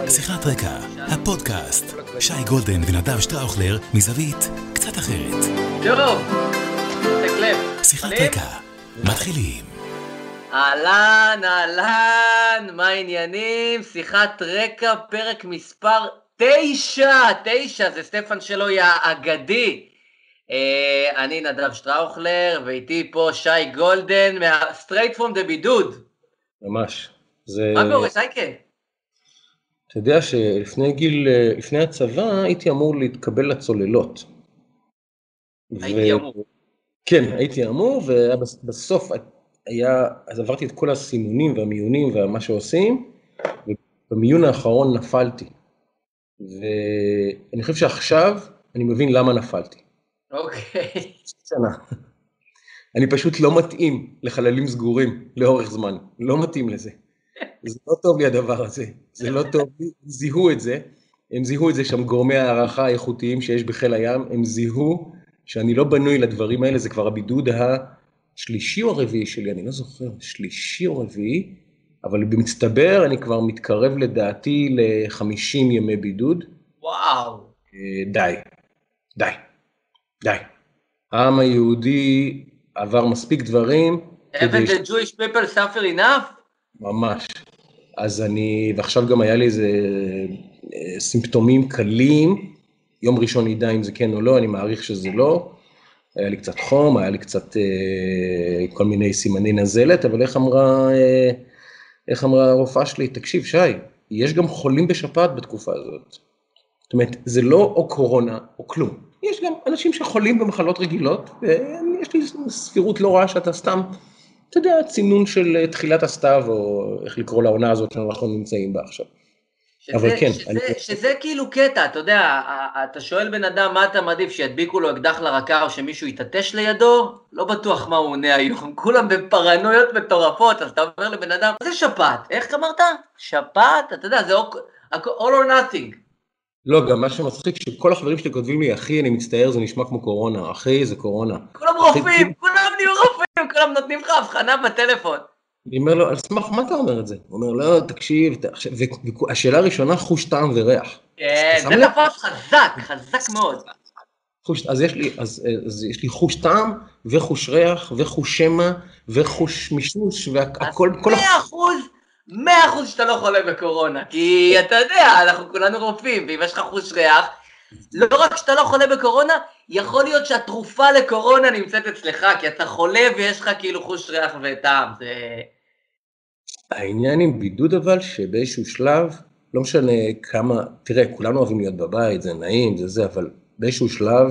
שיחת רקע, הפודקאסט, שי גולדן ונדב שטראוכלר מזווית קצת אחרת. טוב, תקלב. שיחת רקע, מתחילים. אהלן, מה העניינים? שיחת רקע, פרק מספר 9, זה סטפן שלוי האגדי. אני נדב שטראוכלר, ואיתי פה שי גולדן, straight from the בידוד. ממש. מה קורה, שייקה? אתה יודע לפני הצבא הייתי אמור להתקבל לצוללות. הייתי אמור. כן, הייתי אמור, ובסוף אז עברתי את כל הסימונים והמיונים ומה שעושים, ובמיון האחרון נפלתי. ואני חושב שעכשיו אני מבין למה נפלתי. אוקיי. אני פשוט לא מתאים לחללים סגורים לאורך זמן, לא מתאים לזה. זה לא טוב לי הדבר הזה, זה לא טוב לי, הם זיהו את זה שם גורמי הערכה האיכותיים שיש בחיל הים, הם זיהו שאני לא בנוי לדברים האלה, זה כבר הבידוד השלישי או הרביעי שלי, אני לא זוכר, שלישי או רביעי, אבל במצטבר אני כבר מתקרב לדעתי ל50 ימי בידוד. וואו. די. העם היהודי עבר מספיק דברים. Haven't the Jewish people suffer enough? ממש. ועכשיו גם היה לי איזה סימפטומים קלים, יום ראשון ידע אם זה כן או לא, אני מעריך שזה לא, היה לי קצת חום, היה לי קצת כל מיני סימני נזלת, אבל איך אמרה הרופאה שלי, תקשיב שי, יש גם חולים בשפעת בתקופה הזאת. זאת אומרת, זה לא או קורונה או כלום, יש גם אנשים שחולים במחלות רגילות, ויש לי סבירות לא רעה שאתה סתם, אתה יודע, צינון של תחילת הסתיו, או איך לקרוא לעונה הזאת שאנחנו נמצאים בה עכשיו. אבל כן. שזה כאילו קטע, אתה יודע, אתה שואל בן אדם מה אתה מעדיף, שידביקו לו אקדח לרקה, או שמישהו יתעטש לידו, לא בטוח מה הוא עונה היום, כולם בפרנויות מטורפות, אז אתה אומר לבן אדם, זה שפעת, איך אמרת? שפעת? אתה יודע, זה all or nothing. לא, גם מה שמצחיק, שכל החברים שלי כותבים לי, אחי, אני מצטער, זה נשמע כמו קורונה, אחי, זה קורונה. כולם רופאים, כולם נהיו רופאים, כולם נותנים לך הבחנה בטלפון. אני אומר לו, על סמך, מה אתה אומר את זה? הוא אומר, לא, תקשיב, והשאלה הראשונה, חוש טעם וריח. כן, זה תפס חזק מאוד. אז יש לי חוש טעם, וחוש ריח, וחוש שמע, וחוש מישוש, והכל... אז 100% שאתה לא חולה בקורונה, כי אתה יודע, אנחנו כולנו רופאים, ואם יש לך חוש ריח, לא רק שאתה לא חולה בקורונה, יכול להיות שהתרופה לקורונה נמצאת אצלך, כי אתה חולה ויש לך כאילו חוש ריח וטעם. העניין עם בידוד אבל, שבאיזשהו שלב, לא משנה כמה, תראה, כולנו אוהבים להיות בבית, זה נעים, זה, אבל באיזשהו שלב,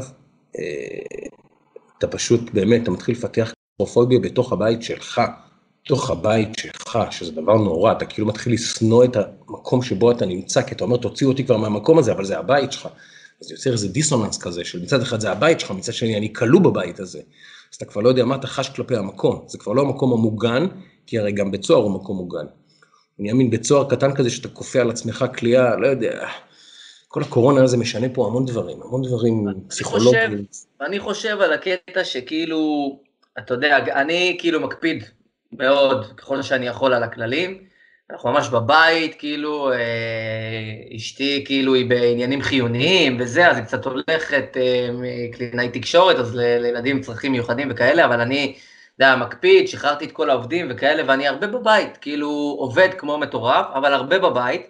אתה פשוט באמת, אתה מתחיל לפתח קלסטרופוביה בתוך הבית שלך, שזה דבר נורא, אתה כאילו מתחיל לשנוא את המקום שבו אתה נמצא, כי אתה אומר, תוציאו אותי כבר מהמקום הזה, אבל זה הבית שלך. אז יוצר איזה דיסוננס כזה, של מצד אחד זה הבית שלך, מצד שני אני כלוא בבית הזה. אז אתה כבר לא יודע מה אתה חש כלפי המקום, זה כבר לא המקום המוגן, כי הרי גם בצוהר הוא מקום מוגן. אני מאמין בצוהר קטן כזה, שאתה כופה על עצמך כלייה, לא יודע, כל הקורונה הזה משנה פה המון דברים פסיכולוגיים. אני חושב על הקטע שכאילו, אתה יודע, אני כאילו מקפיד מאוד, ככל שאני יכול על הכללים, אנחנו ממש בבית, כאילו, אשתי כאילו היא בעניינים חיוניים וזה, אז היא קצת הולכת מקלינאי תקשורת, אז לילדים צרכים מיוחדים וכאלה, אבל אני, יודע, מקפיד, שחררתי את כל העובדים וכאלה, ואני הרבה בבית, כאילו עובד כמו מטורף, אבל הרבה בבית,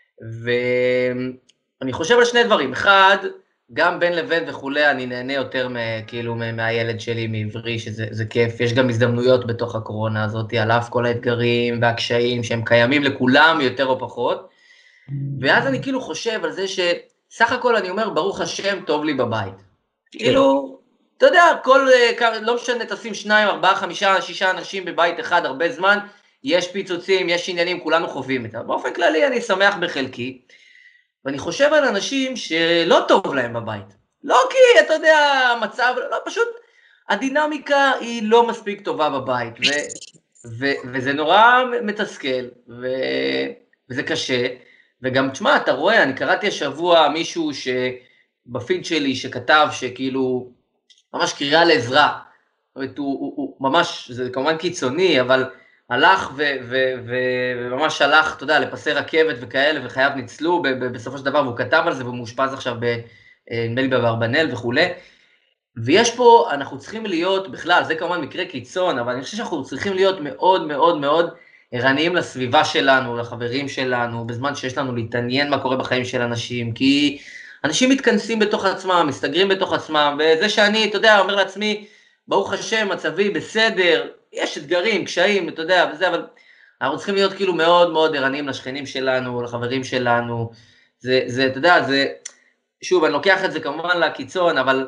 ואני חושב על שני דברים, אחד, גם בין לבין וכולי, אני נהנה יותר כאילו מהילד שלי מעברי, שזה כיף, יש גם הזדמנויות בתוך הקורונה הזאת, על אף כל האתגרים והקשיים שהם קיימים לכולם יותר או פחות, ואז אני כאילו חושב על זה שסך הכל אני אומר, ברוך השם, טוב לי בבית. כאילו, אתה יודע, לא משנה, תשים 2, 4, 5, 6 אנשים בבית אחד הרבה זמן, יש פיצוצים, יש עניינים, כולנו חווים את זה. באופן כללי אני שמח בחלקי, ואני חושב על אנשים שלא טוב להם בבית. לא כי, אתה יודע, המצב, לא, פשוט הדינמיקה היא לא מספיק טובה בבית, וזה נורא מתסכל, וזה קשה, וגם, תשמע, אתה רואה, אני קראתי השבוע מישהו בפיד שלי שכתב שכאילו, ממש קריאה לעזרה, זאת אומרת, הוא ממש, זה כמובן קיצוני, אבל הלך וממש הלך, אתה יודע, לפסי רכבת וכאלה, וחייו ניצלו בסופו של דבר, והוא כתב על זה, והוא מאושפז עכשיו נדמה לי באברבנאל וכולי. ויש פה, אנחנו צריכים להיות, בכלל, זה כמובן מקרה קיצון, אבל אני חושב שאנחנו צריכים להיות מאוד מאוד מאוד ערניים לסביבה שלנו, לחברים שלנו, בזמן שיש לנו להתעניין מה קורה בחיים של אנשים, כי אנשים מתכנסים בתוך עצמם, מסתגרים בתוך עצמם, וזה שאני, אתה יודע, אומר לעצמי, ברוך השם, מצבי בסדר, יש אתגרים, קשיים, אתה יודע, וזה, אבל אנחנו צריכים להיות כאילו מאוד מאוד ערניים לשכנים שלנו, לחברים שלנו, אתה יודע, שוב, אני לוקח את זה כמובן לקיצון, אבל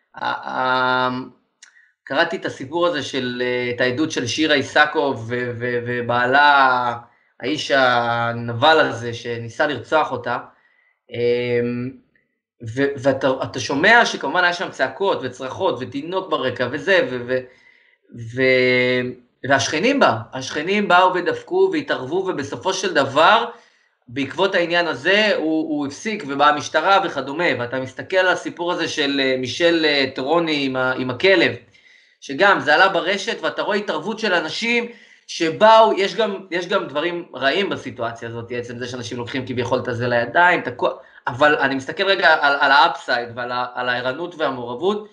קראתי את הסיפור הזה את העדות של שירה איסקוב ובעלה, האיש הנבל הזה שניסה לרצוח אותה, ואתה שומע שכמובן היה שם צעקות וצרחות ותינוק ברקע וזה, והשכנים באו ודפקו והתערבו, ובסופו של דבר, בעקבות העניין הזה, הוא הפסיק ובאה המשטרה וכדומה, ואתה מסתכל על הסיפור הזה של מישל טרוני עם הכלב, שגם זה עלה ברשת, ואתה רואה התערבות של אנשים שבאו, יש גם דברים רעים בסיטואציה הזאת, עצם זה שאנשים לוקחים כביכול את זה לידיים, אבל אני מסתכל רגע על האפסייד ועל הערנות והמעורבות,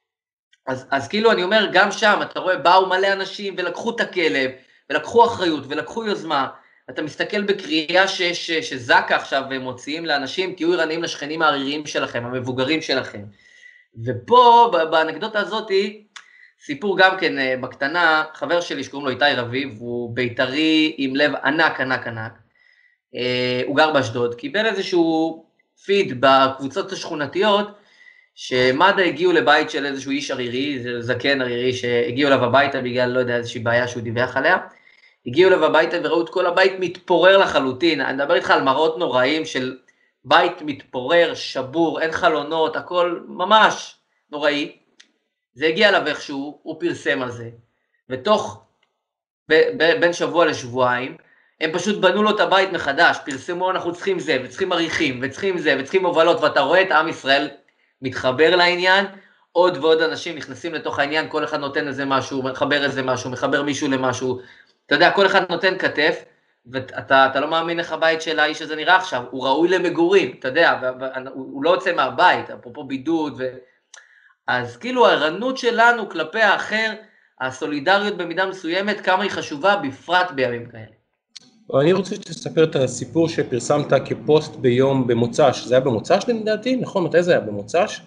אז כאילו אני אומר, גם שם אתה רואה, באו מלא אנשים ולקחו את הכלב, ולקחו אחריות ולקחו יוזמה, אתה מסתכל בקריאה שזקה עכשיו מוציאים לאנשים, תהיו ערניים לשכנים העריריים שלכם, המבוגרים שלכם. ופה, באנקדוטה הזאת, סיפור גם כן בקטנה, חבר שלי שקוראים לו איתי רביב, הוא בית"רי עם לב ענק, ענק, ענק. הוא גר באשדוד, קיבל איזשהו פיד בקבוצות השכונתיות, שמד"א הגיעו לבית של איזשהו איש ערירי, זקן ערירי, שהגיעו אליו הביתה בגלל, לא יודע, איזושהי בעיה שהוא דיווח עליה, הגיעו אליו הביתה וראו את כל הבית מתפורר לחלוטין, אני מדבר איתך על מראות נוראים של בית מתפורר, שבור, אין חלונות, הכל ממש נוראי, זה הגיע אליו איכשהו, הוא פרסם על זה, ותוך בין שבוע לשבועיים, הם פשוט בנו לו את הבית מחדש, פרסמו אנחנו צריכים זה, וצריכים עריכים, וצריכים זה, וצריכים הובלות, ואתה רואה את עם ישראל מתחבר לעניין, עוד ועוד אנשים נכנסים לתוך העניין, כל אחד נותן איזה משהו, מחבר איזה משהו, מחבר מישהו למשהו, אתה יודע, כל אחד נותן כתף, ואתה לא מאמין איך הבית של האיש הזה נראה עכשיו, הוא ראוי למגורים, אתה יודע, הוא לא יוצא מהבית, אפרופו בידוד, אז כאילו הערנות שלנו כלפי האחר, הסולידריות במידה מסוימת, כמה היא חשובה, בפרט בימים כאלה. אני רוצה שתספר את הסיפור שפרסמת כפוסט ביום במוצ"ש, זה היה במוצ"ש לדעתי, נכון? מתי זה היה במוצ"ש?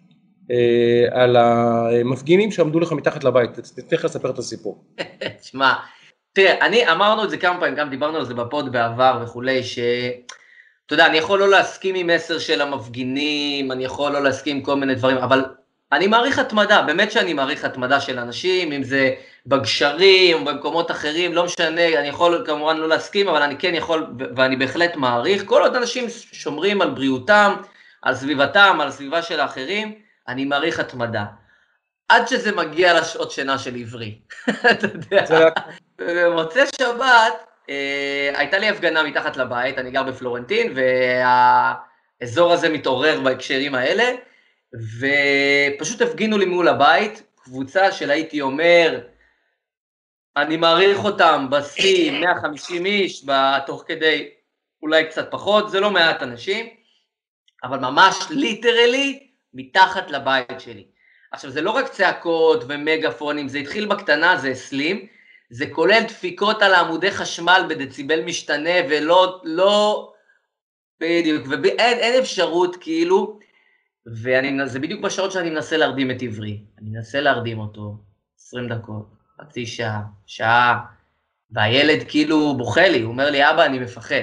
על המפגינים שעמדו לך מתחת לבית, תתן לך לספר את הסיפור. תשמע, תראה, אמרנו את זה כמה פעמים, גם דיברנו על זה בפוד בעבר וכולי, אתה יודע, אני יכול לא להסכים עם מסר של המפגינים, אני יכול לא להסכים עם כל מיני דברים, אבל אני מעריך התמדה, באמת שאני מעריך התמדה של אנשים, אם זה בגשרים, במקומות אחרים, לא משנה, אני יכול כמובן לא להסכים, אבל אני כן יכול, ואני בהחלט מעריך, כל עוד אנשים שומרים על בריאותם, על סביבתם, על הסביבה של האחרים, אני מעריך התמדה. עד שזה מגיע לשעות שינה של עברי, אתה יודע. במוצאי שבת, הייתה לי הפגנה מתחת לבית, אני גר בפלורנטין, והאזור הזה מתעורר בהקשרים האלה, ופשוט הפגינו לי מול הבית, קבוצה של הייתי אומר, אני מעריך אותם בסי 150 איש, בתוך כדי אולי קצת פחות, זה לא מעט אנשים, אבל ממש ליטרלי מתחת לבית שלי. עכשיו זה לא רק צעקות ומגפונים, זה התחיל בקטנה, זה הסלים, זה כולל דפיקות על עמודי חשמל בדציבל משתנה, ולא, בדיוק, ואין אפשרות כאילו, וזה בדיוק בשעות שאני מנסה להרדים את עברי, אני מנסה להרדים אותו, 20 דקות, חצי שעה, שעה, והילד כאילו בוכה לי, הוא אומר לי, אבא, אני מפחד.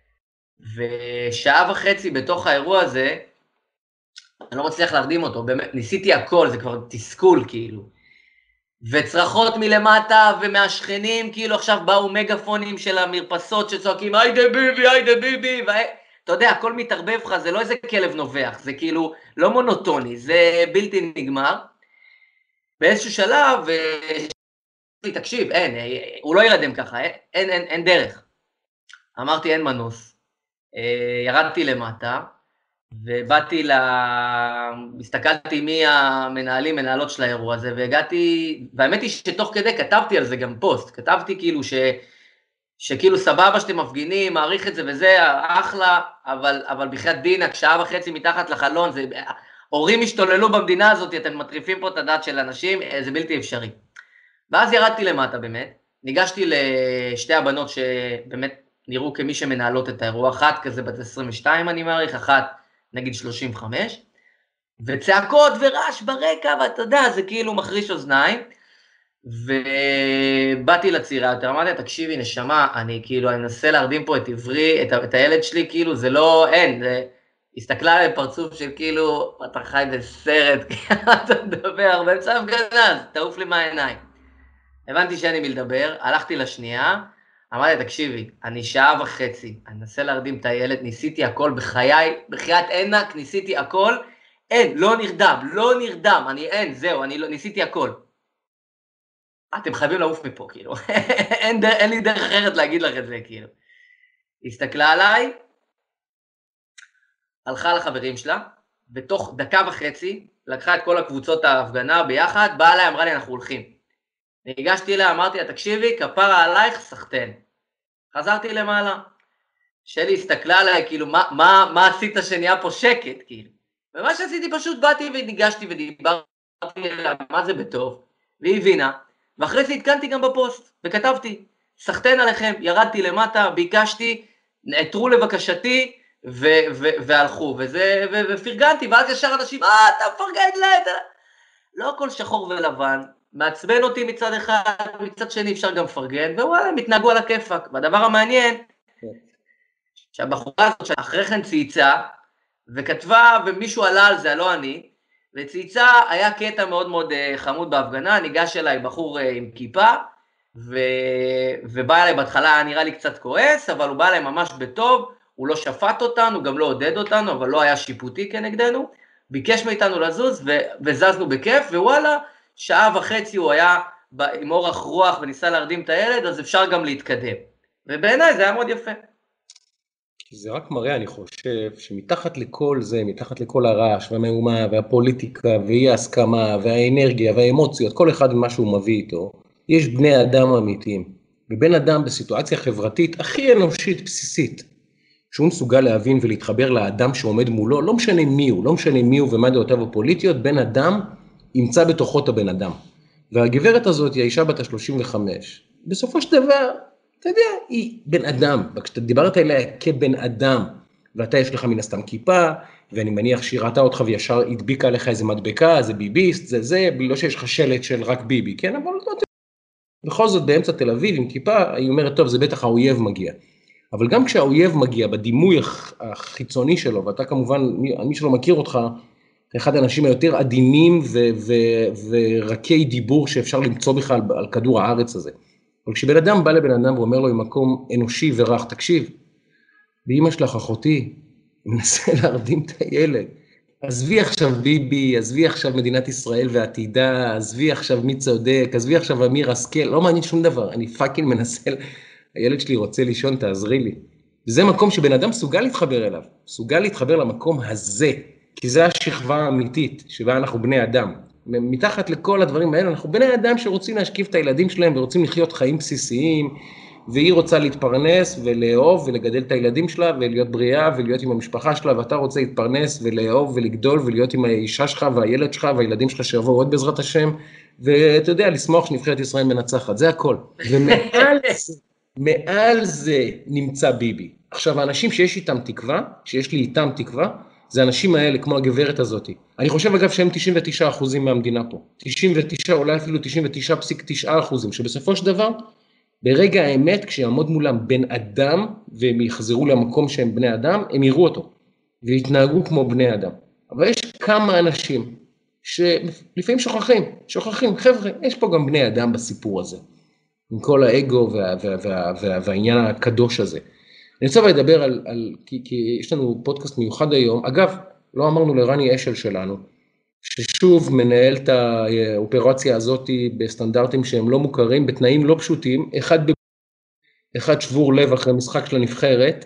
ושעה וחצי בתוך האירוע הזה, אני לא מצליח להרדים אותו, באמת, ניסיתי הכל, זה כבר תסכול כאילו. וצרחות מלמטה ומהשכנים, כאילו עכשיו באו מגפונים של המרפסות שצועקים, היידה ביבי, היידה ביבי, אתה יודע, הכל מתערבב לך, זה לא איזה כלב נובח, זה כאילו לא מונוטוני, זה בלתי נגמר. באיזשהו שלב, תקשיב, הוא לא ירדם ככה, אין דרך. אמרתי, אין מנוס. ירדתי למטה, ובאתי הסתכלתי מי המנהלים, מנהלות של האירוע הזה, והגעתי, והאמת היא שתוך כדי כתבתי על זה גם פוסט, כתבתי כאילו שכאילו סבבה שאתם מפגינים, מעריך את זה וזה, אחלה, אבל בחייאת דינק, שעה וחצי מתחת לחלון, הורים השתוללו במדינה הזאת, אתם מטריפים פה את הדת של אנשים, זה בלתי אפשרי. ואז ירדתי למטה באמת, ניגשתי לשתי הבנות שבאמת נראו כמי שמנהלות את האירוע, אחת כזה בת 22 אני מעריך, אחת נגיד 35, וצעקות ורעש ברקע, ואתה יודע, זה כאילו מחריש אוזניים, ובאתי לצעירה יותר, אמרתי, תקשיבי נשמה, אני כאילו, אני מנסה להרדים פה את עברי, את הילד שלי, כאילו זה לא, אין, זה, הסתכלה עליי פרצוף של כאילו, אתה חי בסרט, אתה מדבר, באמצע הפגנה, תעוף לי מהעיניים. הבנתי שאין לי מי לדבר, הלכתי לשנייה, אמרתי, תקשיבי, אני שעה וחצי, אני מנסה להרדים את הילד, ניסיתי הכל בחיי, בחייאת ענק, ניסיתי הכל, אין, לא נרדם, אין, זהו, אני לא, ניסיתי הכל. אתם חייבים לעוף מפה, כאילו, אין לי דרך אחרת להגיד לך את זה, כאילו. הסתכלה עליי, הלכה לחברים שלה, בתוך דקה וחצי, לקחה את כל הקבוצות ההפגנה ביחד, באה אליי, אמרה לי, אנחנו הולכים. ניגשתי אליה, אמרתי לה, תקשיבי, כפרה עלייך, סחטן. חזרתי למעלה. שלי הסתכלה עליי, כאילו, מה עשית שנהיה פה שקט, כאילו. ומה שעשיתי פשוט, באתי וניגשתי ודיברתי אליה, מה זה בטוב, והיא הבינה, ואחרי זה התקנתי גם בפוסט, וכתבתי, סחטן עליכם, ירדתי למטה, ביקשתי, נעתרו לבקשתי, והלכו, ופרגנתי, ואז ישר אנשים, אתה מפרגן להם, לא הכל שחור ולבן, מעצבן אותי מצד אחד, מצד שני אפשר גם לפרגן, ווואלה, הם התנהגו על הכיפק. והדבר המעניין, שהבחורה הזאת שאחרי כן צייצה, וכתבה, ומישהו עלה על זה, לא אני, וצייצה, היה קטע מאוד מאוד חמוד בהפגנה, ניגש אליי בחור עם כיפה, ובא אליי בהתחלה, היה נראה לי קצת כועס, אבל הוא בא אליי ממש בטוב, הוא לא שפט אותנו, גם לא עודד אותנו, אבל לא היה שיפוטי כנגדנו, ביקש מאיתנו לזוז, וזזנו בכיף, ווואלה, שעה וחצי הוא היה עם אורך רוח וניסה להרדים את הילד, אז אפשר גם להתקדם. ובעיניי זה היה מאוד יפה. זה רק מראה, אני חושב, שמתחת לכל זה, מתחת לכל הרעש והמהומה והפוליטיקה ואי ההסכמה והאנרגיה והאמוציות, כל אחד ממה שהוא מביא איתו, יש בני אדם אמיתיים. ובן אדם בסיטואציה חברתית הכי אנושית בסיסית, שהוא מסוגל להבין ולהתחבר לאדם שעומד מולו, לא משנה מי הוא ומה דעותיו הפוליטיות, בן אדם ימצא בתוכו את הבן אדם. והגברת הזאת היא האישה בת ה-35. בסופו של דבר, אתה יודע, היא בן אדם. וכשאתה דיברת אליה כבן אדם, ואתה יש לך מן הסתם כיפה, ואני מניח שהיא ראתה אותך וישר הדביקה לך איזה מדבקה, זה ביביסט, זה, לא שיש לך שלט של רק ביבי, כן? אבל לא, בכל זאת באמצע תל אביב עם כיפה, היא אומרת, טוב, זה בטח האויב מגיע. אבל גם כשהאויב מגיע בדימוי החיצוני שלו, ואתה כמובן, מי שלא מכיר אותך, אחד האנשים היותר עדינים ורקי דיבור שאפשר למצוא בכלל על כדור הארץ הזה. אבל כשבן אדם בא לבן אדם ואומר לו במקום אנושי ורך, תקשיב, באמא שלך אחותי, מנסה להרדים את הילד, עזבי עכשיו ביבי, עזבי עכשיו מדינת ישראל ועתידה, עזבי עכשיו מי צודק, עזבי עכשיו אמיר השכל, לא מעניין שום דבר, אני פאקינג מנסה, הילד שלי רוצה לישון, תעזרי לי. וזה מקום שבן אדם סוגל להתחבר אליו, סוגל להתחבר למקום הזה, כי זה השכבה האמיתית, שבה אנחנו בני אדם. מתחת לכל הדברים האלה, אנחנו בני אדם שרוצים להשקיף את הילדים שלהם, ורוצים לחיות חיים בסיסיים, והיא רוצה להתפרנס ולאהוב ולגדל את הילדים שלה, ולהיות בריאה ולהיות עם המשפחה שלה, ואתה רוצה להתפרנס ולאהוב ולגדול, ולהיות עם האישה שלך והילד שלך, והילדים שלך שיבואו עוד בעזרת השם, ואתה יודע, לשמוח שנבחרת ישראל מנצחת, זה הכל. ומעל זה נמצא ביבי. עכשיו, האנשים שיש איתם תקווה, שיש לי איתם תקווה, זה האנשים האלה, כמו הגברת הזאת. אני חושב אגב שהם 99% מהמדינה פה. 99, אולי אפילו 99.9%, שבסופו של דבר, ברגע האמת, כשיעמוד מולם בן אדם, והם יחזרו למקום שהם בני אדם, הם יראו אותו, ויתנהגו כמו בני אדם. אבל יש כמה אנשים, שלפעמים שוכחים, חבר'ה, יש פה גם בני אדם בסיפור הזה, עם כל האגו והעניין הקדוש הזה. אני רוצה לדבר כי יש לנו פודקאסט מיוחד היום, אגב, לא אמרנו לרני אשל שלנו, ששוב מנהל את האופרציה הזאת בסטנדרטים שהם לא מוכרים, בתנאים לא פשוטים, אחד שבור לב אחרי משחק של הנבחרת,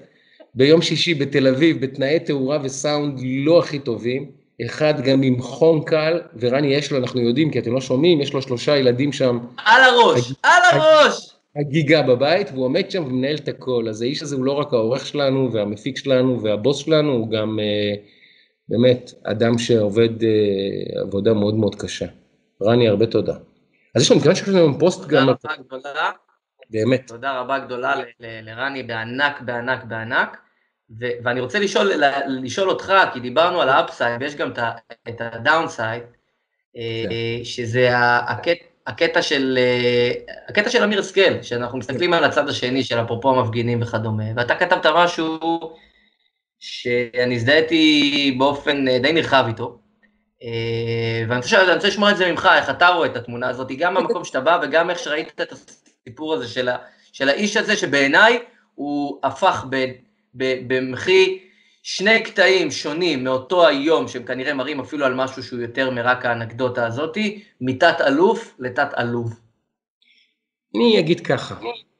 ביום שישי בתל אביב, בתנאי תאורה וסאונד לא הכי טובים, אחד גם עם חום קל, ורני יש לו, אנחנו יודעים, כי אתם לא שומעים, יש לו 3 ילדים שם. על הראש, על הראש! הגיגה בבית, והוא עומד שם ומנהל את הכל. אז האיש הזה הוא לא רק העורך שלנו, והמפיק שלנו, והבוס שלנו, הוא גם באמת אדם שעובד עבודה מאוד מאוד קשה. רני, הרבה תודה. אז יש לנו, מכיוון שיש לנו פוסט גם... תודה רבה גדולה. באמת. תודה רבה גדולה לרני, בענק, בענק, בענק. ואני רוצה לשאול אותך, כי דיברנו על האפסייד, ויש גם את הדאונסייד, שזה הקטע של אמיר השכל, שאנחנו מסתכלים על הצד השני של אפרופו המפגינים וכדומה, ואתה כתבת משהו שאני הזדהיתי באופן די נרחב איתו, ואני רוצה לשמוע את זה ממך, איך אתה רואה את התמונה הזאת, גם במקום שאתה בא, וגם איך שראית את הסיפור הזה של האיש הזה, שבעיניי הוא הפך במחי 2 קטעים שונים מאותו היום, שהם כנראה מראים אפילו על משהו שהוא יותר מרק האנקדוטה הזאת, מתת אלוף לתת אלוף. אני אגיד ככה,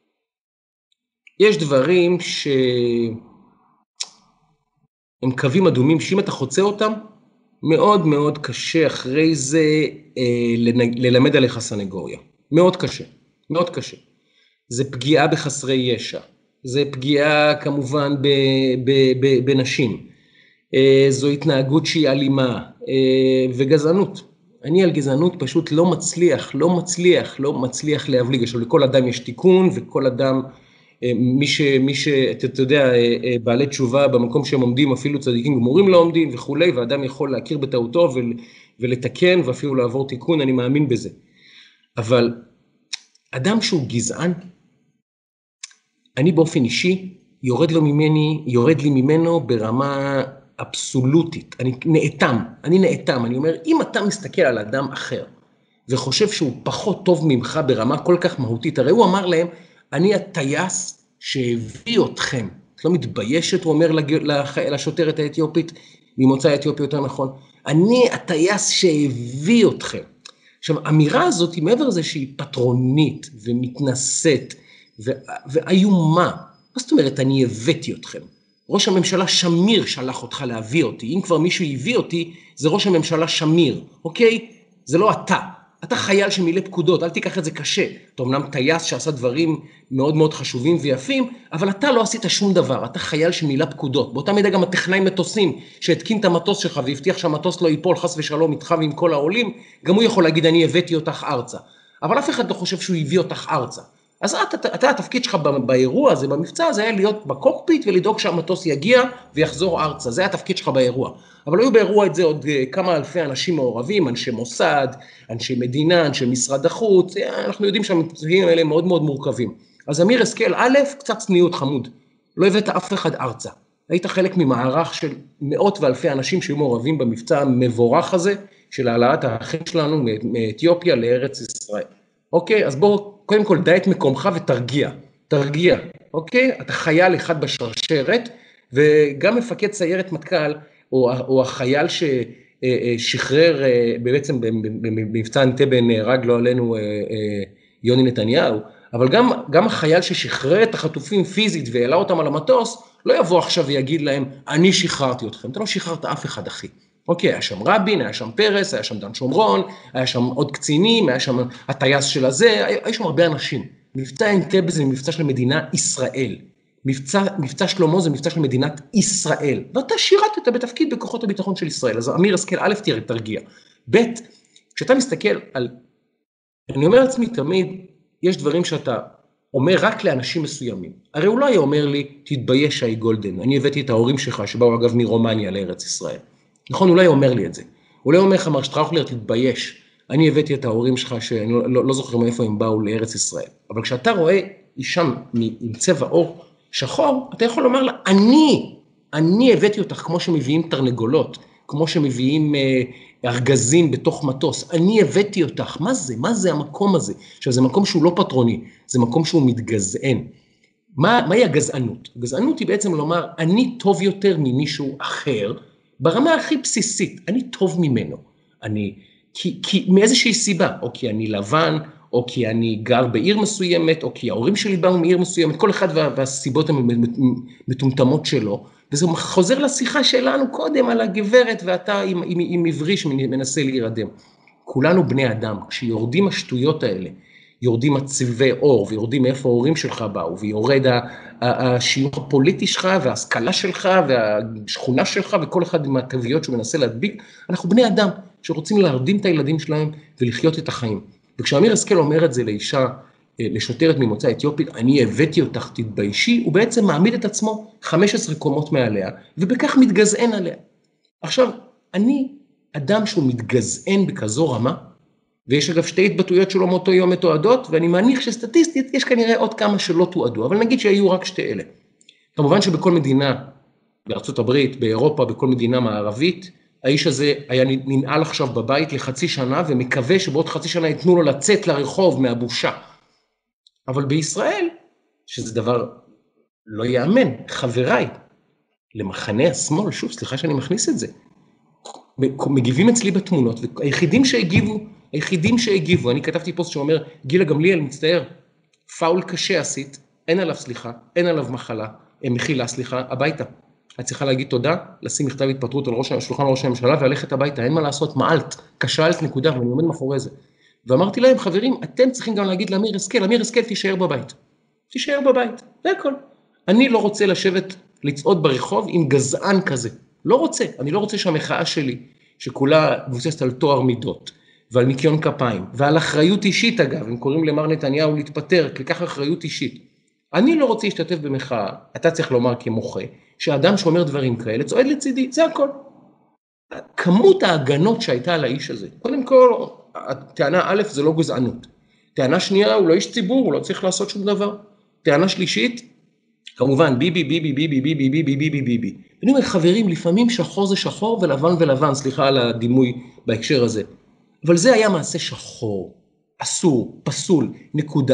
יש דברים הם קווים אדומים, שאם אתה חוצה אותם, מאוד מאוד קשה אחרי זה ללמד עליך סנגוריה. מאוד קשה, מאוד קשה. זה פגיעה בחסרי ישע, זה פגיעה כמובן בנשים, זו התנהגות שהיא אלימה, וגזענות. אני על גזענות פשוט לא מצליח להבליג. עכשיו לכל אדם יש תיקון, וכל אדם, מי שאתה יודע, בעלי תשובה במקום שהם עומדים, אפילו צדיקים גמורים לא עומדים וכולי, ואדם יכול להכיר בטעותו ולתקן, ואפילו לעבור תיקון, אני מאמין בזה. אבל אדם שהוא גזען, אני באופן אישי, יורד לי ממנו ברמה אבסולוטית. אני נאטם. אני אומר, אם אתה מסתכל על אדם אחר, וחושב שהוא פחות טוב ממך ברמה כל כך מהותית, הרי הוא אמר להם, אני הטייס שהביא אתכם. את לא מתביישת, הוא אומר לשוטרת האתיופית, ממוצא האתיופי יותר נכון, אני הטייס שהביא אתכם. עכשיו, האמירה הזאת היא מעבר לזה שהיא פטרונית ומתנשאת, ואיומה. מה זאת אומרת, אני הבאתי אתכם? ראש הממשלה שמיר שלח אותך להביא אותי. אם כבר מישהו הביא אותי, זה ראש הממשלה שמיר, אוקיי? זה לא אתה. אתה חייל שמילא פקודות, אל תיקח את זה קשה. אתה אומנם טייס שעשה דברים מאוד מאוד חשובים ויפים, אבל אתה לא עשית שום דבר. אתה חייל שמילא פקודות. באותה מידה גם הטכנאי מטוסים, שהתקין את המטוס שלך והבטיח שהמטוס לא ייפול חס ושלום איתך ועם כל העולים, גם הוא יכול להגיד, אני הבאתי אותך ארצה. אבל אף אחד לא חושב שהוא הביא אותך ארצה. אז אתה התפקיד שלך באירוע הזה, במבצע הזה, היה להיות בקוקפיט ולדאוג שהמטוס יגיע ויחזור ארצה. זה התפקיד שלך באירוע. אבל היו באירוע את זה עוד כמה אלפי אנשים מעורבים, אנשי מוסד, אנשי מדינה, אנשי משרד החוץ. אנחנו יודעים שהמבצעים האלה מאוד מאוד מורכבים. אז אמיר השכל, א', קצת צניעות חמוד. לא הבאת אף אחד ארצה. היית חלק ממערך של מאות ואלפי אנשים שהיו מעורבים במבצע המבורך הזה, של העלאת האחים שלנו מאתיופיה לארץ ישראל. אוקיי, אז בואו קודם כל דע את מקומך תרגיע, אוקיי? אתה חייל אחד בשרשרת, וגם מפקד סיירת מטכ"ל, או החייל ששחרר בעצם במבצע אנטבה נהרג לא עלינו יוני נתניהו, אבל גם החייל ששחרר את החטופים פיזית והעלה אותם על המטוס, לא יבוא עכשיו ויגיד להם, אני שחררתי אתכם, אתה לא שחררת אף אחד אחי. אוקיי, היה שם רבין, היה שם פרס, היה שם דן שומרון, היה שם עוד קצינים, היה שם הטייס של הזה, היה שם הרבה אנשים. מבצע אנטבה זה מבצע של מדינה ישראל. מבצע שלמה זה מבצע של מדינת ישראל. ואתה שירתת בתפקיד בכוחות הביטחון של ישראל. אז אמיר השכל, א', תרגיע. ב', כשאתה מסתכל על... אני אומר לעצמי תמיד, יש דברים שאתה אומר רק לאנשים מסוימים. הרי הוא לא היה אומר לי, תתבייש שי גולדן. אני הבאתי את ההורים שלך, שבאו אגב מרומניה לארץ ישראל. נכון, אולי הוא אומר לי את זה. אולי הוא אומר לך, מר שטראוכלר, תתבייש. אני הבאתי את ההורים שלך, שאני לא זוכר מאיפה הם באו לארץ ישראל. אבל כשאתה רואה אישה עם צבע עור שחור, אתה יכול לומר לה, אני הבאתי אותך כמו שמביאים תרנגולות, כמו שמביאים ארגזים בתוך מטוס. אני הבאתי אותך. מה זה המקום הזה? עכשיו, זה מקום שהוא לא פטרוני, זה מקום שהוא מתגזען. מהי הגזענות? הגזענות היא בעצם לומר, אני טוב יותר ממישהו אחר, ברמה הכי בסיסית, אני טוב ממנו, כי מאיזושהי סיבה, או כי אני לבן, או כי אני גר בעיר מסוימת, או כי ההורים שלי באו מעיר מסוימת, כל אחד והסיבות המטומטמות שלו, וזה חוזר לשיחה שלנו קודם על הגברת ואתה עם עברי שמנסה להירדם. כולנו בני אדם, כשיורדים השטויות האלה, יורדים הצבעי אור, ויורדים מאיפה ההורים שלך באו, ויורד השיוך הפוליטי שלך, וההשכלה שלך, והשכונה שלך, וכל אחד עם התוויות שהוא מנסה להדביק, אנחנו בני אדם שרוצים להרדים את הילדים שלהם, ולחיות את החיים. וכשאמיר השכל אומר את זה לאישה, לשוטרת ממוצא אתיופית, אני הבאתי אותך, תתביישי, הוא בעצם מעמיד את עצמו 15 קומות מעליה, ובכך מתגזען עליה. עכשיו, אני אדם שהוא מתגזען בכזו רמה, ויש אגב שתי התבטאויות שלו מאותו יום מתועדות, ואני מניח שסטטיסטית יש כנראה עוד כמה שלא תועדו, אבל נגיד שהיו רק שתי אלה. כמובן שבכל מדינה, בארצות הברית, באירופה, בכל מדינה מערבית, האיש הזה היה ננעל עכשיו בבית לחצי שנה, ומקווה שבעוד חצי שנה ייתנו לו לצאת לרחוב מהבושה. אבל בישראל, שזה דבר לא יאמן, חבריי, למחנה השמאל, שוב, סליחה שאני מכניס את זה, מגיבים אצלי בתמונות, והיחידים שהגיבו, אני כתבתי פוסט שאומר, גילה גמליאל מצטער, פאול קשה עשית, אין עליו סליחה, אין עליו מחילה, סליחה, הביתה. את צריכה להגיד תודה, לשים מכתב התפטרות על שולחן ראש הממשלה, והלכת הביתה, אין מה לעשות, מעלת, כשלת נקודה, ואני עומד מאחורי זה. ואמרתי להם, חברים, אתם צריכים גם להגיד לאמיר השכל, אמיר השכל תישאר בבית. תישאר בבית, זה הכל. אני לא רוצה לשבת, לצעוד ברחוב עם גזען כזה. לא רוצה, אני לא רוצה שהמחאה שלי, שכולה מבוססת על תואר מידות, ועל ניקיון כפיים, ועל אחריות אישית אגב, הם קוראים למר נתניהו להתפטר, ככך אחריות אישית. אני לא רוצה להשתתף במחאה, אתה צריך לומר כמוחה, שהאדם שאומר דברים כאלה צועד לצידי, זה הכל. כמות ההגנות שהייתה על האיש הזה, קודם כל, הטענה א' זה לא גזענות. טענה שנייה, הוא לא איש ציבור, הוא לא צריך לעשות שום דבר. טענה שלישית, כמובן, ביבי, ביבי, ביבי, ביבי, ביבי, ביבי, ביבי. ואני אומר, חברים, לפעמים שחור זה שחור ולבן ולבן, סליחה על הדימוי בהקשר הזה. אבל זה היה מעשה שחור, אסור, פסול, נקודה.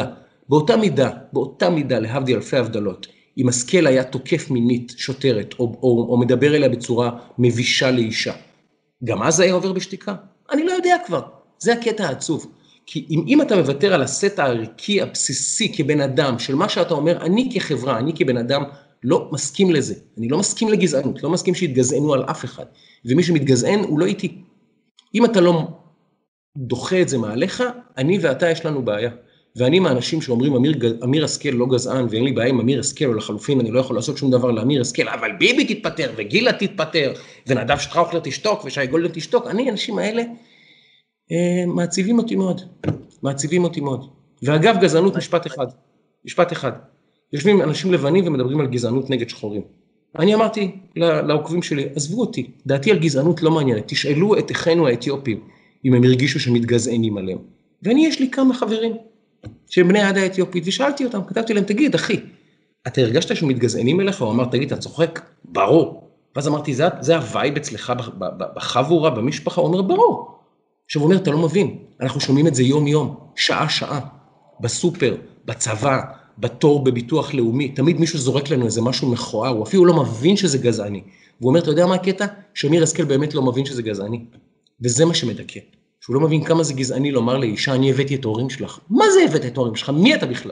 באותה מידה, להבדיל אלפי הבדלות, אם השכל היה תוקף מינית שוטרת, או מדבר אליה בצורה מבישה לאישה, גם אז היה עובר בשתיקה? אני לא יודע כבר, זה הקטע העצוב. כי אם אתה מוותר על הסט הערכי הבסיסי כבן אדם, של מה שאתה אומר, אני כחברה, אני כבן אדם, לא מסכים לזה. אני לא מסכים לגזענות, לא מסכים שיתגזענו על אף אחד. ומי שמתגזען הוא לא איתי. אם אתה לא דוחה את זה מעליך, אני ואתה יש לנו בעיה. ואני מהאנשים שאומרים, אמיר השכל לא גזען, ואין לי בעיה עם אמיר השכל, או לחלופין, אני לא יכול לעשות שום דבר לאמיר השכל, אבל ביבי תתפטר, וגילה תתפטר, ונדב שטראוכלר תשתוק, ושי גולדן תשתוק. האנשים האלה מעציבים אותי מאוד. ואגב, גזענות, משפט אחד. יושבים אנשים לבנים ומדברים על גזענות נגד שחורים. אני אמרתי לעוקבים שלי, עזבו אותי, דעתי על גזענות לא מעניינת, תשאלו את אחינו האתיופים, אם הם הרגישו שמתגזענים עליהם. ואני יש לי כמה חברים, שהם בני העדה האתיופית, ושאלתי אותם, כתבתי להם, תגיד, אחי, אתה הרגשת שמתגזענים אליך? הוא אמר, תגיד, אתה צוחק? ברור. ואז אמרתי, זה הווייב אצלך בחבורה, במשפחה? הוא אומר, ברור. עכשיו הוא אומר, אתה לא מבין, אנחנו שומעים את זה יום-יום, שעה-שעה, בסופר, בצבא, בתור בביטוח לאומי, תמיד מישהו זורק לנו איזה משהו מכוער, הוא אפילו לא מבין שזה גזעני. והוא אומר, אתה יודע מה הקטע? שאמיר השכל באמת לא מבין שזה גזעני. וזה מה שמדכא. שהוא לא מבין כמה זה גזעני לומר לאישה, אני הבאתי את ההורים שלך. מה זה הבאת את ההורים שלך? מי אתה בכלל?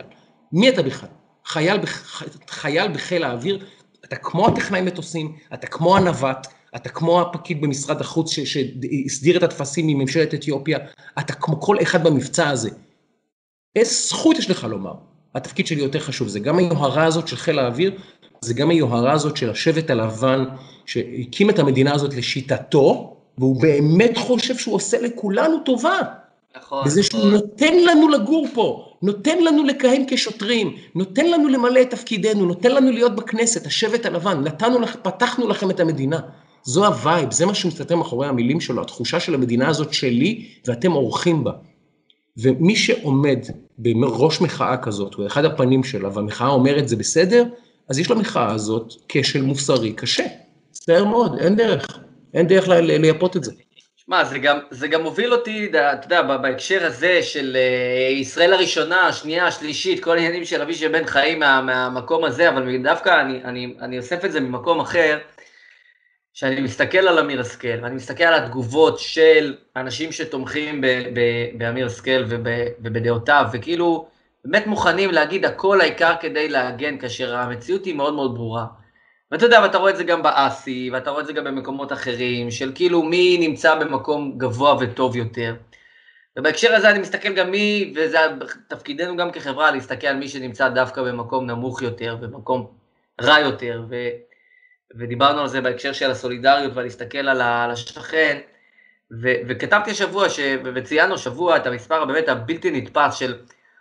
חייל בחיל האוויר, אתה כמו הטכנאי מטוסים, אתה כמו הנווט, אתה כמו הפקיד במשרד החוץ שהסדיר את התפסים מממשלת אתיופיה, אתה כמו כל אחד במבצע הזה. איזה זכות יש לך לומר? התפקיד שלי יותר חשוב, זה גם היוהרה הזאת של חיל האוויר, זה גם היוהרה הזאת של השבט הלבן, שהקים את המדינה הזאת לשיטתו, והוא באמת חושב שהוא עושה לכולנו טובה. נכון. בזה שהוא נותן לנו לגור פה, נותן לנו לכהן כשוטרים, נותן לנו למלא את תפקידנו, נותן לנו להיות בכנסת, השבט הלבן, פתחנו לכם את המדינה. זו הווייב, זה מה שמסתתר מאחורי המילים שלו, התחושה של המדינה הזאת שלי, ואתם אורחים בה. ומי שעומד בראש מחאה כזאת, הוא אחד הפנים שלה, והמחאה אומרת זה בסדר, אז יש למחאה הזאת כשל מוסרי קשה. מצטער מאוד, אין דרך לייפות את זה. שמע, זה גם מוביל אותי, אתה יודע, בהקשר הזה של ישראל הראשונה, השנייה, השלישית, כל העניינים של אבישי בן חיים מהמקום הזה, אבל דווקא אני אוסף את זה ממקום אחר, שאני מסתכל על אמיר השכל, ואני מסתכל על התגובות של אנשים שתומכים באמיר השכל ובדעותיו, וכאילו באמת מוכנים להגיד הכל העיקר כדי להגן, כאשר המציאות היא מאוד מאוד ברורה. ואתה יודע, ואתה רואה את זה גם באסי, ואתה רואה את זה גם במקומות אחרים, של כאילו מי נמצא במקום גבוה וטוב יותר. ובהקשר הזה אני מסתכל גם מי, וזה תפקידנו גם כחברה, להסתכל על מי שנמצא דווקא במקום נמוך יותר, במקום רע יותר, ודיברנו על זה בהקשר של הסולידריות, ולהסתכל על השכן, וכתבתי השבוע, וציינו שבוע את המספר באמת הבלתי נתפס של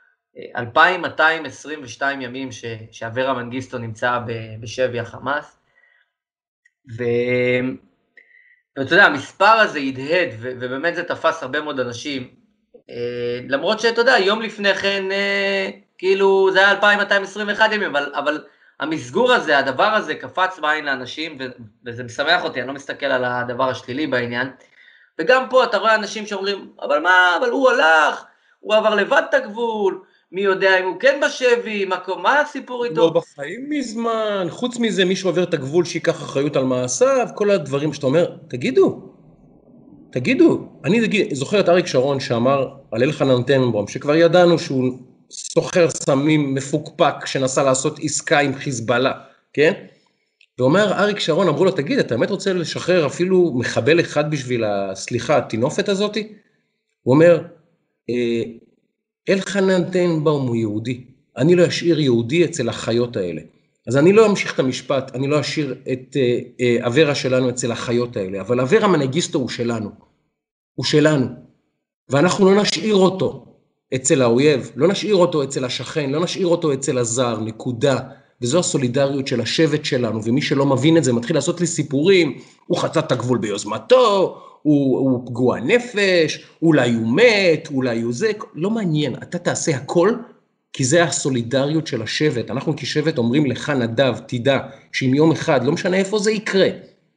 2,222 ימים שאברה מנגיסטו נמצא בשבי החמאס, ואתה יודע, המספר הזה הדהד, ובאמת זה תפס הרבה מאוד אנשים, למרות שאתה יודע, יום לפני כן, כאילו זה היה 2,221 ימים, אבל המסגור הזה, הדבר הזה קפץ בעין לאנשים, וזה משמח אותי, אני לא מסתכל על הדבר השלילי בעניין, וגם פה אתה רואה אנשים שאומרים, אבל מה, אבל הוא הלך, הוא עבר לבד את הגבול, מי יודע אם הוא כן בשבי, מה הסיפור איתו? לא בחיים מזמן, חוץ מזה מי שעובר את הגבול שיקח אחריות על מעשיו, כל הדברים שאתה אומר, תגידו, אני זוכר את אריק שרון שאמר על אלחנן טננבאום, שכבר ידענו שהוא סוחר סמים מפוקפק שנסע לעשות עסקה עם חיזבאללה, כן? ואומר אריק שרון, אמרו לו, תגיד, אתה באמת רוצה לשחרר אפילו מחבל אחד בשביל הסליחה, התינופת הזאת? הוא אומר, אלחנן טננבאום הוא יהודי, אני לא אשאיר יהודי אצל החיות האלה. אז אני לא אמשיך את המשפט, אני לא אשאיר את אברה שלנו אצל החיות האלה, אבל אברה מנגיסטו הוא שלנו, ואנחנו לא נשאיר אותו אצל האויב, לא נשאיר אותו אצל השכן, לא נשאיר אותו אצל הזר, נקודה. וזו הסולידריות של השבט שלנו, ומי שלא מבין את זה מתחיל לעשות לי סיפורים, הוא חצה את הגבול ביוזמתו, הוא פגוע נפש, אולי הוא מת, אולי הוא זה, לא מעניין, אתה תעשה הכל, כי זה הסולידריות של השבט, אנחנו כשבט אומרים לך נדב, תדע, שאם יום אחד, לא משנה איפה זה יקרה,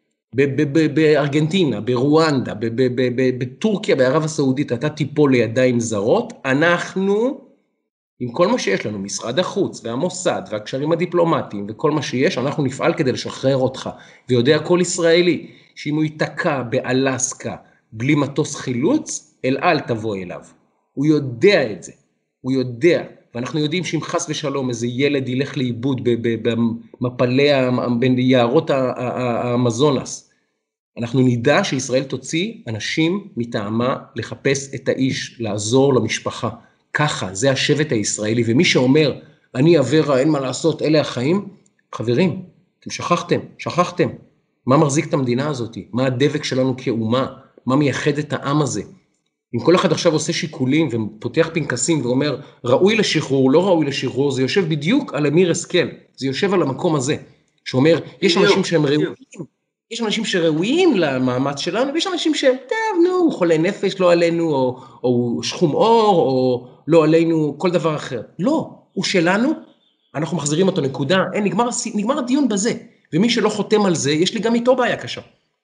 בארגנטינה, ברואנדה, בטורקיה, בערב הסעודית, אתה תיפול לידיים זרות, אנחנו, עם כל מה שיש לנו, משרד החוץ והמוסד והקשרים הדיפלומטיים וכל מה שיש, אנחנו נפעל כדי לשחרר אותך. ויודע כל ישראלי, שאם הוא ייתקע באלסקה בלי מטוס חילוץ, אל על תבוא אליו. הוא יודע את זה, הוא יודע. ואנחנו יודעים שאם חס ושלום איזה ילד ילך לאיבוד במפלי, בין יערות האמזונס, אנחנו נדע שישראל תוציא אנשים מטעמה לחפש את האיש, לעזור למשפחה. ככה, זה השבט הישראלי, ומי שאומר, אני אברה, אין מה לעשות, אלה החיים, חברים, אתם שכחתם, מה מחזיק את המדינה הזאת, מה הדבק שלנו כאומה, מה מייחד את העם הזה, אם כל אחד עכשיו עושה שיקולים, ופותח פנקסים ואומר, ראוי לשחרור, לא ראוי לשחרור, זה יושב בדיוק על אמיר השכל, זה יושב על המקום הזה, שאומר, יש אנשים שהם ראויים, יש אנשים שראויים למאמץ שלנו, ויש אנשים שהם, טוב, נו, הוא חולה נפש, לא עלינו, או הוא שחום אור, או לא עלינו, כל דבר אחר. לא, הוא שלנו, אנחנו מחזירים אותו נקודה, אין, נגמר הדיון בזה. ומי שלא חותם על זה, יש לי גם איתו בעיה קשה.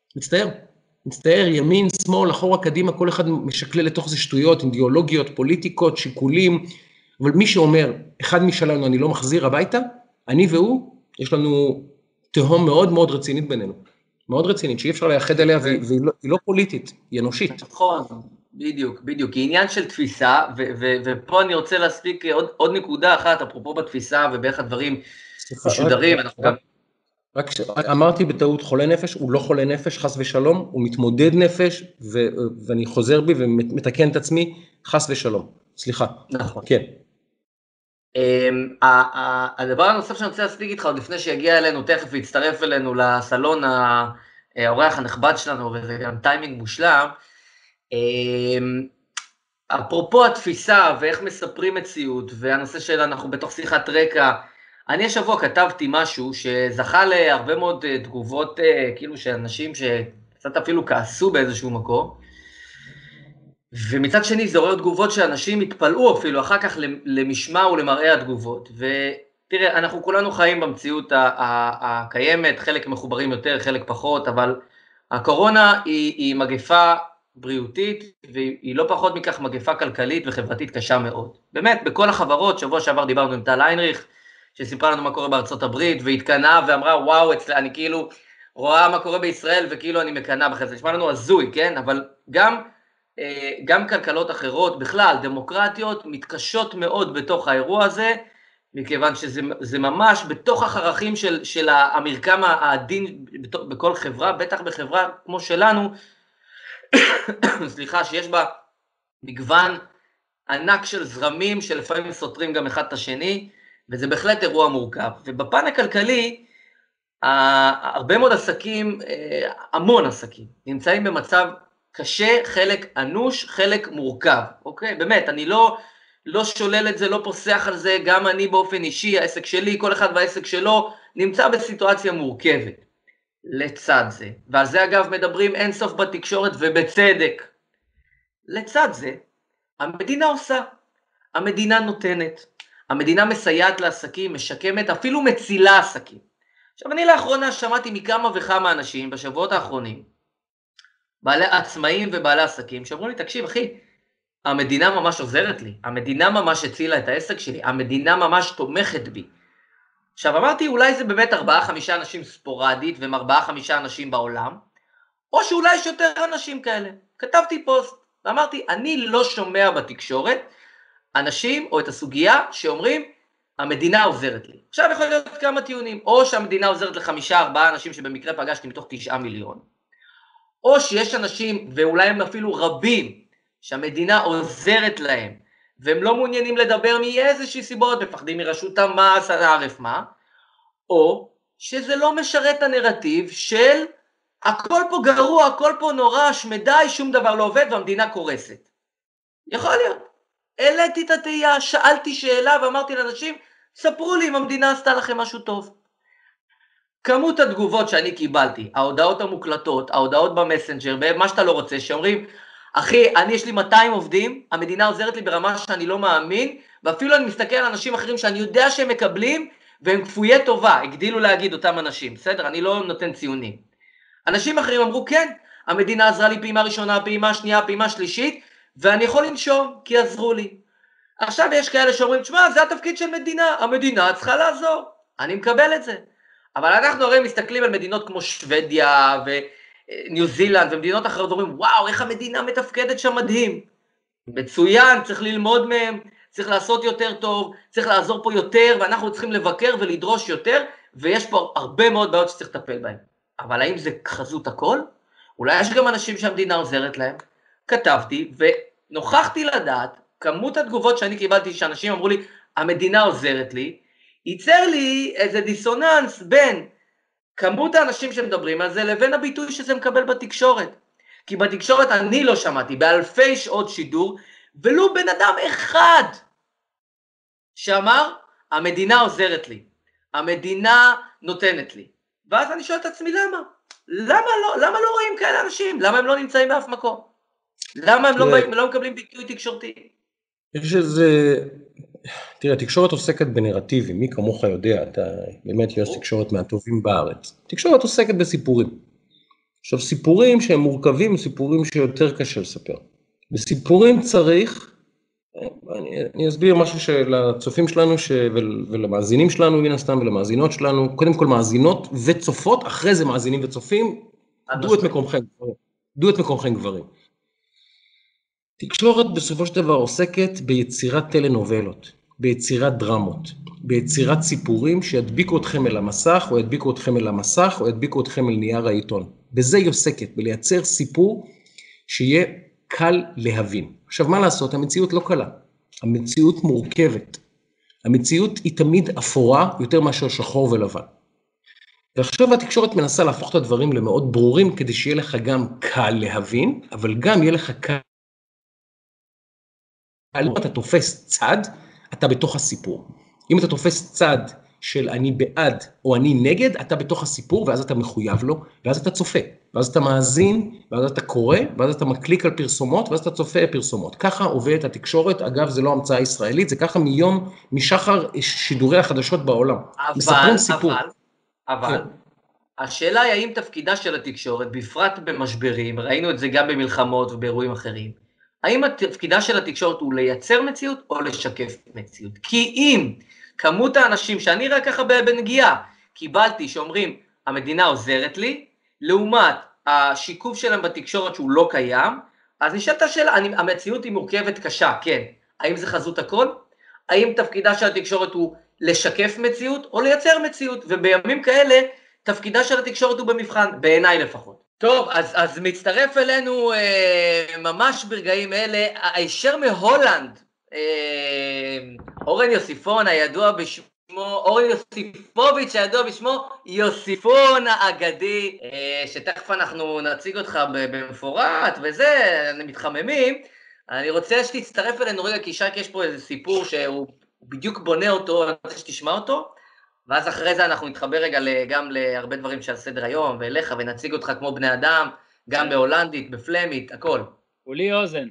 מצטער, ימין, שמאל, אחורה, קדימה, כל אחד משקלל לתוך זה שטויות, אידיאולוגיות, פוליטיקות, שיקולים, אבל מי שאומר, אחד משלנו אני לא מחזיר הביתה, אני והוא, יש לנו תהום מאוד מאוד רצינית בינינו. מאוד רצינית, שאי אפשר לייחד עליה, והיא לא פוליטית, היא אנושית. נכון, בדיוק, היא עניין של תפיסה, ופה אני רוצה להספיק עוד נקודה אחת, אפרופו בתפיסה, ובאיך הדברים משודרים, אנחנו גם... רק אמרתי בטעות חולה נפש, הוא לא חולה נפש, חס ושלום, הוא מתמודד נפש, ואני חוזר בי ומתקן את עצמי, חס ושלום. סליחה. נכון. כן. הדבר הנוסף שאני רוצה להספיק איתך, עוד לפני שיגיע אלינו, תכף ויצטרף אלינו לסלון האורח הנכבד שלנו, וזה גם טיימינג מושלם, אפרופו התפיסה ואיך מספרים מציאות, והנושא של אנחנו בתוך שיחת רקע, אני השבוע כתבתי משהו שזכה להרבה מאוד תגובות, כאילו שאנשים שקצת אפילו כעסו באיזשהו מקום, ומצד שני זה עורר תגובות שאנשים התפלאו אפילו אחר כך למשמע ולמראה התגובות, ותראה, אנחנו כולנו חיים במציאות הקיימת, חלק מחוברים יותר, חלק פחות, אבל הקורונה היא מגפה בריאותית, והיא לא פחות מכך מגפה כלכלית וחברתית קשה מאוד. באמת, בכל החברות, שבוע שעבר דיברנו עם טל איינריך, שסיפרה לנו מה קורה בארצות הברית, והתקנה ואמרה, וואו, אני כאילו, רואה מה קורה בישראל, וכאילו אני מקנה בכלל, זה נשמע לנו הזוי, כן? אבל גם כלכלות אחרות, בכלל, דמוקרטיות, מתקשות מאוד בתוך האירוע הזה, מכיוון שזה ממש בתוך החרכים של המרקם העדין בכל חברה, בטח בחברה כמו שלנו, סליחה, שיש בה מגוון ענק של זרמים שלפעמים סותרים גם אחד את השני, וזה בהחלט אירוע מורכב. ובפן הכלכלי, הרבה מאוד עסקים, המון עסקים, נמצאים במצב קשה, חלק אנוש, חלק מורכב, אוקיי? באמת, אני לא שולל את זה, לא פוסח על זה, גם אני באופן אישי, העסק שלי, כל אחד והעסק שלו, נמצא בסיטואציה מורכבת. לצד זה, ועל זה אגב מדברים אינסוף בתקשורת ובצדק. לצד זה, המדינה עושה, המדינה נותנת, המדינה מסייעת לעסקים, משקמת, אפילו מצילה עסקים. עכשיו אני לאחרונה שמעתי מכמה וכמה אנשים בשבועות האחרונים, בעלי עצמאים ובעלי עסקים, שאמרו לי, תקשיב אחי, המדינה ממש עוזרת לי, המדינה ממש הצילה את העסק שלי, המדינה ממש תומכת בי. עכשיו אמרתי, אולי זה באמת 4-5 אנשים ספורדית, והם 4-5 אנשים בעולם, או שאולי יש יותר אנשים כאלה. כתבתי פוסט, ואמרתי, אני לא שומע בתקשורת אנשים או את הסוגיה שאומרים, המדינה עוזרת לי. עכשיו יכול להיות כמה טיעונים, או שהמדינה עוזרת ל5-4 אנשים שבמקרה פגשתי מתוך 9 מיליון, או שיש אנשים, ואולי הם אפילו רבים, שהמדינה עוזרת להם, והם לא מעוניינים לדבר מאיזושהי סיבות, מפחדים מרשות המס, ערף מה, או שזה לא משרת הנרטיב של הכל פה גרוע, הכל פה נורא, שמדי, שום דבר לא עובד והמדינה קורסת. יכול להיות. העליתי את התהייה, שאלתי שאלה ואמרתי לאנשים, ספרו לי אם המדינה עשתה לכם משהו טוב. כמות התגובות שאני קיבלתי, ההודעות המוקלטות, ההודעות במסנג'ר, מה שאתה לא רוצה, שאומרים, אחי, יש לי 200 עובדים, המדינה עוזרת לי ברמה שאני לא מאמין, ואפילו אני מסתכל על אנשים אחרים שאני יודע שהם מקבלים, והם כפויי טובה, הגדילו להגיד אותם אנשים, בסדר? אני לא נותן ציונים. אנשים אחרים אמרו, כן, המדינה עזרה לי פעימה ראשונה, פעימה שנייה, פעימה שלישית, ואני יכול לנשום, כי עזרו לי. עכשיו יש כאלה שאומרים, תשמע, זה התפקיד של מדינה, המדינה צריכה לעזור, אני מקבל את זה. אבל אנחנו הרי מסתכלים על מדינות כמו שוודיה וניו זילנד ומדינות אחרות, ואומרים, וואו, איך המדינה מתפקדת שם מדהים. מצוין, צריך ללמוד מהם, צריך לעשות יותר טוב, צריך לעזור פה יותר, ואנחנו צריכים לבקר ולדרוש יותר, ויש פה הרבה מאוד בעיות שצריך לטפל בהן. אבל האם זה חזות הכל? אולי יש גם אנשים שהמדינה עוזרת להם. כתבתי ונוכחתי לדעת, כמות התגובות שאני קיבלתי, שאנשים אמרו לי, המדינה עוזרת לי, ייצר לי איזה דיסוננס בין כמות האנשים שמדברים על זה, לבין הביטוי שזה מקבל בתקשורת. כי בתקשורת אני לא שמעתי, באלפי שעות שידור, ולו בן אדם אחד שאמר, המדינה עוזרת לי, המדינה נותנת לי. ואז אני שואל את עצמי, למה? למה לא רואים כאלה אנשים? למה הם לא נמצאים באף מקום? למה הם לא מקבלים ביטוי תקשורתי? יש איזה, תראה, תקשורת עוסקת בנרטיבים, מי כמוך יודע, אתה באמת יש תקשורת מהטובים בארץ. תקשורת עוסקת בסיפורים. עכשיו, סיפורים שהם מורכבים, סיפורים שיותר קשה לספר. בסיפורים צריך, אני אסביר משהו שלצופים שלנו ולמאזינים שלנו, מן הסתם, ולמאזינות שלנו, קודם כל מאזינות וצופות, אחרי זה מאזינים וצופים, דעו את מקומכם גברים. תקשורת בסופו של דבר עוסקת ביצירת טלנובלות, ביצירת דרמות, ביצירת סיפורים שידביקו אתכם אל המסך, או ידביקו אתכם אל המסך, או ידביקו אתכם אל נייר העיתון. בזה היא עוסקת, בלייצר סיפור שיהיה קל להבין. עכשיו, מה לעשות? המציאות לא קלה. המציאות מורכבת. המציאות היא תמיד אפורה יותר מאשר שחור ולבן. ועכשיו התקשורת מנסה להפוך את הדברים למאוד ברורים, כדי שיהיה לך גם קל להבין, אבל גם יהיה לך קל. אם אתה תופס צד, אתה בתוך הסיפור. אם אתה תופס צד של אני בעד או אני נגד, אתה בתוך הסיפור, ואז אתה מחויב לו, ואז אתה צופה, ואז אתה מאזין, ואז אתה קורא, ואז אתה מקליק על פרסומות, ואז אתה צופה פרסומות. ככה עובדת התקשורת, אגב, זה לא המצאה ישראלית, זה ככה משחר שידורי החדשות בעולם. מספרים סיפור. אבל, השאלה היא האם תפקידה של התקשורת, בפרט במשברים, ראינו את זה גם במלחמות ובאירועים אחרים, האם התפקידה של התקשורת הוא לייצר מציאות או לשקף מציאות? כי אם כמות האנשים שאני רק ככה בנגיעה קיבלתי שאומרים, המדינה עוזרת לי, לעומת השיקוף שלהם בתקשורת שהוא לא קיים, אז נשאלת השאלה, המציאות היא מורכבת קשה, כן. האם זה חזות הכל? האם תפקידה של התקשורת הוא לשקף מציאות או לייצר מציאות? ובימים כאלה, תפקידה של התקשורת הוא במבחן, בעיניי לפחות. טוב, אז מצטרף אלינו ממש ברגעים אלה, הישר מהולנד, אורן יוסיפון הידוע בשמו, אורן יוסיפוביץ' הידוע בשמו יוסיפון האגדי, שתכף אנחנו נציג אותך במפורט וזה, מתחממים. אני רוצה שתצטרף אלינו רגע, כי שייק יש פה איזה סיפור שהוא בדיוק בונה אותו, אני רוצה שתשמע אותו, ואז אחרי זה אנחנו נתחבר רגע גם להרבה דברים שעל סדר היום, ואליך, ונציג אותך כמו בני אדם, גם בהולנדית, בפלמית, הכל. כולי אוזן.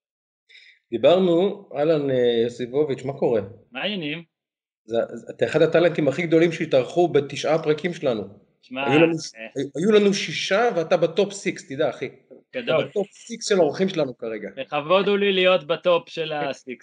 דיברנו, אהלן יוסיפוביץ', מה קורה? מה העניינים? אתה אחד הטלנטים הכי גדולים שהתארחו ב9 פרקים שלנו. היו לנו 6 ואתה בטופ 6, תדע אחי. גדול. בטופ 6 של האורחים שלנו כרגע. לכבוד הוא לי להיות בטופ של ה-6.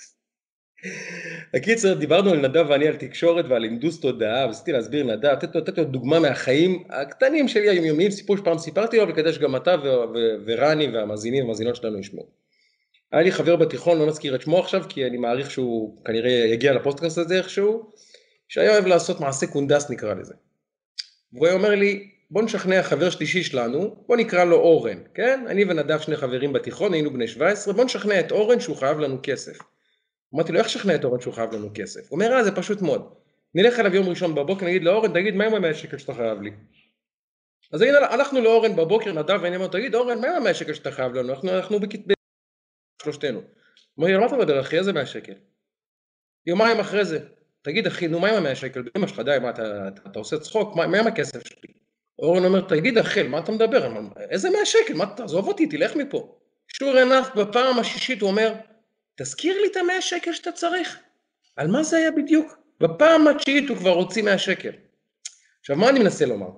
הקיצר, דיברנו על נדב ואני על תקשורת ועל הנדוס תודעה, ורציתי להסביר נדב, לתת לו דוגמה מהחיים הקטנים שלי היומיומיים, סיפור שפעם סיפרתי לו, וכדאי שגם אתה ורני והמאזינים והמאזינות שלנו ישמעו. היה לי חבר בתיכון, לא נזכיר את שמו עכשיו, כי אני מעריך שהוא כנראה יגיע לפודקאסט הזה איכשהו, שהיה אוהב לעשות מעשה קונדס נקרא לזה. והוא אומר לי, בוא נשכנע חבר שלישי שלנו, בוא נקרא לו אורן, כן? אני ונדב שני חברים בתיכון, היינו בני 17, בוא נשכנע את אורן שהוא חייב לנו כסף. אמרתי לו, איך שכנע את אורן שהוא חייב לנו כסף? הוא אומר, זה פשוט מאוד. נלך אליו יום ראשון בבוקר, נגיד לאורן, תגיד, מה עם 100 שקל שאתה חייב לי? אז הלכנו לאורן בבוקר, נדב ואני אמר, תגיד, אורן, מה עם 100 שקל שאתה חייב לנו? אנחנו שלושתנו. אמר לי, מה אתה מדבר, אחי, איזה 100 שקל? יומיים אחרי זה, תגיד, אחי, נו, מה עם 100 שקל? באמא שלך, די, מה, אתה עושה צחוק? מה עם הכסף שלי? אורן אומר, תגיד, אחי, מה אתה מדבר? איזה 100 שקל? מה, תעזוב אותי, תלך מפה. שור ענף, בפעם השישית הוא אומר, תזכיר לי את 100 שקל שאתה צריך. על מה זה היה בדיוק? בפעם התשיעית הוא כבר הוציא 100 שקל. עכשיו, מה אני מנסה לומר?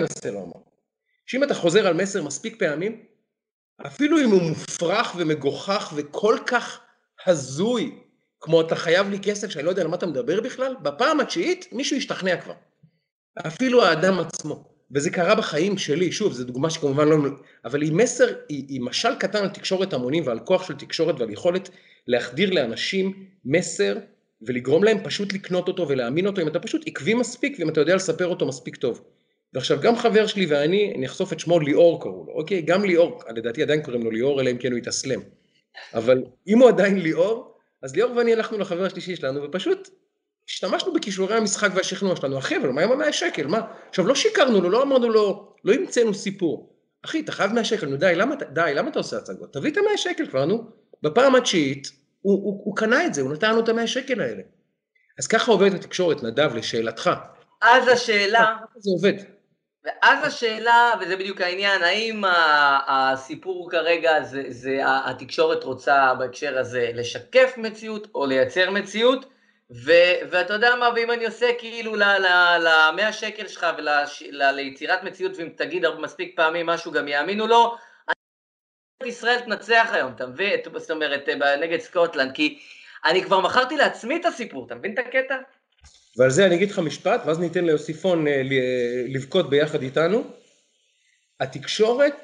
שאם אתה חוזר על מסר מספיק פעמים, אפילו אם הוא מופרך ומגוחך וכל כך הזוי, כמו אתה חייב לי כסף שאני לא יודע על מה אתה מדבר בכלל, בפעם התשיעית מישהו ישתכנע כבר. אפילו האדם עצמו. וזה קרה בחיים שלי, שוב, זו דוגמה שכמובן לא... אבל היא מסר, היא משל קטן על תקשורת המונים ועל כוח של תקשורת ועל יכולת להחדיר לאנשים מסר ולגרום להם פשוט לקנות אותו ולהאמין אותו, אם אתה פשוט עקבי מספיק ואם אתה יודע לספר אותו מספיק טוב. ועכשיו גם חבר שלי ואני נחשוף את שמו ליאור קראו לו, אוקיי? גם ליאור, לדעתי עדיין קוראים לו ליאור, אלא אם כן הוא יתאסלם. אבל אם הוא עדיין ליאור, אז ליאור ואני הלכנו לחבר השלישי שלנו ופשוט השתמשנו בכישורי המשחק והשכנוע שלנו. אחי, אבל מה עם 100 שקל? מה? עכשיו לא שיקרנו לו, לא אמרנו לו, לא המצאנו סיפור. אחי, אתה חייב 100 שקל, נו די, למה אתה עושה הצגות? תביא את 100 שקל כבר, נו. בפעם התשיעית, הוא קנה את זה, הוא נתן לנו את 100 שקל האלה. אז ככה עובד התקשורת, נדב, לשאלתך. אז השאלה... זה עובד. ואז השאלה, וזה בדיוק העניין, האם הסיפור כרגע, זה התקשורת רוצה בהקשר הזה לשקף מציאות או לייצר מציאות, ואתה יודע מה, ואם אני עושה כאילו ל100 שקל שלך וליצירת מציאות, ואם תגיד מספיק פעמים משהו גם יאמינו לו, ישראל תנצח היום, אתה מבין? זאת אומרת, נגד סקוטלנד, כי אני כבר מכרתי לעצמי את הסיפור, אתה מבין את הקטע? ועל זה אני אגיד לך משפט, ואז ניתן ליוסיפון לבכות ביחד איתנו. התקשורת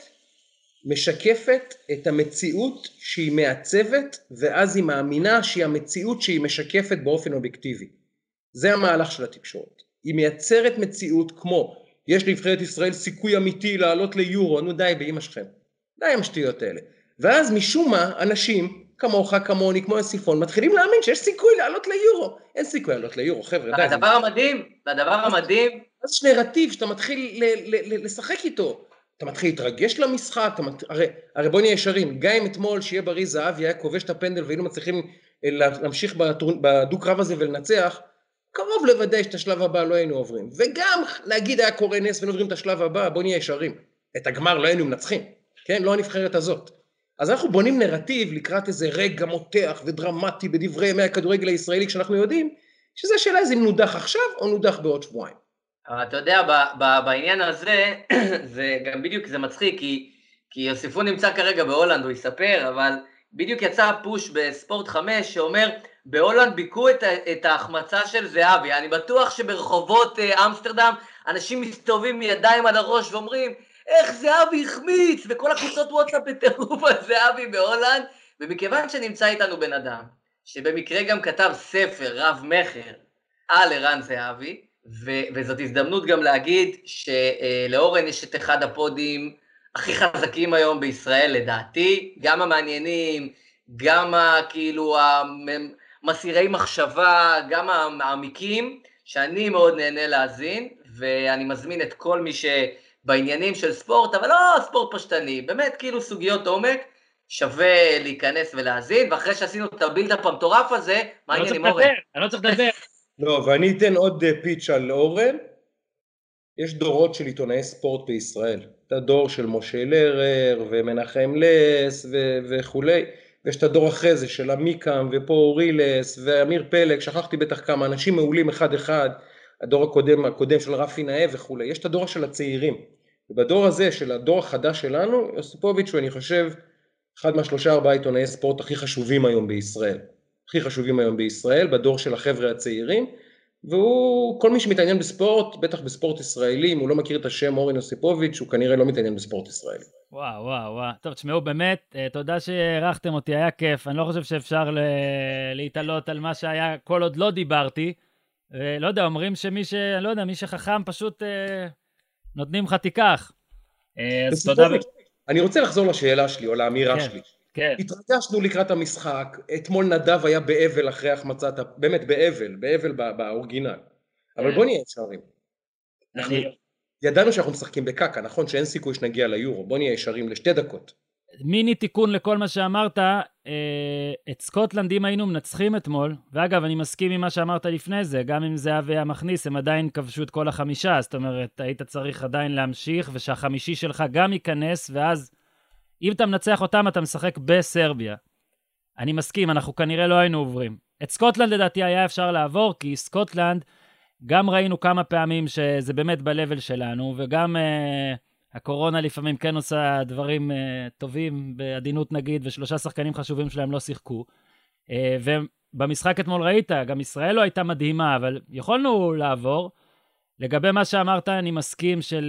משקפת את המציאות שהיא מעצבת, ואז היא מאמינה שהיא המציאות שהיא משקפת באופן אובייקטיבי. זה המהלך של התקשורת. היא מייצרת מציאות כמו, יש לנבחרת ישראל סיכוי אמיתי לעלות ליורו, נו די באמא שלכם. די עם השטויות האלה. ואז משום מה, אנשים כמוך, כמוני, כמו יוסיפון, מתחילים להאמין שיש סיכוי לעלות ליורו. אין סיכוי לעלות ליורו, חבר'ה. הדבר המדהים, אז יש נרטיב שאתה מתחיל לשחק איתו. אתה מתחיל להתרגש למשחק, הרי בוא נהיה ישרים, גם אם אתמול שיהיה בריא זהבי היה כובש את הפנדל והיינו מצליחים להמשיך בדוק רב הזה ולנצח, קרוב לוודאי שאת השלב הבא לא היינו עוברים. וגם להגיד היה קורה נס ונעוברים את השלב הבא, בוא נהיה ישרים. את הגמר לא היינו מנצחים, כן? לא הנבחרת הזאת. אז אנחנו בונים נרטיב לקראת איזה רגע מותח ודרמטי בדברי ימי הכדורגל הישראלי, כשאנחנו יודעים שזה שאלה איזה נודח עכשיו או נודח בעוד שבועיים. אתה יודע, בעניין הזה, זה גם בדיוק, זה מצחיק, כי יוסיפון נמצא כרגע בהולנד, הוא יספר, אבל בדיוק יצא פוש בספורט 5 שאומר, בהולנד ביקו את ההחמצה של זהבי. אני בטוח שברחובות אמסטרדם אנשים מסתובבים מידיים על הראש ואומרים, איך זהבי החמיץ, וכל הקבוצות וואטסאפ בטירוף על זהבי בהולנד, ומכיוון שנמצא איתנו בן אדם, שבמקרה גם כתב ספר רב מחר על ערן זהבי, וזאת הזדמנות גם להגיד שלאורן יש את אחד הפודים הכי חזקים היום בישראל לדעתי, גם המעניינים, גם כאילו המסירי מחשבה, גם המעמיקים, שאני מאוד נהנה להאזין, ואני מזמין את כל מי שבעניינים של ספורט, אבל לא ספורט פשטני, באמת כאילו סוגיות עומק, שווה להיכנס ולהאזין, ואחרי שעשינו את הבילדאפ המטורף הזה, מה העניינים אורן? אני לא צריך לדבר. לא, ואני אתן עוד פיץ' על אורן. יש דורות של עיתונאי ספורט בישראל. את הדור של משה לרר ומנחם לס וכולי, ויש את הדור אחרי זה של עמיקם ופה אורילס ואמיר פלג, שכחתי בטח כמה אנשים מעולים אחד, הדור הקודם של רפי נאה וכולי. יש את הדור של הצעירים. ובדור הזה של הדור החדש שלנו, יוסיפוביץ' הוא אני חושב אחד מה3-4 עיתונאי ספורט הכי חשובים היום בישראל. הכי חשובים היום בישראל, בדור של החבר'ה הצעירים, והוא, כל מי שמתעניין בספורט, בטח בספורט ישראלי, אם הוא לא מכיר את השם אורן יוסיפוביץ', הוא כנראה לא מתעניין בספורט ישראלי. וואו. טוב, תשמעו, באמת, תודה שערכתם אותי, היה כיף. אני לא חושב שאפשר להתעלות על מה שהיה כל עוד לא דיברתי. לא יודע, אומרים מי שחכם פשוט נותנים לך תיקח. אז תודה. אני רוצה לחזור לשאלה שלי, או לאמירה שלי. כן. התרגשנו לקראת המשחק, אתמול נדב היה באבל אחרי החמצת, באמת באבל באורגינל. אבל בוא נהיה ישרים. ידענו שאנחנו משחקים בקקה, נכון שאין סיכוי שנגיע ליורו, בוא נהיה ישרים ל2 דקות. מיני תיקון לכל מה שאמרת, את סקוטלנד אם היינו מנצחים אתמול, ואגב אני מסכים עם מה שאמרת לפני זה, גם אם זה היה מכניס, הם עדיין כבשו את כל 5, זאת אומרת, היית צריך עדיין להמשיך, ושהחמישי שלך גם ייכנס, ואז אם אתה מנצח אותם, אתה משחק בסרביה. אני מסכים, אנחנו כנראה לא היינו עוברים. את סקוטלנד לדעתי היה אפשר לעבור, כי סקוטלנד, גם ראינו כמה פעמים שזה באמת בלבל שלנו, וגם הקורונה לפעמים כן עושה דברים טובים, בעדינות נגיד, ו3 שחקנים חשובים שלהם לא שיחקו. ובמשחק אתמול ראית, גם ישראל לא הייתה מדהימה, אבל יכולנו לעבור. לגבי מה שאמרת, אני מסכים של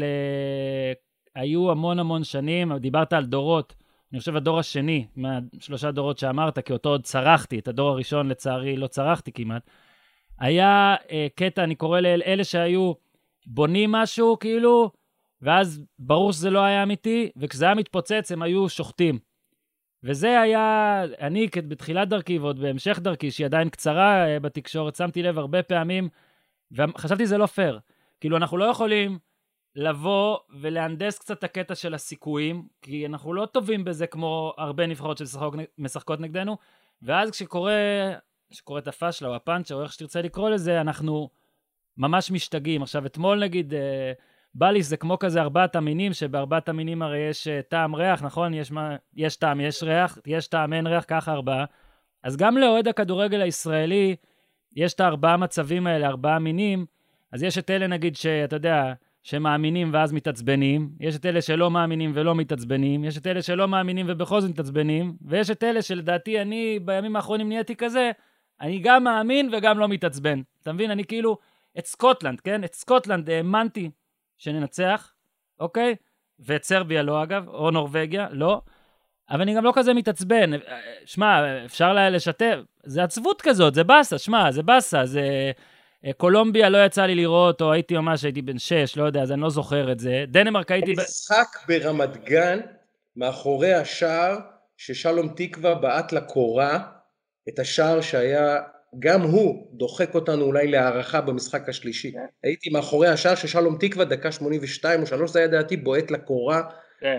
היו המון שנים, דיברת על דורות, אני חושב הדור השני, מה3 דורות שאמרת, כי אותו עוד צרחתי, את הדור הראשון לצערי לא צרחתי כמעט, היה קטע, אני קורא לאלה שהיו בונים משהו כאילו, ואז ברור שזה לא היה אמיתי, וכשזה היה מתפוצץ הם היו שוחטים. וזה היה, אני בתחילת דרכי ועוד בהמשך דרכי, שהיא עדיין קצרה בתקשורת, שמתי לב הרבה פעמים, וחשבתי זה לא פייר. כאילו אנחנו לא יכולים לבוא ולהנדס קצת את הקטע של הסיכויים, כי אנחנו לא טובים בזה כמו הרבה נבחרות שמשחקות נגדנו, ואז כשקוראת הפשלה או הפאנצ'ה, או איך שתרצה לקרוא לזה, אנחנו ממש משתגעים. עכשיו אתמול נגיד, בליס זה כמו כזה 4 המינים, שב4 המינים הרי יש טעם ריח, נכון? יש טעם, יש ריח, יש טעם, אין ריח, ככה 4. אז גם לאוהד הכדורגל הישראלי, יש את 4 מצבים האלה, 4 מינים, אז יש את אלה נגיד שאתה יודע, שמאמינים ואז מתעצבנים, יש את אלה שלא מאמינים ולא מתעצבנים, יש את אלה שלא מאמינים ובכל זאת מתעצבנים, ויש את אלה שלדעתי אני בימים האחרונים נהייתי כזה, אני גם מאמין וגם לא מתעצבן. אתה מבין? אני כאילו, את סקוטלנד, כן? את סקוטלנד האמנתי שננצח, אוקיי? ואת סרביה לא אגב, או נורווגיה, לא. אבל אני גם לא כזה מתעצבן. שמע, אפשר לשתף, זה עצבות כזאת, זה בסה, שמע, זה בסה, זה קולומביה לא יצא לי לראות, או הייתי ממש, הייתי בן 6, לא יודע, אז אני לא זוכר את זה. דנמרק הייתי... משחק ברמת גן, מאחורי השער, ששלום תקווה בעט לקורה, את השער שהיה, גם הוא דוחק אותנו אולי להערכה במשחק השלישי. הייתי מאחורי השער ששלום תקווה, דקה 82 או 3, זה היה דעתי בועט לקורה. כן.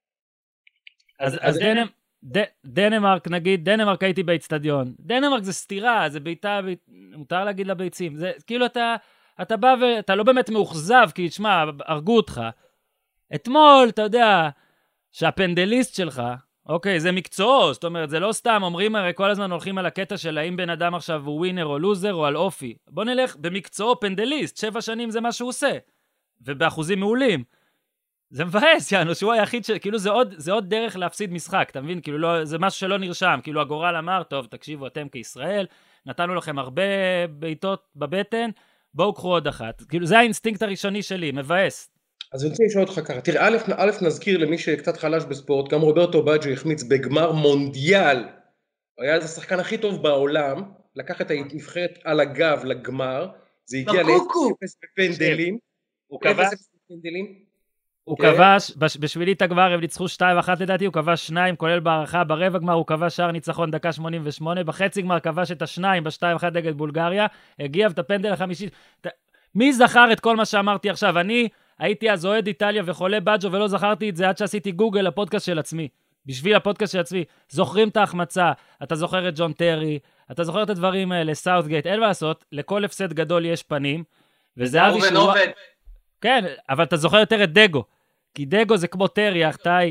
אז דנמרק, נגיד, דנמרק הייתי באצטדיון. דנמרק זה סתירה, זה ביתה, מותר להגיד לביצים. זה כאילו אתה בא ואתה לא באמת מאוכזב, כי תשמע, הרגו אותך. אתמול, אתה יודע, שהפנדליסט שלך, אוקיי, זה מקצוע, זאת אומרת, זה לא סתם, אומרים הרי כל הזמן הולכים על הקטע של האם בן אדם עכשיו הוא ווינר או לוזר או על אופי. בוא נלך במקצוע פנדליסט, 7 שנים זה מה שהוא עושה, ובאחוזים מעולים. זה מבאס, יאנו, שהוא היחיד כאילו זה עוד דרך להפסיד משחק, אתה מבין? כאילו לא, זה משהו שלא נרשם, כאילו הגורל אמר, טוב, תקשיבו, אתם כישראל, נתנו לכם הרבה בעיטות בבטן, בואו קחו עוד אחת. כאילו, זה האינסטינקט הראשוני שלי, מבאס. אז אני רוצה לשאול אותך ככה, תראה, א' נזכיר למי שקצת חלש בספורט, גם רוברטו בג'ו החמיץ בגמר מונדיאל, הוא היה אז השחקן הכי טוב בעולם, לקח את הנבחרת על הגב לגמר, זה הגיע ל-0 בפנדלים, הוא כבש, בשבילית הגמר הם ניצחו 2-1 לדעתי, הוא כבש 2, כולל בהערכה, ברבע גמר הוא כבש שער ניצחון דקה 88, בחצי גמר כבש את השניים, ב-2-1 נגד בולגריה, הגיע את הפנדל החמישי. מי זכר את כל מה שאמרתי עכשיו? אני הייתי אז אוהד איטליה וחולה בג'ו ולא זכרתי את זה עד שעשיתי גוגל לפודקאסט של עצמי. בשביל הפודקאסט של עצמי, זוכרים את ההחמצה, אתה זוכר את ג'ון טרי, אתה זוכר את הדברים האלה, סאות'גייט, אין מה לעשות, לכל הפסד גדול יש פנים, וזה אבי שהוא... כן, אבל אתה זוכר יותר את דגו, כי דגו זה כמו טרי, אחתאי,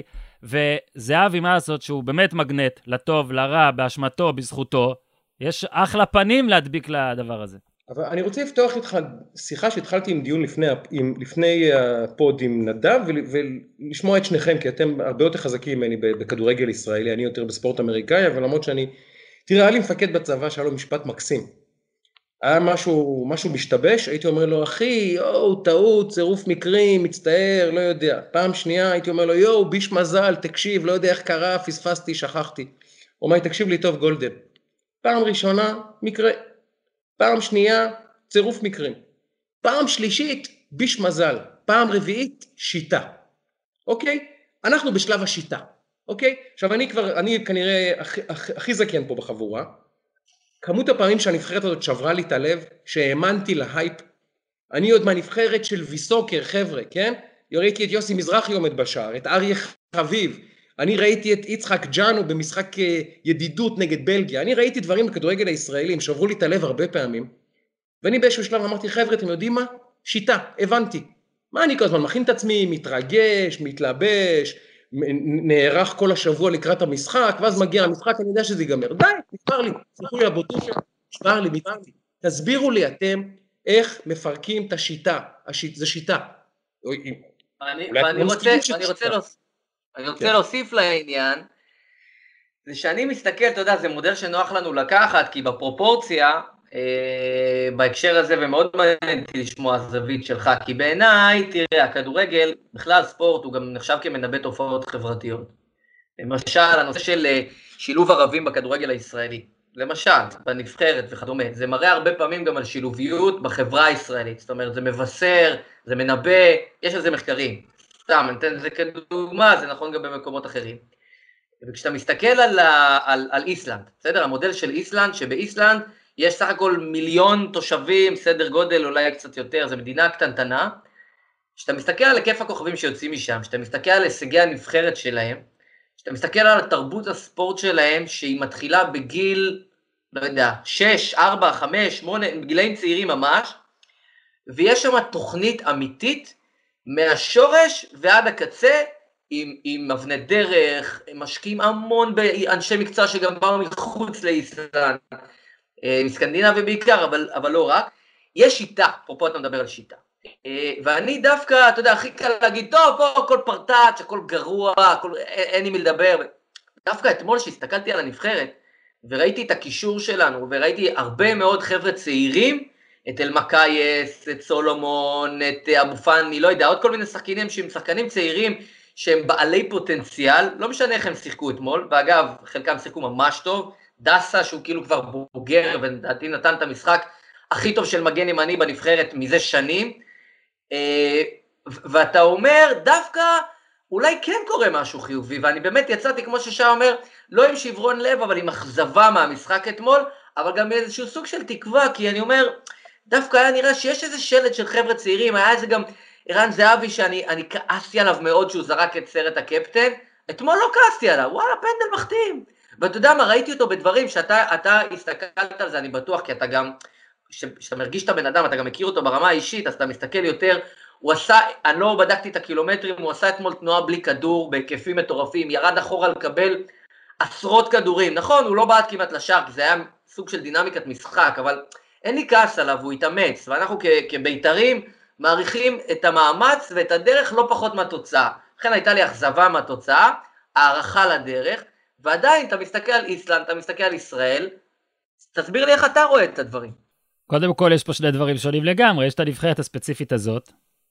וזהבי מה לעשות שהוא באמת מגנט, לטוב, לרע, באשמתו, בזכותו, יש אחלה פנים להדביק לדבר הזה. אבל אני רוצה לפתוח איתך שיחה שהתחלתי עם דיון לפני הפוד עם נדב, ולשמוע את שניכם, כי אתם הרבה יותר חזקים ממני בכדורגל ישראלי, אני יותר בספורט אמריקאי, אבל למרות שאני, תראה, היה לי מפקד בצבא שהיה לו משפט מקסים, היה משהו משתבש, הייתי אומר לו, אחי, טעות, צירוף מקרים, מצטער, לא יודע, פעם שנייה הייתי אומר לו, ביש מזל, תקשיב, לא יודע איך קרה, פספסתי, שכחתי, הוא אומר, תקשיב לי טוב גולדן, פעם ראשונה, מקרה, פעם שנייה, צירוף מקרים. פעם שלישית, ביש מזל. פעם רביעית, שיטה. אוקיי? אנחנו בשלב השיטה. אוקיי? עכשיו אני כנראה הכי זקן פה בחבורה. כמות הפעמים שהנבחרת הזאת שברה לי את הלב, שהאמנתי להייפ, אני עוד מהנבחרת של ויסוקר, חבר'ה, כן? ראיתי את יוסי מזרחי עומד בשער, את אריה חביב, אני ראיתי את יצחק ג'אנו במשחק ידידות נגד בלגיה, אני ראיתי דברים בכדורגל הישראלים, שברו לי את הלב הרבה פעמים, ואני באיזשהו שלב אמרתי, חבר'ה, אתם יודעים מה? שיטה, הבנתי. מה אני כל הזמן מכין את עצמי, מתרגש, מתלבש, נערך כל השבוע לקראת המשחק, ואז מגיע המשחק, אני יודע שזה ייגמר. די, נפר לי, סליחו לי הבוטות, נפר לי, תסבירו לי אתם איך מפרקים את השיטה, זה שיטה. אני רוצה להוסיף לעניין, זה שאני מסתכל, אתה יודע, זה מודל שנוח לנו לקחת, כי בפרופורציה, בהקשר הזה, ומאוד מעניין אותי לשמוע הזווית שלך, כי בעיניי, תראה, הכדורגל, בכלל ספורט, הוא גם נחשב כמנבא תופעות חברתיות. למשל, הנושא של שילוב ערבים בכדורגל הישראלי, למשל, בנבחרת וכדומה, זה מראה הרבה פעמים גם על שילוביות בחברה הישראלית, זאת אומרת, זה מבשר, זה מנבא, יש על זה מחקרים. סתם, אני אתן את זה כדוגמה, זה נכון גם במקומות אחרים. וכשאתה מסתכל על איסלנד, בסדר? המודל של איסלנד, שבאיסלנד יש סך הכל 1,000,000 תושבים, סדר גודל אולי קצת יותר, זו מדינה קטנטנה. כשאתה מסתכל על היקף הכוכבים שיוצאים משם, כשאתה מסתכל על הישגי הנבחרת שלהם, כשאתה מסתכל על תרבות הספורט שלהם, שהיא מתחילה בגיל, לא יודע, 6, 4, 5, 8, גילאים צעירים ממש, ויש שם תוכנית אמיתית, מהשורש ועד הקצה, עם אבני דרך, הם משקיעים המון באנשי מקצוע שגם באו מחוץ לאיסלנד, מסקנדינביה בעיקר, אבל לא רק. יש שיטה, פה אתה מדבר על שיטה. ואני דווקא, אתה יודע, הכי קל להגיד, טוב, פה הכל פרטאץ', הכל גרוע, אין לי מי לדבר. דווקא אתמול שהסתכלתי על הנבחרת, וראיתי את הקישור שלנו, וראיתי הרבה מאוד חבר'ה צעירים, את אלמקייס, את סולומון, את אבו פאני, לא יודע, עוד כל מיני שחקנים שהם שחקנים צעירים, שהם בעלי פוטנציאל, לא משנה איך הם שיחקו אתמול, ואגב, חלקם שיחקו ממש טוב, דסה שהוא כאילו כבר בוגר, ולדעתי נתן את המשחק הכי טוב של מגן ימני בנבחרת מזה שנים, ואתה אומר, דווקא אולי כן קורה משהו חיובי, ואני באמת יצאתי, כמו ששעה אומר, לא עם שברון לב, אבל עם אכזבה מהמשחק אתמול, אבל גם איזשהו סוג של תקווה, כי אני אומר, דווקא היה נראה שיש איזה שלט של חבר'ה צעירים, היה איזה גם ערן זהבי שאני כעסתי עליו מאוד שהוא זרק את סרט הקפטן, אתמול לא כעסתי עליו, וואלה, פנדל מחתים. ואתה יודע מה, ראיתי אותו בדברים שאתה הסתכלת על זה, אני בטוח, כי אתה גם, כשאתה מרגיש את הבן אדם, אתה גם מכיר אותו ברמה האישית, אז אתה מסתכל יותר, הוא עשה, אני לא בדקתי את הקילומטרים, הוא עשה אתמול תנועה בלי כדור, בהיקפים מטורפים, ירד אחורה לקבל עשרות כדורים, נכון, הוא לא בעט כמעט לשער, כי זה היה סוג של דינמיקת משחק, אבל אין לי כעס עליו, הוא התאמץ, ואנחנו כבית"רים מעריכים את המאמץ ואת הדרך לא פחות מהתוצאה. לכן הייתה לי אכזבה מהתוצאה, הערכה לדרך, ועדיין אתה מסתכל על איסלנד, אתה מסתכל על ישראל, תסביר לי איך אתה רואה את הדברים. קודם כל, יש פה שני דברים שונים לגמרי. יש את הנבחרת הספציפית הזאת,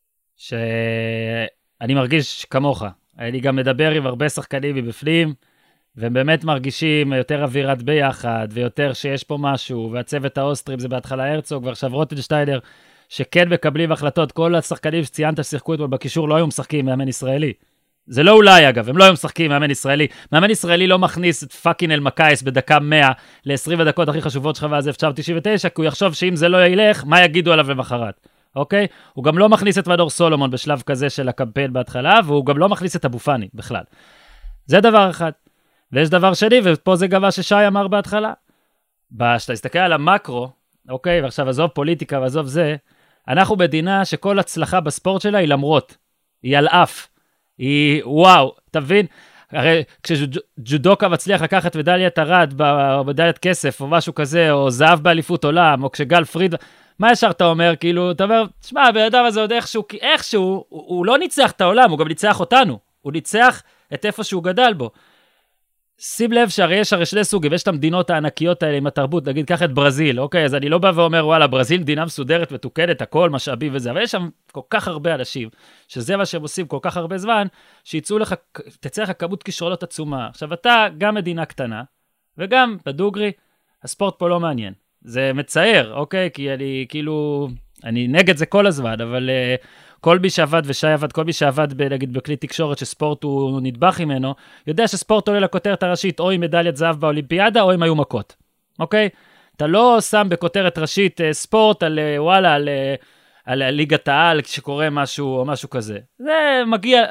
שאני מרגיש כמוך. אני גם מדבר עם הרבה שחקנים מבפנים, והם באמת מרגישים יותר אווירת ביחד, ויותר שיש פה משהו, והצוות האוסטרים זה בהתחלה הרצוג, ועכשיו רוטנשטיינר, שכן מקבלים החלטות. כל השחקנים שציינת ששיחקו אתמול בקישור לא היו משחקים מאמן ישראלי. זה לא אולי אגב, הם לא היו משחקים מאמן ישראלי. מאמן ישראלי לא מכניס את פאקינג אלמקייס בדקה 100 ל-20 הדקות הכי חשובות שלך ואז 1999, כי הוא יחשוב שאם זה לא ילך, מה יגידו עליו למחרת? אוקיי? הוא גם לא מכניס את מדור סולומון בשלב כזה של הקמפיין בהתחלה, והוא גם לא מכניס את אבו פאני בכלל. זה דבר אחד. ויש דבר שני, ופה זה גבה ששי אמר בהתחלה. שאתה תסתכל על המקרו, אוקיי? ועכשיו עזוב פוליטיקה ועזוב זה, אנחנו מדינה שכל הצלחה בספורט שלה היא למרות, היא על אף. היא, וואו, תבין? הרי כשג'ודוקה מצליח לקחת מדליית ארד, מדליית כסף או משהו כזה, או זהב באליפות עולם, או כשגל פריד, מה ישר אתה אומר? כאילו, אתה אומר, תשמע, הבן הזה עוד איכשהו, הוא לא ניצח את העולם, הוא גם ניצח אותנו. הוא ניצח את איפה שהוא גדל בו. שים לב שהרי יש שני סוגים, יש את המדינות הענקיות האלה עם התרבות, נגיד, קח את ברזיל, אוקיי, אז אני לא בא ואומר, וואלה, ברזיל מדינה מסודרת, מתוקנת, הכל, משאבים וזה, אבל יש שם כל כך הרבה אנשים, שזה מה שהם עושים כל כך הרבה זמן, שיצאו לך, תצא לך כמות כישרונות עצומה. עכשיו, אתה גם מדינה קטנה, וגם בדוגרי, הספורט פה לא מעניין. זה מצער, אוקיי, כי אני נגד זה כל הזמן, אבל כל מי שעבד ושי עבד, כל מי שעבד נגיד בכלי תקשורת שספורט הוא נדבך ממנו, יודע שספורט עולה לכותרת הראשית או עם מדליית זהב באולימפיאדה או עם היו מכות, אוקיי? אתה לא שם בכותרת ראשית ספורט על וואלה, על ליגת העל כשקורה משהו או משהו כזה. זה מגיע...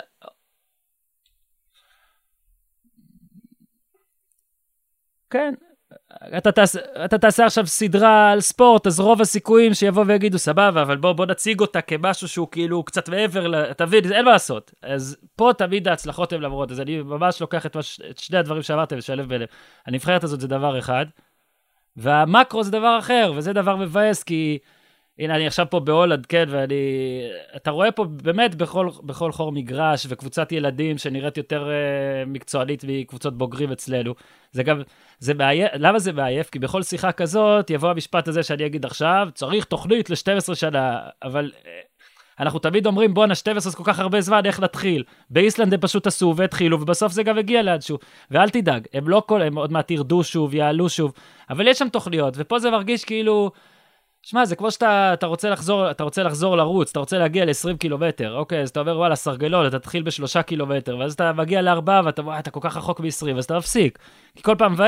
כן. אתה תעשה עכשיו סדרה על ספורט, אז רוב הסיכויים שיבוא ויגידו, סבבה, אבל בוא נציג אותה כמשהו שהוא כאילו קצת מעבר, תבין, אין מה לעשות. אז פה תמיד ההצלחות הן למרות, אז אני ממש לוקח את שני הדברים שאמרתם ושלב ביניהם. הנבחרת הזאת זה דבר אחד, והמקרו זה דבר אחר, וזה דבר מבאס, כי הנה, אני עכשיו פה בהולנד, כן, אתה רואה פה באמת בכל חור מגרש, וקבוצת ילדים שנראית יותר מקצוענית מקבוצות בוגרים אצלנו. זה גם, למה זה מעייף? כי בכל שיחה כזאת יבוא המשפט הזה שאני אגיד עכשיו, צריך תוכנית ל-12 שנה, אבל אנחנו תמיד אומרים, בוא, 12 זה כל כך הרבה זמן, איך נתחיל? באיסלנד הם פשוט עשו והתחילו, ובסוף זה גם הגיע לאנשהו. ואל תדאג, הם עוד מעט ירדו שוב, יעלו שוב, אבל יש שם תוכניות, ופה זה מרגיש כאילו, שמע, זה כמו שאתה רוצה לחזור לרוץ, אתה רוצה להגיע ל-20 קילומטר, אוקיי, אז אתה אומר, וואלה, סרגלון, אתה תתחיל ב3 קילומטר, ואז אתה מגיע ל4, ואתה כל כך רחוק ב-20, אז אתה מפסיק. כי כל פעם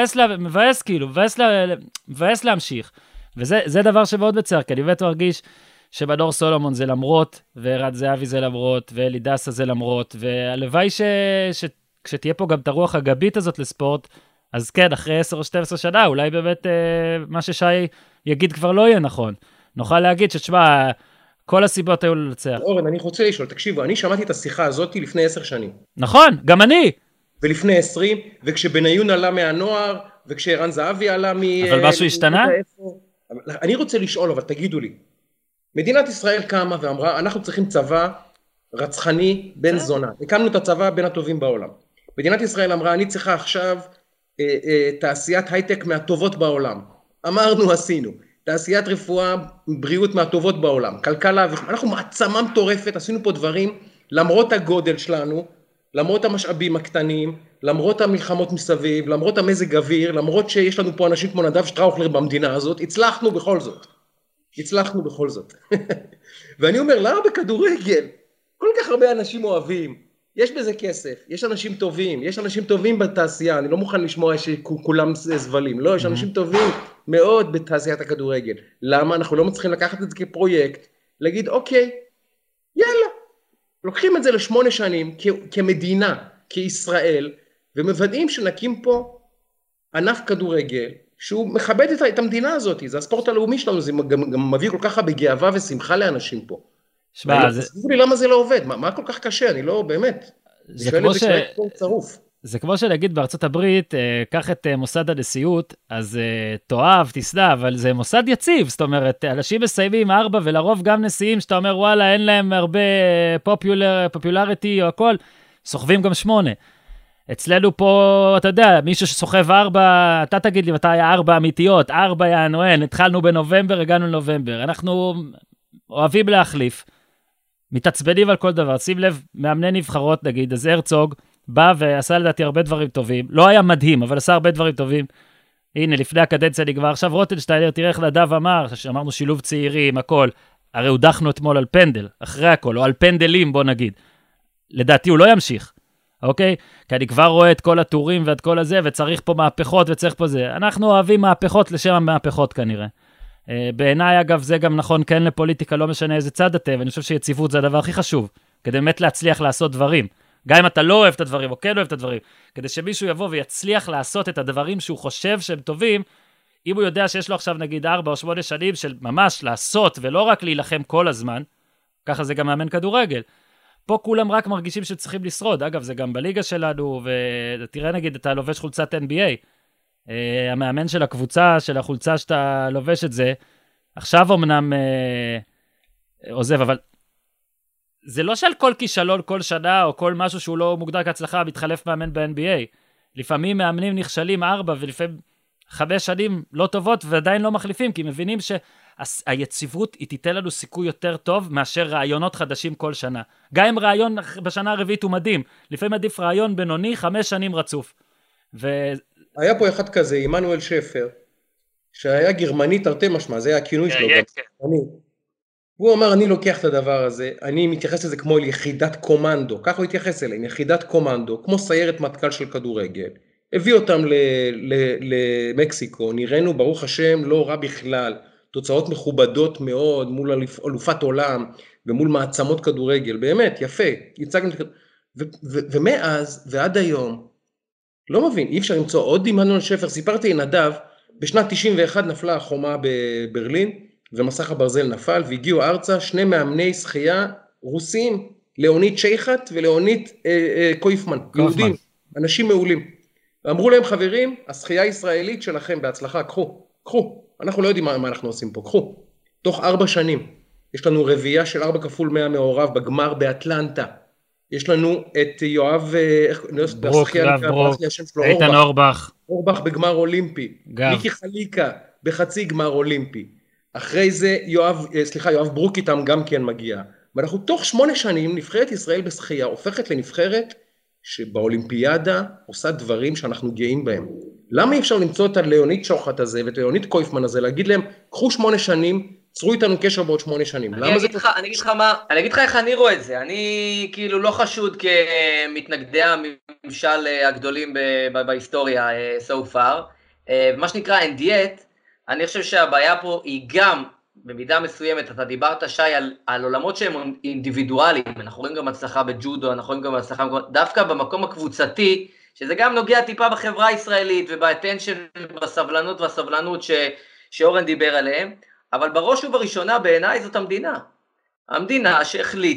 מבאס להמשיך. וזה דבר שמאוד מצער, כי אני באמת מרגיש שמנור סולומון זה למרות, וערד זהבי זה למרות, ואלי דסה זה למרות, והלוואי שתהיה פה גם את הרוח הגבית הזאת לספורט, אז כן, אחרי 10 או 12 שנה, אולי באמת מה ששי יגיד כבר לא יהיה נכון. נוכל להגיד שתשמע, כל הסיבות היו לנצח. אורן, אני רוצה לשאול, תקשיבו, אני שמעתי את השיחה הזאת לפני 10 שנים. נכון, גם אני. ולפני 20, וכשבניון עלה מהנוער, וכשערן זהבי עלה אבל משהו השתנה? אני רוצה לשאול, אבל תגידו לי, מדינת ישראל קמה ואמרה, אנחנו צריכים צבא רצחני בן זונה. הקמנו את הצבא בין הטובים בעולם. מדינת ישראל אמרה, אני צריכה עכשיו תעשיית הייטק מהטובות בעולם. אמרנו, עשינו. תעשיית רפואה, בריאות מהטובות בעולם. כלכלה, אנחנו מעצמה מטורפת, עשינו פה דברים, למרות הגודל שלנו, למרות המשאבים הקטנים, למרות המלחמות מסביב, למרות המזג אוויר, למרות שיש לנו פה אנשים כמו נדב שטראוכלר במדינה הזאת, הצלחנו בכל זאת. ואני אומר, למה בכדורגל? כל כך הרבה אנשים אוהבים. יש בזה כסף, יש אנשים טובים בתעשייה, אני לא מוכן לשמוע שכולם זבלים, לא, יש אנשים טובים מאוד בתעשיית הכדורגל. למה? אנחנו לא מצליחים לקחת את זה כפרויקט, להגיד, אוקיי, יאללה, לוקחים את זה ל8 שנים, כמדינה, כישראל, ומוודאים שנקים פה ענף כדורגל, שהוא מכבד את המדינה הזאת, זה הספורט הלאומי שלנו, זה גם מביא כל כך בגאווה ושמחה לאנשים פה. תסבירו לי למה זה לא עובד, מה כל כך קשה, אני לא, באמת, זה כמו שנגיד בארצות הברית, קח את מוסד הנשיאות, אז תאהב, תסדה, אבל זה מוסד יציב, זאת אומרת, אנשים מסיימים 4, ולרוב גם נשיאים, שאתה אומר, וואלה, אין להם הרבה פופולריטי או הכל, סוחבים גם 8. אצלנו פה, אתה יודע, מישהו שסוחב 4, אתה תגיד לי מתי היה 4 אמיתיות, 4 היה נוען, התחלנו בנובמבר, הגענו לנובמבר, אנחנו אוהבים להחליף, מתעצבנים על כל דבר, שים לב, מאמני נבחרות נגיד, אז הרצוג בא ועשה לדעתי הרבה דברים טובים, לא היה מדהים, אבל עשה הרבה דברים טובים, הנה לפני הקדנציה נגמר, עכשיו רוטנשטיינר, תראה איך נדב אמר, שאמרנו שילוב צעירים, הכל, הרי הודחנו אתמול על פנדל, אחרי הכל, או על פנדלים בוא נגיד, לדעתי הוא לא ימשיך, אוקיי? כי אני כבר רואה את כל הטורים ואת כל הזה, וצריך פה מהפכות וצריך פה זה. אנחנו אוהבים מהפכות לשם המהפכות כנראה. בעיניי, אגב, זה גם נכון, כן לפוליטיקה, לא משנה איזה צד אתם, ואני חושב שיציבות זה הדבר הכי חשוב, כדי באמת להצליח לעשות דברים. גם אם אתה לא אוהב את הדברים, או כן אוהב את הדברים, כדי שמישהו יבוא ויצליח לעשות את הדברים שהוא חושב שהם טובים, אם הוא יודע שיש לו עכשיו נגיד 4 או 8 שנים של ממש לעשות, ולא רק להילחם כל הזמן, ככה זה גם מאמן כדורגל. פה כולם רק מרגישים שצריכים לשרוד, אגב זה גם בליגה שלנו, ותראה נגיד אתה לובש חולצת NBA, המאמן של הקבוצה, של החולצה שאתה לובש את זה, עכשיו אמנם עוזב, אבל זה לא שעל כל כישלון כל שנה, או כל משהו שהוא לא מוגדר כהצלחה, מתחלף מאמן ב-NBA, לפעמים מאמנים נכשלים 4, ולפעמים 5 שנים לא טובות, ועדיין לא מחליפים, כי מבינים היציבות היא תיתן לנו סיכוי יותר טוב מאשר רעיונות חדשים כל שנה. גם אם רעיון בשנה הרביעית הוא מדהים, לפעמים עדיף רעיון בינוני 5 שנים רצוף. היה פה אחד כזה, עמנואל שפר, שהיה גרמני תרתי משמע, זה היה הכינוי שלו. הוא אמר, אני לוקח את הדבר הזה, אני מתייחס לזה כמו יחידת קומנדו, ככה הוא התייחס אליהם, יחידת קומנדו, כמו סיירת מטכ"ל של כדורגל. הביא אותם למקסיקו, נראינו ברוך השם לא רע בכלל, תוצאות מכובדות מאוד מול אלופת עולם ומול מעצמות כדורגל, באמת, יפה, ייצגנו, ומאז ועד היום, לא מבין, אי אפשר למצוא עוד עמנואל שפר, סיפרתי נדב, בשנת 91 נפלה החומה בברלין, ומסך הברזל נפל, והגיעו ארצה 2 מאמני שחייה רוסים, לאונית שייכת ולאונית קויפמן, יהודים, אנשים מעולים. ואמרו להם חברים, השחייה הישראלית שלכם בהצלחה, קחו, אנחנו לא יודעים מה אנחנו עושים פה, קחו. תוך 4 שנים, יש לנו רביעייה של 4 כפול 100 מעורב בגמר באטלנטה. יש לנו את יואב, איתן אורבך. אורבך בגמר אולימפי. מיקי חליקה בחצי גמר אולימפי. אחרי זה יואב ברוק איתם גם כן מגיע. ואנחנו תוך 8 שנים, נבחרת ישראל בשחייה הופכת לנבחרת שבאולימפיאדה עושה דברים שאנחנו גאים בהם. למה אי אפשר למצוא את הלאונית שוחט הזה ואת הלאונית קויפמן הזה, להגיד להם, קחו 8 שנים, צרו איתנו קשר בעוד 8 שנים. אני אגיד לך איך אני רואה את זה, אני כאילו לא חשוד כמתנגדי הממשל הגדולים בהיסטוריה so far, מה שנקרא and yet, אני חושב שהבעיה פה היא גם, במידה מסוימת, אתה דיברת שי על עולמות שהם אינדיבידואליים, אנחנו רואים גם הצלחה בג'ודו, אנחנו רואים גם הצלחה דווקא במקום הקבוצתי, שזה גם נוגע טיפה בחברה הישראלית, ובאטנשן, בסבלנות והסבלנות שאורן דיבר עליהם, אבל בראש ובראשונה בעיניי זאת המדינה. המדינה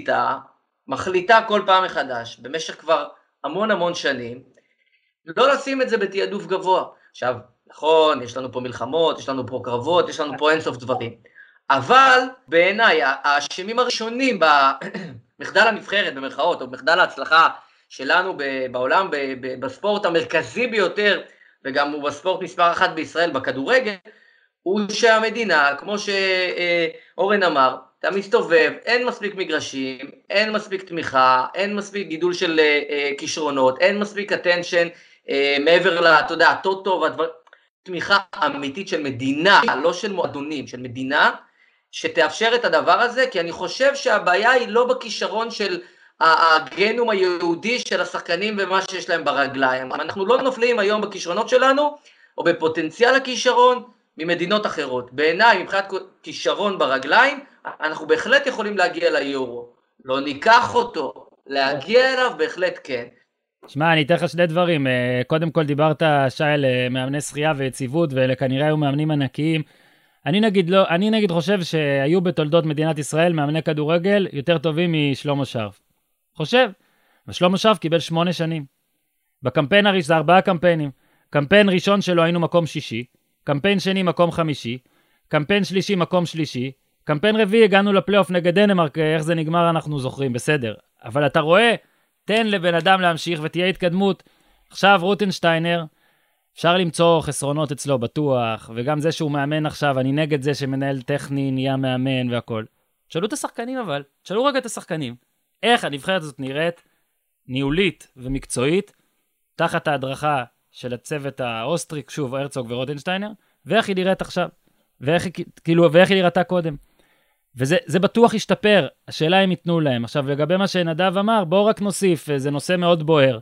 מחליטה כל פעם מחדש, במשך כבר המון שנים, לא לשים את זה בתיעדוף גבוה. עכשיו, נכון, יש לנו פה מלחמות, יש לנו פה קרבות, יש לנו פה אינסוף דברים, אבל בעיניי, האשמים הראשונים במחדל הנבחרת, במרכאות, או מחדל ההצלחה שלנו בעולם, בספורט המרכזי ביותר, וגם הוא בספורט מספר 1 בישראל, בכדורגל, הוא שהמדינה, כמו שאורן אמר, אתה מסתובב, אין מספיק מגרשים, אין מספיק תמיכה, אין מספיק גידול של כישרונות, אין מספיק attention, מעבר אתה יודע, טוטו והדבר, תמיכה אמיתית של מדינה, לא של מועדונים, של מדינה, שתאפשר את הדבר הזה, כי אני חושב שהבעיה היא לא בכישרון של הגנום היהודי של השחקנים ומה שיש להם ברגליים. אנחנו לא נופלים היום בכישרונות שלנו, או בפוטנציאל הכישרון ממדינות אחרות. בעיניי, מבחינת כישרון ברגליים, אנחנו בהחלט יכולים להגיע ליורו. לא ניקח אותו, להגיע אליו בהחלט כן. שמע, אני אתן לך 2 דברים. קודם כל דיברת, שי, על מאמני שחייה ויציבות, ואלה כנראה היו מאמנים ענקיים. אני נגיד חושב שהיו בתולדות מדינת ישראל מאמני כדורגל יותר טובים משלמה שרף. חושב. ושלמה שרף קיבל 8 שנים. בקמפיין הראשון, זה 4 קמפיינים. קמפיין ראשון שלו היינו מקום 6, קמפיין שני מקום 5, קמפיין שלישי מקום 3, קמפיין רביעי הגענו לפלייאוף נגד דנמרק, איך זה נגמר אנחנו זוכרים, בסדר. אבל אתה רואה, תן לבן אדם להמשיך ותהיה התקדמות. עכשיו רוטנשטיינר, אפשר למצוא חסרונות אצלו בטוח, וגם זה שהוא מאמן עכשיו, אני נגד זה שמנהל טכני נהיה מאמן והכל. תשאלו את השחקנים אבל, תשאלו רגע את השחקנים. איך הנבחרת הזאת נראית ניהולית ומקצועית, תחת ההדרכה של הצוות האוסטרי, שוב, הרצוג ורוטנשטיינר, ואיך היא נראית עכשיו, ואיך היא נראתה קודם. וזה בטוח ישתפר, השאלה אם ייתנו להם. עכשיו, לגבי מה שנדב אמר, בואו רק נוסיף, זה נושא מאוד בוער.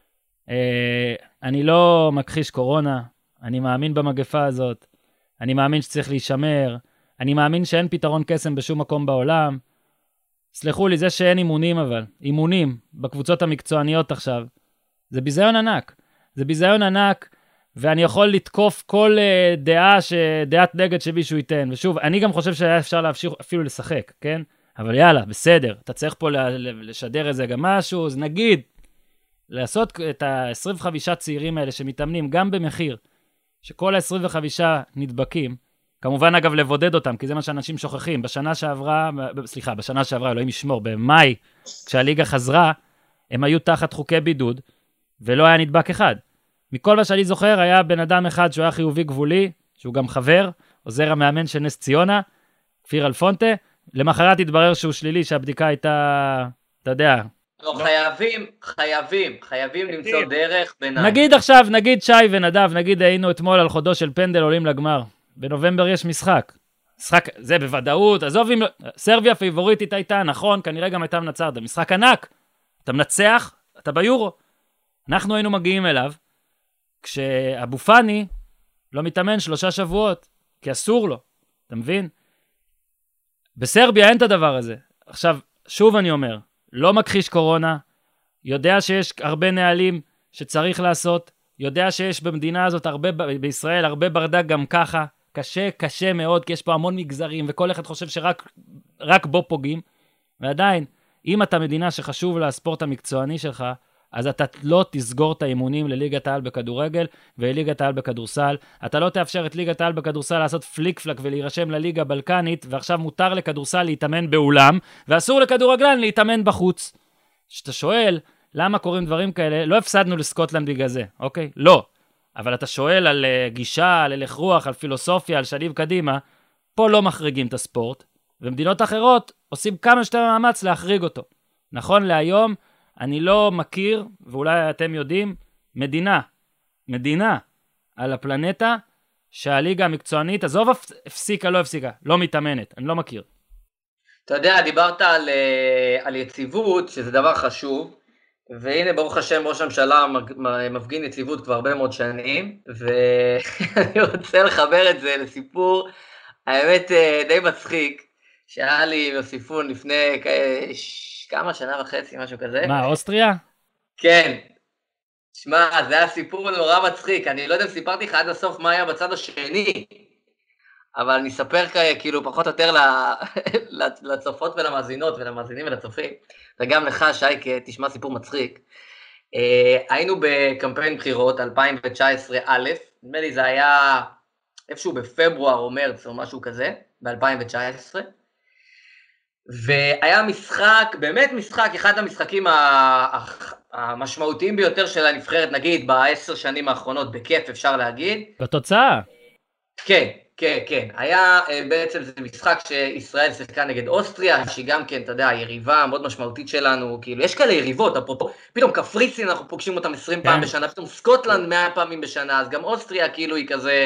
אני לא מכחיש קורונה, אני מאמין במגפה הזאת, אני מאמין שצריך להישמר, אני מאמין שאין פתרון קסם בשום מקום בעולם. סלחו לי, זה שאין אימונים אבל, אימונים בקבוצות המקצועניות עכשיו, זה ביזיון ענק. זה ביזיון ענק, ואני יכול לתקוף כל דעת נגד שמישהו ייתן. ושוב, אני גם חושב שהיה אפשר להמשיך אפילו לשחק, כן? אבל יאללה, בסדר, אתה צריך פה לשדר איזה גם משהו, אז נגיד, לעשות את ה-25 צעירים האלה שמתאמנים גם במחיר, שכל ה-25 נדבקים, כמובן אגב לבודד אותם, כי זה מה שאנשים שוכחים. בשנה שעברה, אלוהים ישמור, במאי, כשהליגה חזרה, הם היו תחת חוקי בידוד, ולא היה נדבק אחד. מכל מה שאני זוכר, היה בן אדם אחד שהוא היה חיובי גבולי, שהוא גם חבר, עוזר המאמן של נס ציונה, כפיר אלפונטה, למחרת התברר שהוא שלילי, שהבדיקה הייתה, אתה יודע. לא, חייבים למצוא דרך ביניים. נגיד שי ונדב, נגיד היינו אתמול על חודו של פנדל עולים לגמר. בנובמבר יש משחק, זה בוודאות, עזוב אם, סרביה פייבוריטית הייתה, נכון, כנראה גם הייתה מנצחת, משחק ענק, אתה מנצח, אתה ביורו. אנחנו היינו מגיעים אליו, כשאבו פאני לא מתאמן 3 שבועות, כי אסור לו, אתה מבין? בסרביה אין את הדבר הזה. עכשיו, שוב אני אומר, לא מכחיש קורונה, יודע שיש הרבה נהלים שצריך לעשות, יודע שיש במדינה הזאת בישראל הרבה ברדק גם ככה, קשה מאוד, כי יש פה המון מגזרים, וכל אחד חושב שרק בו פוגעים, ועדיין, אם אתה מדינה שחשוב לה הספורט המקצועני שלך, אז אתה לא תסגור את האימונים לליגת העל בכדורגל ולליגת העל בכדורסל. אתה לא תאפשר את ליגת העל בכדורסל לעשות פליק פלק ולהירשם לליגה הבלקנית, ועכשיו מותר לכדורסל להתאמן באולם, ואסור לכדורגלן להתאמן בחוץ. שאתה שואל, למה קורים דברים כאלה? לא הפסדנו לסקוטלנד בגלל זה, אוקיי? לא. אבל אתה שואל על גישה, על הלך רוח, על פילוסופיה, על שנים קדימה, פה לא מחריגים את הספורט, ומדינות אחרות עושים כמה שיותר מאמץ להחריג אותו. נכון להיום, אני לא מכיר, ואולי אתם יודעים, מדינה על הפלנטה, שהליגה המקצוענית, עזוב הפסיקה, לא מתאמנת, אני לא מכיר. אתה יודע, דיברת על יציבות, שזה דבר חשוב, והנה ברוך השם ראש הממשלה מפגין יציבות כבר הרבה מאוד שנים, ואני רוצה לחבר את זה לסיפור, האמת די מצחיק, שהיה לי יוסיפון לפני כמה שנה וחצי, משהו כזה. מה, אוסטריה? כן. שמע, זה היה סיפור נורא מצחיק, אני לא יודע אם סיפרתי לך עד הסוף מה היה בצד השני, אבל אני אספר כאילו פחות או יותר לצופות ולמאזינות ולמאזינים ולצופים, וגם לך שייקה, תשמע סיפור מצחיק. היינו בקמפיין בחירות 2019 א', נדמה לי זה היה איפשהו בפברואר או מרץ או משהו כזה, ב-2019, והיה משחק, באמת משחק, אחד המשחקים המשמעותיים ביותר של הנבחרת, נגיד ב10 שנים האחרונות, בכיף אפשר להגיד. בתוצאה? כן. היה בעצם זה משחק שישראל שיחקה נגד אוסטריה, שהיא גם כן, אתה יודע, יריבה מאוד משמעותית שלנו, כאילו, יש כאלה יריבות, אפרופו, פתאום קפריסין, אנחנו פוגשים אותם 20 פעם בשנה, פתאום סקוטלנד 100 פעמים בשנה, אז גם אוסטריה כאילו היא כזה,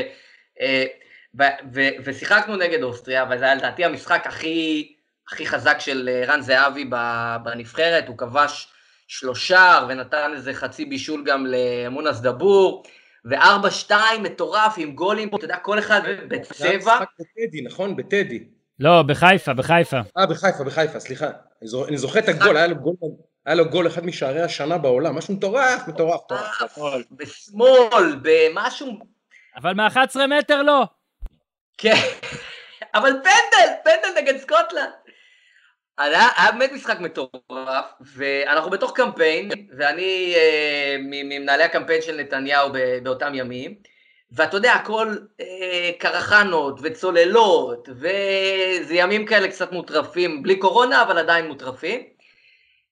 ושיחקנו נגד אוסטריה, וזה היה לדעתי המשחק הכי חזק של רן זהבי בנבחרת, הוא כבש 3 ונתן איזה חצי בישול גם למונס דבור, ו4-2 מטורף עם גולים, אתה יודע, כל אחד בצבע. זה משחק בטדי, נכון? בטדי. לא, בחיפה. בחיפה, סליחה. אני זוכר את הגול, היה לו גול אחד משערי השנה בעולם, משהו מטורף. בשמאל, במשהו... אבל מ-11 מטר לא. כן, אבל פנדל נגד סקוטלנד. היה באמת משחק מטורף, ואנחנו בתוך קמפיין, ואני ממנהלי הקמפיין של נתניהו באותם ימים, ואתה יודע, הכל קרחנות וצוללות, וזה ימים כאלה קצת מוטרפים, בלי קורונה, אבל עדיין מוטרפים,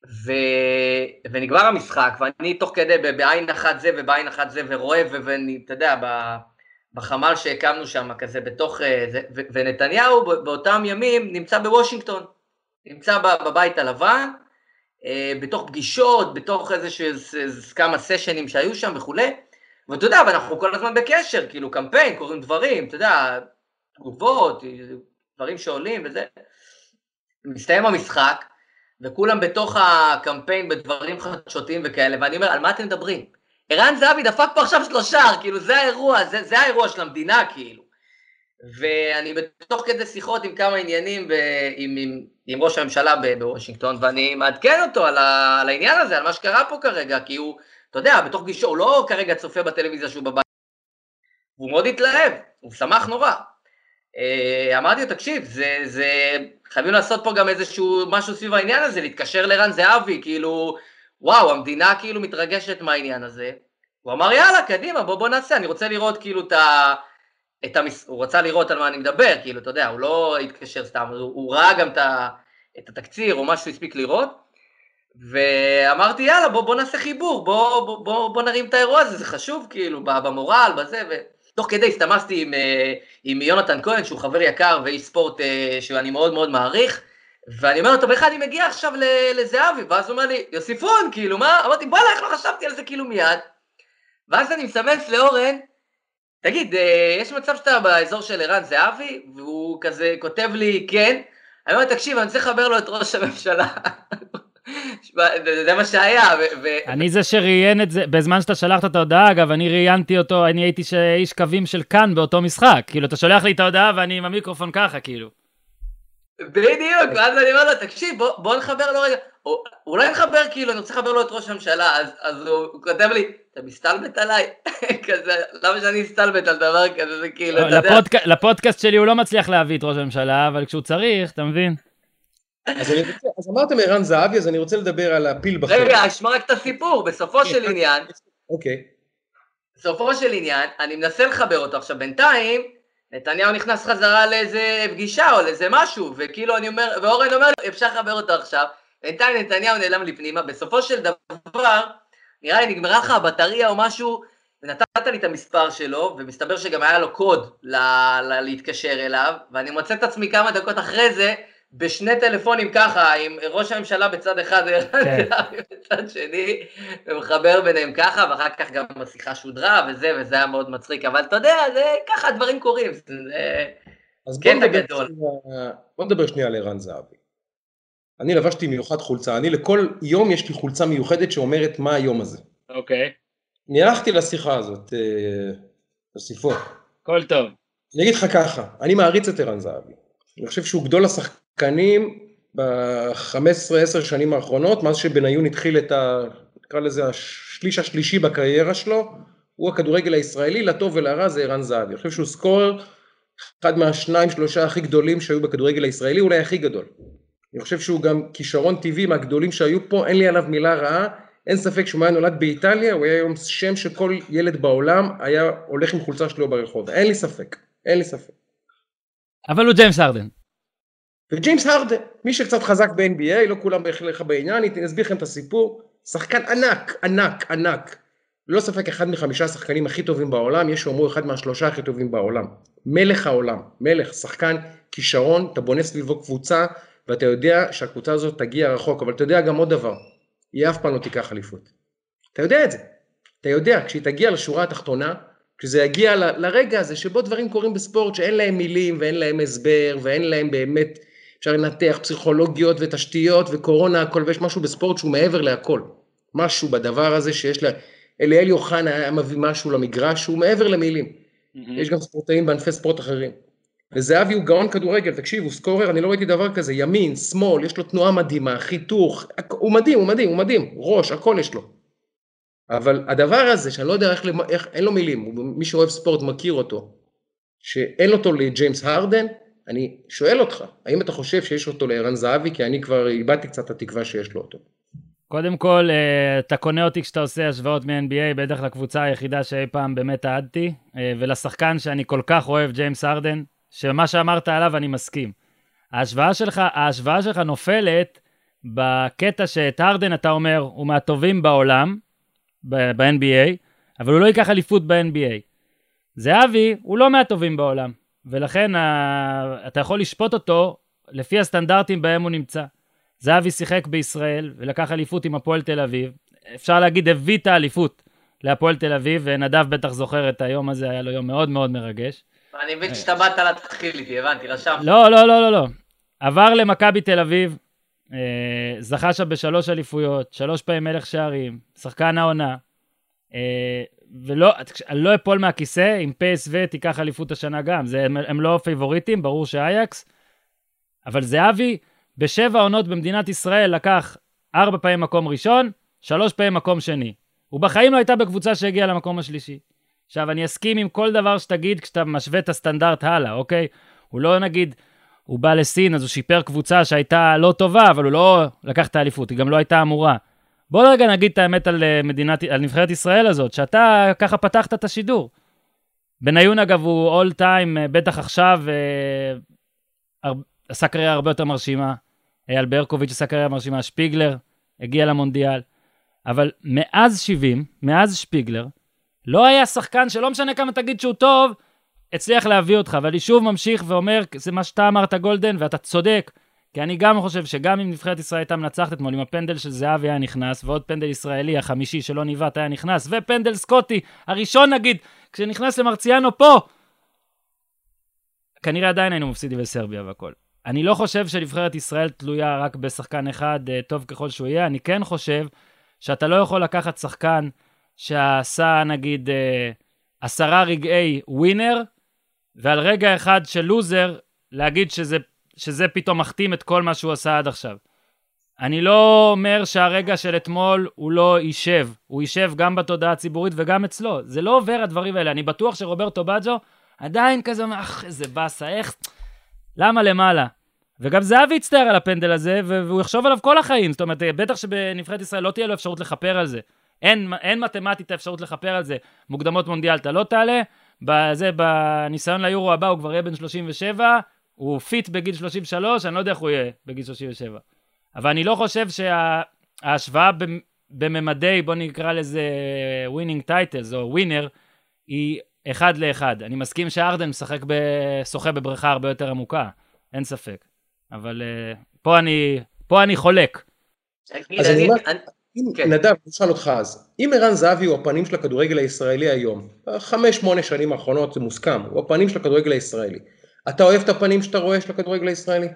ונגמר המשחק, ואני תוך כדי בעין אחת זה ובעין אחת זה, ורואה, ואתה יודע, בחמ"ל שהקמנו שם, כזה בתוך זה, ונתניהו באותם ימים נמצא בוושינגטון, נמצא בבית הלבן, בתוך פגישות, בתוך כמה סשנים שהיו שם וכו'. ואתה יודע, ואנחנו כל הזמן בקשר, כאילו קמפיין, קוראים דברים, אתה יודע, תגובות, דברים שעולים וזה. מסתיים המשחק, וכולם בתוך הקמפיין בדברים חדשותיים וכאלה, ואני אומר, על מה אתם מדברים? ערן זהבי דפק פה עכשיו 3, כאילו זה האירוע, זה האירוע של המדינה, כאילו. ואני בתוך כדי שיחות עם כמה עניינים עם ראש הממשלה בוושינגטון, ואני מעדכן אותו על העניין הזה, על מה שקרה פה כרגע, כי הוא, אתה יודע, בתוך גישו, הוא לא כרגע צופה בטלוויזיה שהוא בבית, והוא מאוד התלהב, הוא שמח נורא. אמרתי לו, תקשיב, חייבים לעשות פה גם איזשהו משהו סביב העניין הזה, להתקשר לערן זהבי, כאילו, וואו, המדינה כאילו מתרגשת מהעניין הזה. הוא אמר, יאללה, קדימה, בוא נעשה, אני רוצה לראות כאילו הוא רצה לראות על מה אני מדבר, כאילו, אתה יודע, הוא לא התקשר סתם, הוא ראה גם את התקציר או משהו שהוא הספיק לראות, ואמרתי, יאללה, בוא נעשה חיבור, בוא נרים את האירוע הזה, זה חשוב, כאילו, במורל, בזה, ותוך כדי הסתמסתי עם יונתן כהן, שהוא חבר יקר ואיש ספורט שאני מאוד מאוד מעריך, ואני אומר לו, טוב, איך אני מגיע עכשיו לזהבי? ואז הוא אומר לי, יוסיפון, כאילו, מה? אמרתי, בוא'לה, איך לא חשבתי על זה כאילו מיד? ואז אני מסמס לאורן, תגיד, יש מצב שאתה באזור של ערן זהבי, והוא כזה כותב לי, כן, אני אומר, תקשיב, אני צריך לחבר לו את ראש הממשלה. זה מה שהיה. אני זה שראיין את זה, בזמן שאתה שלחת את ההודעה, אגב, אני ראיינתי אותו, אני הייתי איש קווים של כאן באותו משחק, כאילו, אתה שולח לי את ההודעה ואני עם המיקרופון ככה, כאילו. בדיוק, ואז אני אומר לו, תקשיב, בוא נחבר לו רגע, אולי נחבר, כאילו, אני רוצה לחבר לו את ראש הממשלה, אז הוא כותב לי, אתה מסתלבט עליי? כזה, למה שאני אסתלבט על דבר כזה, זה כאילו, אתה יודע. לפודקאסט שלי הוא לא מצליח להביא את ראש הממשלה, אבל כשהוא צריך, אתה מבין? אז אמרתם ערן זהבי, אז אני רוצה לדבר על הפיל בחדר. רגע, אשמע רק את הסיפור, בסופו של עניין, אוקיי. בסופו של עניין, אני מנסה לחבר אותו עכשיו, בינתיים, נתניהו נכנס חזרה לאיזה פגישה או לאיזה משהו, וכאילו אני אומר, ואורן אומר, אפשר לחבר אותו עכשיו, בינתיים נתניהו נעלם לי פנימה, בסופו של דבר, נראה לי נגמרה לך הבטריה או משהו, ונתת לי את המספר שלו, ומסתבר שגם היה לו קוד להתקשר אליו, ואני מוצא את עצמי כמה דקות אחרי זה, בשני טלפונים ככה, עם ראש הממשלה בצד אחד, בצד שני, ומחבר ביניהם ככה, ואחר כך גם השיחה שודרה, וזה היה מאוד מצחיק, אבל אתה יודע, ככה הדברים קורים, זה קטע גדול. בוא נדבר שנייה על ערן זהבי. אני לבשתי מיוחד חולצה, אני לכל יום יש לי חולצה מיוחדת שאומרת מה היום הזה. אוקיי. אני הלכתי לשיחה הזאת, לסיפור. כל טוב. אני אגיד לך ככה, אני מעריץ את ערן זהבי. אני חושב שהוא גדול השחקנים ב-15-10 שנים האחרונות, מאז שבניון התחיל נקרא לזה השליש השלישי בקריירה שלו, הוא הכדורגל הישראלי, לטוב ולרע זה ערן זהבי. אני חושב שהוא סקורר, אחד מה2-3 הכי גדולים שהיו בכדורגל הישראלי, אולי הכי גדול. אני חושב שהוא גם כישרון טבעי מהגדולים שהיו פה, אין לי עליו מילה רעה, אין ספק שהוא היה נולד באיטליה, הוא היה היום שם שכל ילד בעולם היה הולך עם חולצה שלו ברחוב, אין לי ספק, אין לי ספק. אבל הוא ג'יימס הרדן. וג'יימס הרדן, מי שקצת חזק ב-NBA, לא כולם לך בעניין, אני אסביר לכם את הסיפור, שחקן ענק, ענק, ענק, לא ספק אחד מ5 השחקנים הכי טובים בעולם, יש שאומרו אחד מה3 הכי טובים בעולם, מלך העולם, מלך, שחקן, כישרון, אתה בונה סביבו קבוצה, ואתה יודע שהקבוצה הזאת תגיע רחוק, אבל אתה יודע גם עוד דבר, היא אף פעם לא תיקח אליפות. אתה יודע את זה, אתה יודע, כשהיא תגיע לשורה התחתונה, כשזה יגיע לרגע הזה שבו דברים קורים בספורט שאין להם מילים ואין להם הסבר ואין להם באמת, אפשר לנתח פסיכולוגיות ותשתיות וקורונה הכל, ויש משהו בספורט שהוא מעבר להכל. משהו בדבר הזה שיש אליאל יוחנה היה מביא משהו למגרש שהוא מעבר למילים. יש גם ספורטאים בענפי ספורט אחרים. וזהבי הוא גאון כדורגל, תקשיב, הוא סקורר, אני לא ראיתי דבר כזה, ימין, שמאל, יש לו תנועה מדהימה, חיתוך, הוא מדהים, הוא מדהים, הוא מדהים, ראש, הכל יש לו. אבל הדבר הזה, שאני לא יודע איך אין לו מילים, מי שאוהב ספורט מכיר אותו, שאין אותו לג'יימס הרדן, אני שואל אותך, האם אתה חושב שיש אותו לערן זהבי, כי אני כבר איבדתי קצת את התקווה שיש לו אותו. קודם כל, אתה קונה אותי כשאתה עושה השוואות מ-NBA, בטח לקבוצה היחידה שאי פעם באמת אהדתי, ולשחקן שאני כל כך אוהב, ג'יימס הרדן, שמה שאמרת עליו אני מסכים. ההשוואה שלך נופלת בקטע שאת הרדן אתה אומר, הוא מהטובים בעולם, ב-NBA, אבל הוא לא ייקח אליפות ב-NBA. זהבי הוא לא מהטובים בעולם, ולכן אתה יכול לשפוט אותו לפי הסטנדרטים בהם הוא נמצא. זהבי שיחק בישראל ולקח אליפות עם הפועל תל אביב, אפשר להגיד הביא את האליפות להפועל תל אביב, ונדב בטח זוכר את היום הזה, היה לו יום מאוד מאוד מרגש. אני מבין שאתה באת להתחיל איתי, הבנתי, רשם. לא. עבר למכבי תל אביב, זכה שם ב3 אליפויות, 3 פעמים מלך שערים, שחקן העונה, אני לא אפול מהכיסא, עם PSV תיקח אליפות השנה גם, הם לא פייבוריטים, ברור שאייקס, אבל זהבי ב7 עונות במדינת ישראל לקח 4 פעמים מקום ראשון, 3 פעמים מקום שני. הוא בחיים לא הייתה בקבוצה שהגיעה למקום השלישי. עכשיו אני אסכים עם כל דבר שתגיד כשאתה משווה את הסטנדרט הלאה, אוקיי? הוא לא נגיד, הוא בא לסין אז הוא שיפר קבוצה שהייתה לא טובה, אבל הוא לא לקח את האליפות, היא גם לא הייתה אמורה. בוא רגע נגיד את האמת על נבחרת ישראל הזאת, שאתה ככה פתחת את השידור. בניון אגב הוא all time, בטח עכשיו, עשה קריירה הרבה יותר מרשימה, אייל ברקוביץ' עשה קריירה מרשימה, שפיגלר הגיע למונדיאל, אבל מאז שפיגלר, לא היה שחקן שלא משנה כמה תגיד שהוא טוב, הצליח להביא אותך, אבל אני שוב ממשיך ואומר, זה מה שאתה אמרת גולדן, ואתה צודק, כי אני גם חושב שגם אם נבחרת ישראל הייתה מנצחת אתמול, אם הפנדל של זהבי היה נכנס, ועוד פנדל ישראלי, החמישי שלא ניבט היה נכנס, ופנדל סקוטי, הראשון נגיד, כשנכנס למרציאנו פה, כנראה עדיין היינו מפסידים בסרביה והכל. אני לא חושב שנבחרת ישראל תלויה רק בשחקן אחד, טוב ככל שהוא יהיה, אני כן חושב שאתה לא יכול לקחת שחקן שעשה נגיד 10 רגעי ווינר, ועל רגע אחד של לוזר, להגיד שזה פתאום מחתים את כל מה שהוא עשה עד עכשיו. אני לא אומר שהרגע של אתמול הוא לא יישב, הוא יישב גם בתודעה הציבורית וגם אצלו, זה לא עובר הדברים האלה, אני בטוח שרוברטו בג'ו עדיין כזה, איזה בסה, איך, למה למעלה? וגם זהבי יצטער על הפנדל הזה, והוא יחשוב עליו כל החיים, זאת אומרת, בטח שבנבחרת ישראל לא תהיה לו אפשרות לחפר על זה, אין מתמטית האפשרות לחפר על זה, מוקדמות מונדיאל אתה לא תעלה, בניסיון ליורו הבא הוא כבר יהיה בן 37, הוא פיט בגיל 33, אני לא יודע איך הוא יהיה בגיל 37. אבל אני לא חושב שההשוואה בממדי, בוא נקרא לזה winning titles או winner, היא 1-1. אני מסכים שארדן שוחה בבריכה הרבה יותר עמוקה, אין ספק. אבל פה אני חולק. אז אני אומר, נדב, אני אשאל אותך אז, אם ערן זהבי הוא הפנים של הכדורגל הישראלי היום, 5-8 שנים האחרונות זה מוסכם, הוא הפנים של הכדורגל הישראלי, אתה אוהב את הפנים שאתה רואה של הכדורגל הישראלי?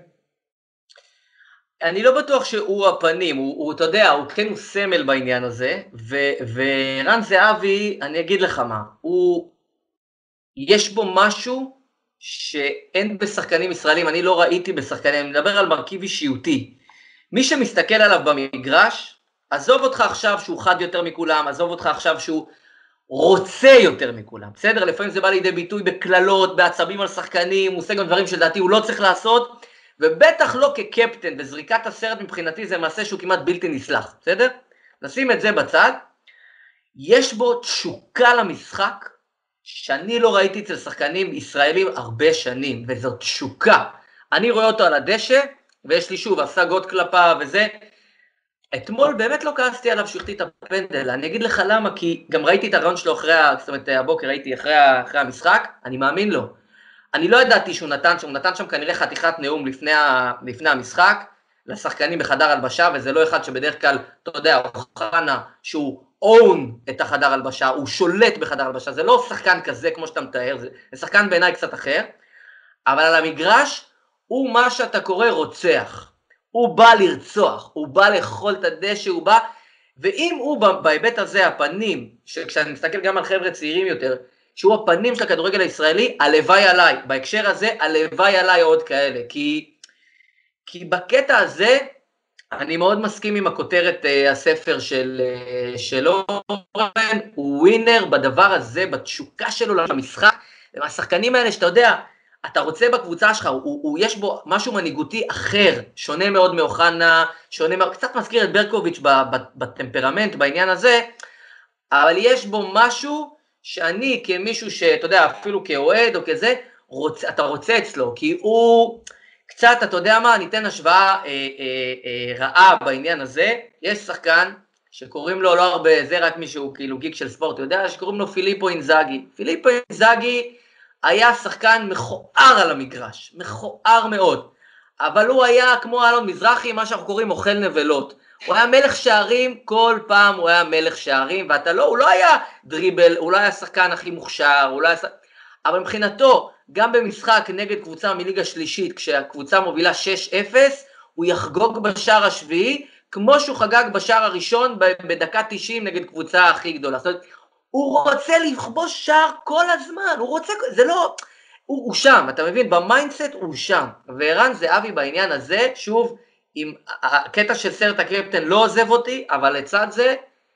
אני לא בטוח שהוא הפנים, אתה יודע, הוא כן הוא סמל בעניין הזה, וערן זהבי, אני אגיד לך מה, יש בו משהו שאין בשחקנים ישראלים, אני לא ראיתי בשחקנים, אני מדבר על מרכיב אישיותי, מי שמסתכל עליו במגרש, עזוב אותך עכשיו שהוא חד יותר מכולם, עזוב אותך עכשיו שהוא רוצה יותר מכולם, בסדר? לפעמים זה בא לידי ביטוי בכללות, בעצבים על שחקנים, הוא עושה גם דברים שלדעתי הוא לא צריך לעשות, ובטח לא כקפטן, וזריקת הסרט מבחינתי זה מעשה שהוא כמעט בלתי נסלח, בסדר? נשים את זה בצד, יש בו תשוקה למשחק, שאני לא ראיתי אצל שחקנים ישראלים הרבה שנים, וזו תשוקה. אני רואה אותו על הדשא, ויש לי שוב השגות כלפיו וזה, אתמול באמת לא כעסתי עליו שהחטיא את הפנדל, אני אגיד לך למה, כי גם ראיתי את הרעיון שלו זאת אומרת הבוקר ראיתי אחרי המשחק, אני מאמין לו. אני לא ידעתי שהוא נתן שם כנראה חתיכת נאום לפני המשחק, לשחקנים בחדר הלבשה, וזה לא אחד שבדרך כלל, אתה יודע, אוחנה, שהוא און את החדר הלבשה, הוא שולט בחדר הלבשה, זה לא שחקן כזה כמו שאתה מתאר, זה שחקן בעיניי קצת אחר, אבל על המגרש, הוא מה שאתה קורא רוצח. הוא בא לרצוח, הוא בא לאכול את הדשא, הוא בא, ואם הוא בהיבט הזה הפנים, כשאני מסתכל גם על חבר'ה צעירים יותר, שהוא הפנים של הכדורגל הישראלי, הלוואי עליי, בהקשר הזה, הלוואי עליי עוד כאלה, כי בקטע הזה, אני מאוד מסכים עם הכותרת הספר של אורן, הוא ווינר בדבר הזה, בתשוקה שלו למשחק, והשחקנים האלה שאתה יודע, אתה רוצה בקבוצה שלך, יש בו משהו מנהיגותי אחר, שונה מאוד מאוחנה, קצת מזכיר את ברקוביץ' בטמפרמנט, בעניין הזה, אבל יש בו משהו שאני כמישהו שאתה יודע, אפילו כאוהד או כזה, אתה רוצה אצלו, כי הוא קצת, אתה יודע מה, ניתן השוואה רעה בעניין הזה. יש שחקן שקוראים לו, לא הרבה, זה רק מישהו כאילו גיק של ספורט, אתה יודע, שקוראים לו פיליפו אינזאגי. פיליפו אינזאגי היה שחקן מכוער על המגרש, מכוער מאוד. אבל הוא היה כמו אלון מזרחי, מה שאנחנו קוראים אוכל נבלות. הוא היה מלך שערים, כל פעם הוא היה מלך שערים, הוא לא היה דריבל, הוא לא היה שחקן הכי מוכשר, אבל מבחינתו, גם במשחק נגד קבוצה מליגה שלישית, כשהקבוצה מובילה 6-0, הוא יחגוג בשער השביעי, כמו שהוא חגג בשער הראשון בדקה 90 נגד קבוצה הכי גדולה. זאת אומרת, הוא רוצה לכבוש שער כל הזמן, הוא רוצה, זה לא, הוא שם, אתה מבין, במיינדסט הוא שם, וערן זהבי בעניין הזה, שוב, עם הקטע של סרט הקפטן לא עוזב אותי, אבל לצד זה,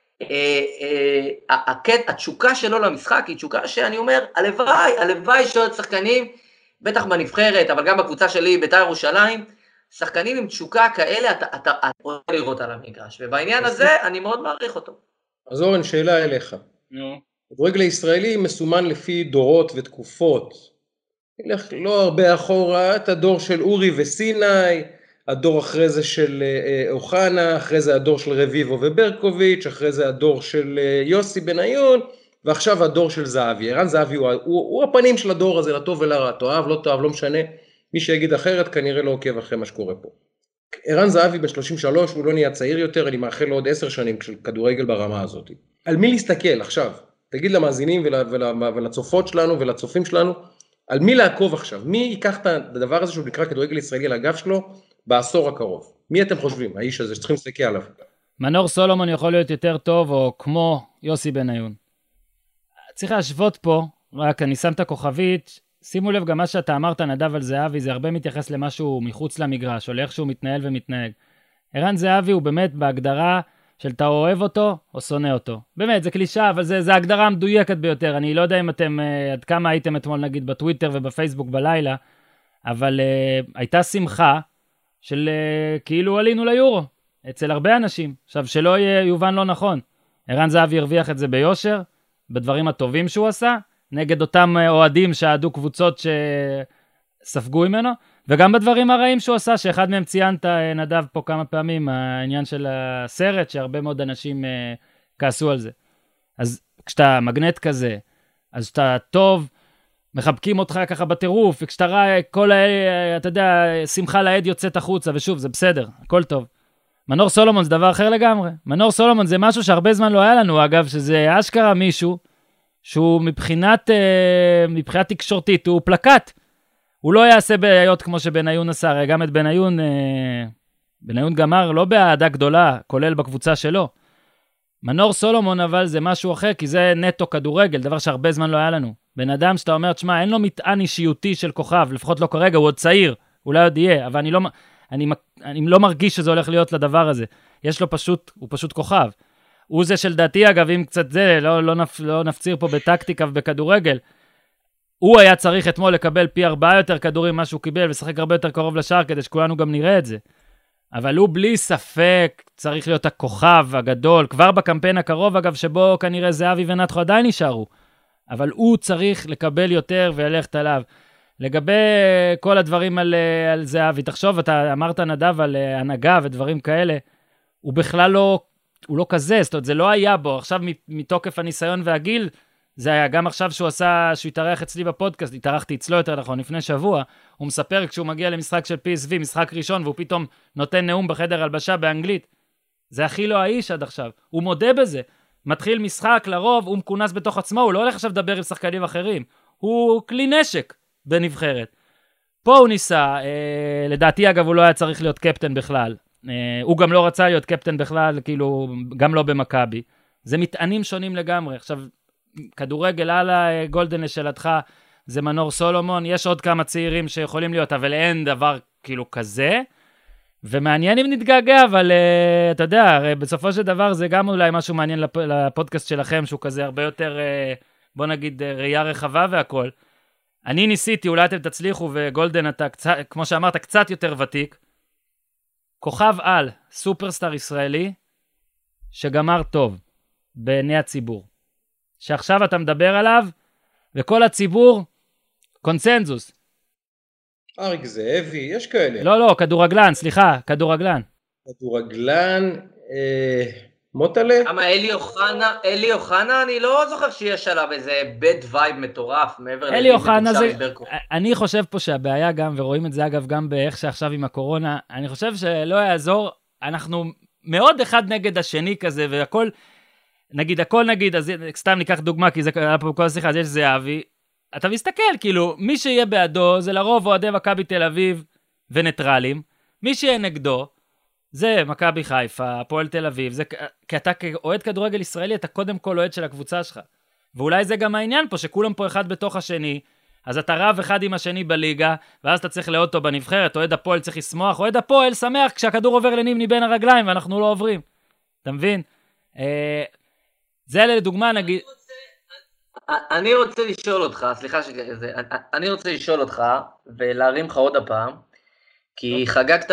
התשוקה שלו למשחק היא תשוקה שאני אומר, הלוואי שעוד שחקנים, בטח בנבחרת, אבל גם בקבוצה שלי, בית"ר ירושלים, שחקנים עם תשוקה כאלה, אתה רוצה לראות על המגרש, ובעניין הזה אני מאוד מעריך אותו. אז אורן, שאלה אליך. הכדורגל הישראלי מסומן לפי דורות ותקופות. נלך לא הרבה אחורה, את הדור של אורי וסיני, הדור אחרי זה של אוחנה, אחרי זה הדור של רביבו וברקוביץ', אחרי זה הדור של יוסי בניון, ועכשיו הדור של זהבי. ערן זהבי הוא הפנים של הדור הזה, לטוב ולרע, תאהב, לא תאהב, לא משנה. מי שיגיד אחרת כנראה לא עוקב אחרי מה שקורה פה. ערן זהבי ב-33, הוא לא נהיה צעיר יותר, אני מאחל לו עוד 10 שנים של כדורגל ברמה הזאת. על מי להסתכל עכשיו? תגיד למאזינים ולצופות שלנו ולצופים שלנו, על מי לעקוב עכשיו? מי ייקח את הדבר הזה שהוא נקרא כדורגל ישראלי על הגב שלו בעשור הקרוב? מי אתם חושבים, האיש הזה שצריכים להסתכל עליו? מנור סולומון יכול להיות יותר טוב, או כמו יוסי בניון. צריך להשוות פה, רק אני שם את הכוכבית, שימו לב גם מה שאתה אמרת נדב על זהבי, זה הרבה מתייחס למשהו מחוץ למגרש, או לאיך שהוא מתנהל ומתנהג. ערן זהבי הוא באמת בהגדרה של אתה אוהב אותו או שונא אותו. באמת, זה קלישה, אבל זה ההגדרה המדויקת ביותר. אני לא יודע אם אתם, עד כמה הייתם אתמול נגיד בטוויטר ובפייסבוק בלילה, אבל הייתה שמחה של כאילו עלינו ליורו, אצל הרבה אנשים. עכשיו, שלא יובן לא נכון. ערן זהבי הרוויח את זה ביושר, בדברים הטובים שהוא עשה, נגד אותם אוהדים שעדו קבוצות שספגו ממנו, וגם בדברים הרעים שהוא עשה, שאחד מהם ציינת נדב פה כמה פעמים, העניין של הסרט, שהרבה מאוד אנשים כעסו על זה. אז כשאתה מגנט כזה, אז אתה טוב, מחבקים אותך ככה בטירוף, וכשאתה ראה כל, אתה יודע, שמחה לעד יוצאת החוצה, ושוב, זה בסדר, הכל טוב. מנור סולומון זה דבר אחר לגמרי. מנור סולומון זה משהו שהרבה זמן לא היה לנו, אגב, שזה אשכרה מישהו, שהוא מבחינת תקשורתית, הוא פלקט. הוא לא יעשה בעיות כמו שבניון עשה, גם את בניון גמר לא באהדה גדולה, כולל בקבוצה שלו. מנור סולומון אבל זה משהו אחר, כי זה נטו כדורגל, דבר שהרבה זמן לא היה לנו. בן אדם שאתה אומר, תשמע, אין לו מטען אישיותי של כוכב, לפחות לא כרגע, הוא עוד צעיר, אולי עוד יהיה, אבל אני לא מרגיש שזה הולך להיות לדבר הזה. יש לו הוא פשוט כוכב. הוא זה של דעתי, אגב, אם קצת זה, לא נפציר פה בטקטיקה ובכדורגל, הוא היה צריך אתמול לקבל פי 4 יותר כדורים מה שהוא קיבל, ושחק הרבה יותר קרוב לשער, כדי שכולנו גם נראה את זה. אבל הוא בלי ספק צריך להיות הכוכב הגדול, כבר בקמפיין הקרוב, אגב, שבו כנראה זהבי ונתחו עדיין נשארו. אבל הוא צריך לקבל יותר וללכת עליו. לגבי כל הדברים על זהבי, תחשוב, אתה אמרת נדב על הנהגה ודברים כאלה, הוא בכלל לא, הוא לא כזה, זאת אומרת, זה לא היה בו, עכשיו מתוקף הניסיון והגיל, זה היה גם עכשיו שהוא התארח אצלי בפודקאסט, התארחתי אצלו יותר נכון, לפני שבוע, הוא מספר כשהוא מגיע למשחק של PSV, משחק ראשון, והוא פתאום נותן נאום בחדר הלבשה באנגלית, זה הכי לא האיש עד עכשיו, הוא מודה בזה, מתחיל משחק לרוב, הוא מכונס בתוך עצמו, הוא לא הולך עכשיו לדבר עם שחקנים אחרים, הוא כלי נשק בנבחרת. פה הוא ניסה, לדעתי אגב הוא לא היה צריך להיות קפטן בכלל, הוא גם לא רצה להיות קפטן בכלל, כאילו גם לא במכבי, זה מטענים שונים לגמרי. עכשיו, כדורגל הלאה, גולדן לשאלתך, זה מנור סולומון, יש עוד כמה צעירים שיכולים להיות, אבל אין דבר כאילו כזה, ומעניין אם נתגעגע, אבל אתה יודע, הרי בסופו של דבר זה גם אולי משהו מעניין לפודקאסט שלכם, שהוא כזה הרבה יותר, בוא נגיד, ראייה רחבה והכל. אני ניסיתי, אולי אתם תצליחו, וגולדן אתה, כמו שאמרת, קצת יותר ותיק, כוכב על, סופרסטאר ישראלי, שגמר טוב, בעיני הציבור. שעכשיו אתה מדבר עליו, וכל הציבור, קונצנזוס. אריק זאבי, יש כאלה. לא, כדורגלן, סליחה, כדורגלן. כדורגלן, מוטלה? למה אלי אוחנה, אני לא זוכר שיש עליו איזה בד וייב מטורף, מעבר אלי אוחנה זה, אני חושב פה שהבעיה גם, ורואים את זה אגב גם באיך שעכשיו עם הקורונה, אני חושב שלא יעזור, אנחנו מאוד אחד נגד השני כזה, והכל, נגיד, אז סתם ניקח דוגמה, כי זה היה פה כל השיחה, אז יש זהבי, אתה מסתכל, כאילו, מי שיהיה בעדו, זה לרוב אוהדי מכבי תל אביב וניטרלים, מי שיהיה נגדו, זה מכבי חיפה, הפועל תל אביב, זה, כי אתה כאוהד כדורגל ישראלי, אתה קודם כל אוהד של הקבוצה שלך. ואולי זה גם העניין פה, שכולם פה אחד בתוך השני, אז אתה רב אחד עם השני בליגה, ואז אתה צריך לאוטו בנבחרת, אוהד הפועל צריך לשמוח, אוהד הפועל שמח כשהכדור עובר לנימני בין הרגליים, ואנחנו לא עוברים. אתה מבין? זה לדוגמה נגיד... אני רוצה לשאול אותך, סליחה שזה, אני רוצה לשאול אותך, ולהרים לך עוד הפעם, כי חגגת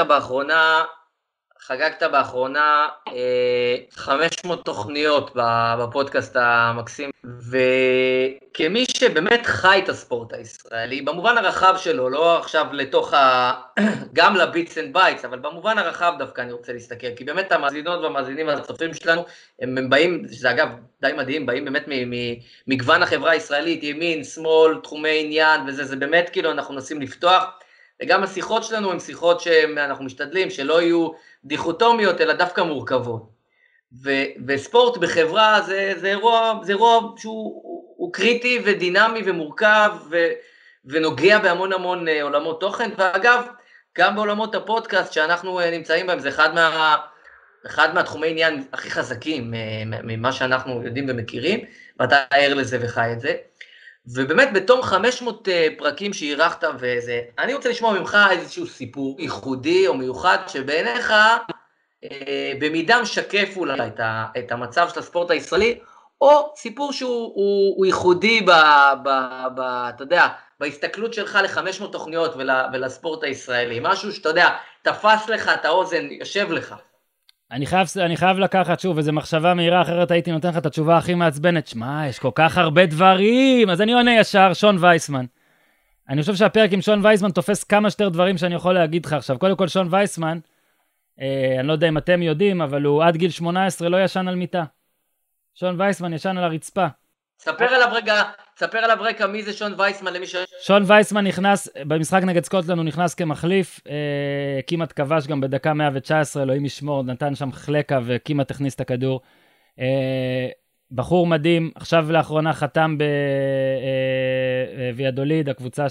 באחרונה 500 תוכניות בפודקאסט המקסים, וכמי שבאמת חי את הספורט הישראלי, במובן הרחב שלו, לא עכשיו לתוך גם לביטס אנד בייטס, אבל במובן הרחב דווקא אני רוצה להסתכל, כי באמת המאזינות והמאזינים והצופים שלנו, הם באים, שזה אגב די מדהים, באים באמת מגוון החברה הישראלית, ימין, שמאל, תחומי עניין, וזה באמת כאילו אנחנו מנסים לפתוח, וגם השיחות שלנו הן שיחות שאנחנו משתדלים שלא יהיו דיכוטומיות, אלא דווקא מורכבות. וספורט בחברה זה אירוע שהוא קריטי ודינמי ומורכב, ונוגע בהמון עולמות תוכן, ואגב, גם בעולמות הפודקאסט שאנחנו נמצאים בהם, זה אחד מהתחומי עניין הכי חזקים, ממה שאנחנו יודעים ומכירים, ואתה ער לזה וחי את זה. ובאמת בתום 500 פרקים שעירכת וזה, אני רוצה לשמוע ממך איזשהו סיפור ייחודי או מיוחד שבעיניך במידה משקף אולי את המצב של הספורט הישראלי, או סיפור שהוא ייחודי אתה יודע, בהסתכלות שלך ל-500 תוכניות ולספורט הישראלי, משהו שאתה יודע, תפס לך את האוזן, יושב לך. אני חייב לקחת שוב, איזו מחשבה מהירה, אחרת הייתי נותן לך את התשובה הכי מעצבנת, שמה, יש כל כך הרבה דברים, אז אני עונה ישר, שון וייסמן. אני חושב שהפרק עם שון וייסמן תופס כמה שתר דברים שאני יכול להגיד לך עכשיו. קודם כל, שון וייסמן, אני לא יודע אם אתם יודעים, אבל הוא עד גיל 18 לא ישן על מיטה. שון וייסמן ישן על הרצפה. ספר עליו רקע, מי זה שון וייסמן למי ש... שון וייסמן נכנס, במשחק נגד סקוטלנד הוא נכנס כמחליף, כמעט כבש גם בדקה 119, אלוהים ישמור, נתן שם חלקה וכמעט הכניס את הכדור. בחור מדהים, עכשיו לאחרונה חתם בוויאדוליד, הקבוצה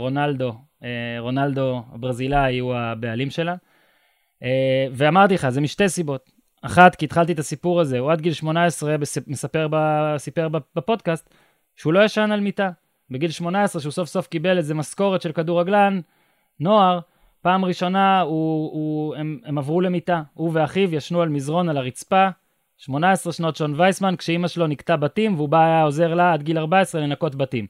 רונלדו הברזילאי הוא הבעלים שלה. ואמרתי לך, זה משתי סיבות. אחת, כי התחלתי את הסיפור הזה, הוא עד גיל 18 סיפר בפודקאסט, שהוא לא ישן על מיטה. בגיל 18, שהוא סוף סוף קיבל איזה משכורת של כדורגלן, נוער, פעם ראשונה הם עברו למיטה. הוא ואחיו ישנו על מזרון על הרצפה, 18 שנות שון וייסמן, כשאמא שלו נקטה בתים, והוא היה עוזר לה עד גיל 14 לנקות בתים.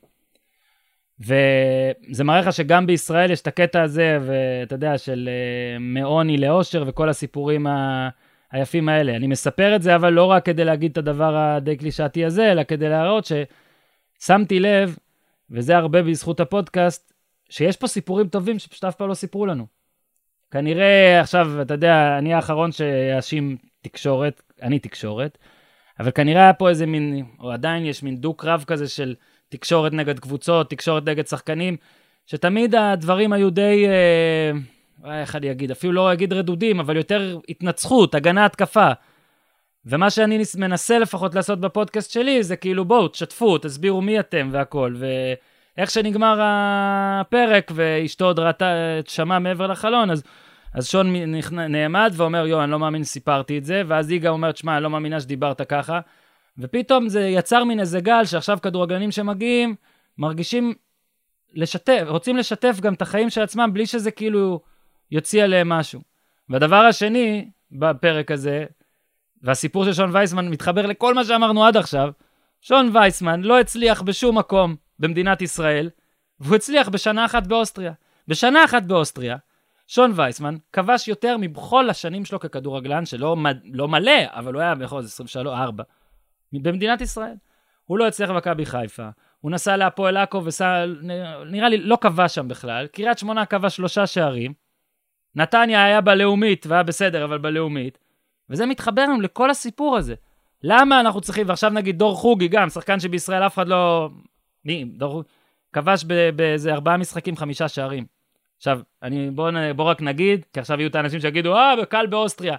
וזה מראה לך שגם בישראל יש את הקטע הזה, ואתה יודע, של מעוני לאושר, וכל הסיפורים היפים האלה. אני מספר את זה, אבל לא רק כדי להגיד את הדבר הדי קלישאתי הזה, אלא כדי להראות ששמתי לב, וזה הרבה בזכות הפודקאסט, שיש פה סיפורים טובים שפשוט אף פעם לא סיפרו לנו. כנראה עכשיו, אתה יודע, אני האחרון שיאשים תקשורת, אני תקשורת, אבל כנראה היה פה איזה מין, או עדיין יש מין דוק רב כזה של תקשורת נגד קבוצות, תקשורת נגד שחקנים, שתמיד הדברים היו די, איך אני אגיד, אפילו לא אגיד רדודים, אבל יותר התנצחות, הגנה, התקפה. ומה שאני מנסה לפחות לעשות בפודקאסט שלי, זה כאילו בואו, תשתפו, תסבירו מי אתם והכל, ואיך שנגמר הפרק, ואשתו עוד ראתה, שמע מעבר לחלון, אז שון נעמד ואומר, יו, אני לא מאמין שסיפרתי את זה, ואז איגה אומרת, שמע, אני לא מאמינה שדיברת ככה, ופתאום זה יצר מן איזה גל, שעכשיו כדורגלנים שמגיעים, מרגישים לשתף, רוצים לשתף גם את החיים של עצמם, בלי שזה כאילו יוציא עליהם משהו. והדבר השני, בפרק הזה, והסיפור של שון וייסמן מתחבר לכל מה שאמרנו עד עכשיו, שון וייסמן לא הצליח בשום מקום במדינת ישראל, והוא הצליח בשנה אחת באוסטריה. בשנה אחת באוסטריה, שון וייסמן כבש יותר מבכל השנים שלו ככדורגלן, שלא לא מלא, אבל הוא היה בכל 23-4, במדינת ישראל. הוא לא הצליח במכבי חיפה, הוא נסע להפועל עכו נראה לי לא קבע שם בכלל, קריית שמונה קבע 3 שערים, נתניה היה בלאומית, והיה בסדר, אבל בלאומית, וזה מתחבר לנו לכל הסיפור הזה. למה אנחנו צריכים, ועכשיו נגיד דור חוגי גם, שחקן שבישראל אף אחד לא... דור חוגי, כבש באיזה 4 משחקים 5 שערים. עכשיו, בוא רק נגיד, כי עכשיו יהיו את האנשים שיגידו, קל באוסטריה.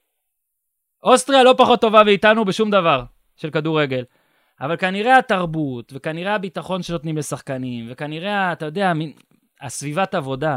אוסטריה לא פחות טובה ואיתנו בשום דבר של כדורגל. אבל כנראה התרבות, וכנראה הביטחון שנותנים לשחקנים, וכנראה, אתה יודע, הסביבת עבודה.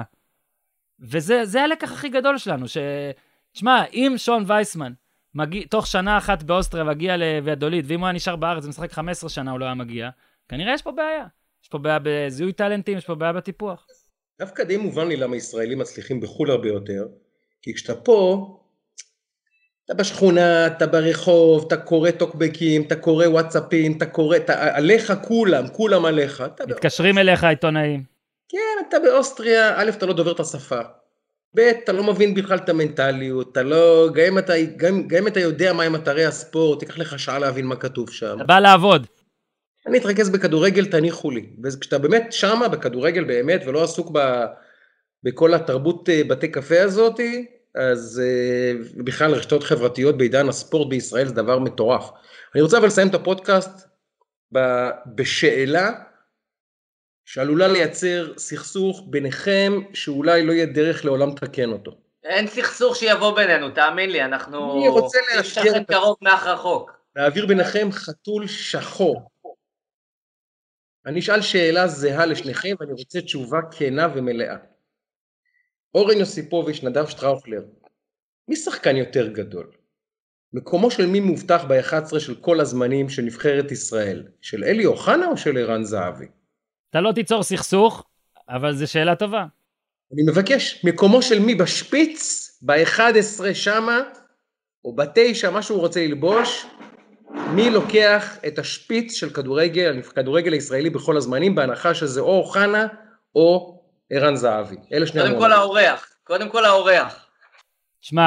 וזה הלקח הכי גדול שלנו, תשמע, אם שון וייסמן, תוך שנה אחת באוסטריה מגיע לויאדוליד, ואם הוא היה נשאר בארץ ומשחק 15 שנה הוא לא היה מגיע, כנראה יש פה בעיה. יש פה בעיה בזיהוי טלנטים, יש פה בעיה בטיפוח. דווקא די מובן לי למה ישראלים מצליחים בחול הרבה יותר, כי כשאתה פה, אתה בשכונה, אתה ברחוב, אתה קורא טוקבקים, אתה קורא וואטסאפים, עליך כולם עליך. מתקשרים אליך עיתונאים. כן, אתה באוסטריה, א', אתה לא דובר את השפה. ב', אתה לא מבין בכלל את המנטליות, אתה לא, גם אם אתה יודע מה עם אתרי הספורט, תיקח לך שעה להבין מה כתוב שם. אתה בא לעבוד. אני אתרכז בכדורגל, תניחו לי. וכשאתה באמת שמה בכדורגל באמת, ולא עסוק בכל התרבות בתי קפה הזאת, אז בכלל רשתות חברתיות בעידן הספורט בישראל זה דבר מטורף. אני רוצה אבל לסיים את הפודקאסט בשאלה שעלולה לייצר סכסוך ביניכם, שאולי לא יהיה דרך לעולם תקן אותו. אין סכסוך שיבוא בינינו, תאמין לי, אנחנו... אני רוצה להשאיר את קרוב מאח רחוק. להעביר ביניכם חתול שחור. אני אשאל שאלה זהה לשניכם, ואני רוצה תשובה כנה ומלאה. אורן יוסיפוביץ', נדב שטראוכלר, מי שחקן יותר גדול? מקומו של מי מובטח ב-11 של כל הזמנים של נבחרת ישראל? של אלי אוחנה או של ערן זהבי? אתה לא תיצור סכסוך, אבל זו שאלה טובה. אני מבקש, מקומו של מי בשפיץ, ב-11 שמה, או ב-9, מה שהוא רוצה ללבוש, מי לוקח את השפיץ של כדורגל הישראלי בכל הזמנים, בהנחה שזה או אוחנה או ערן זהבי. אלה שני המועמדים. קודם כל האורח. שמע,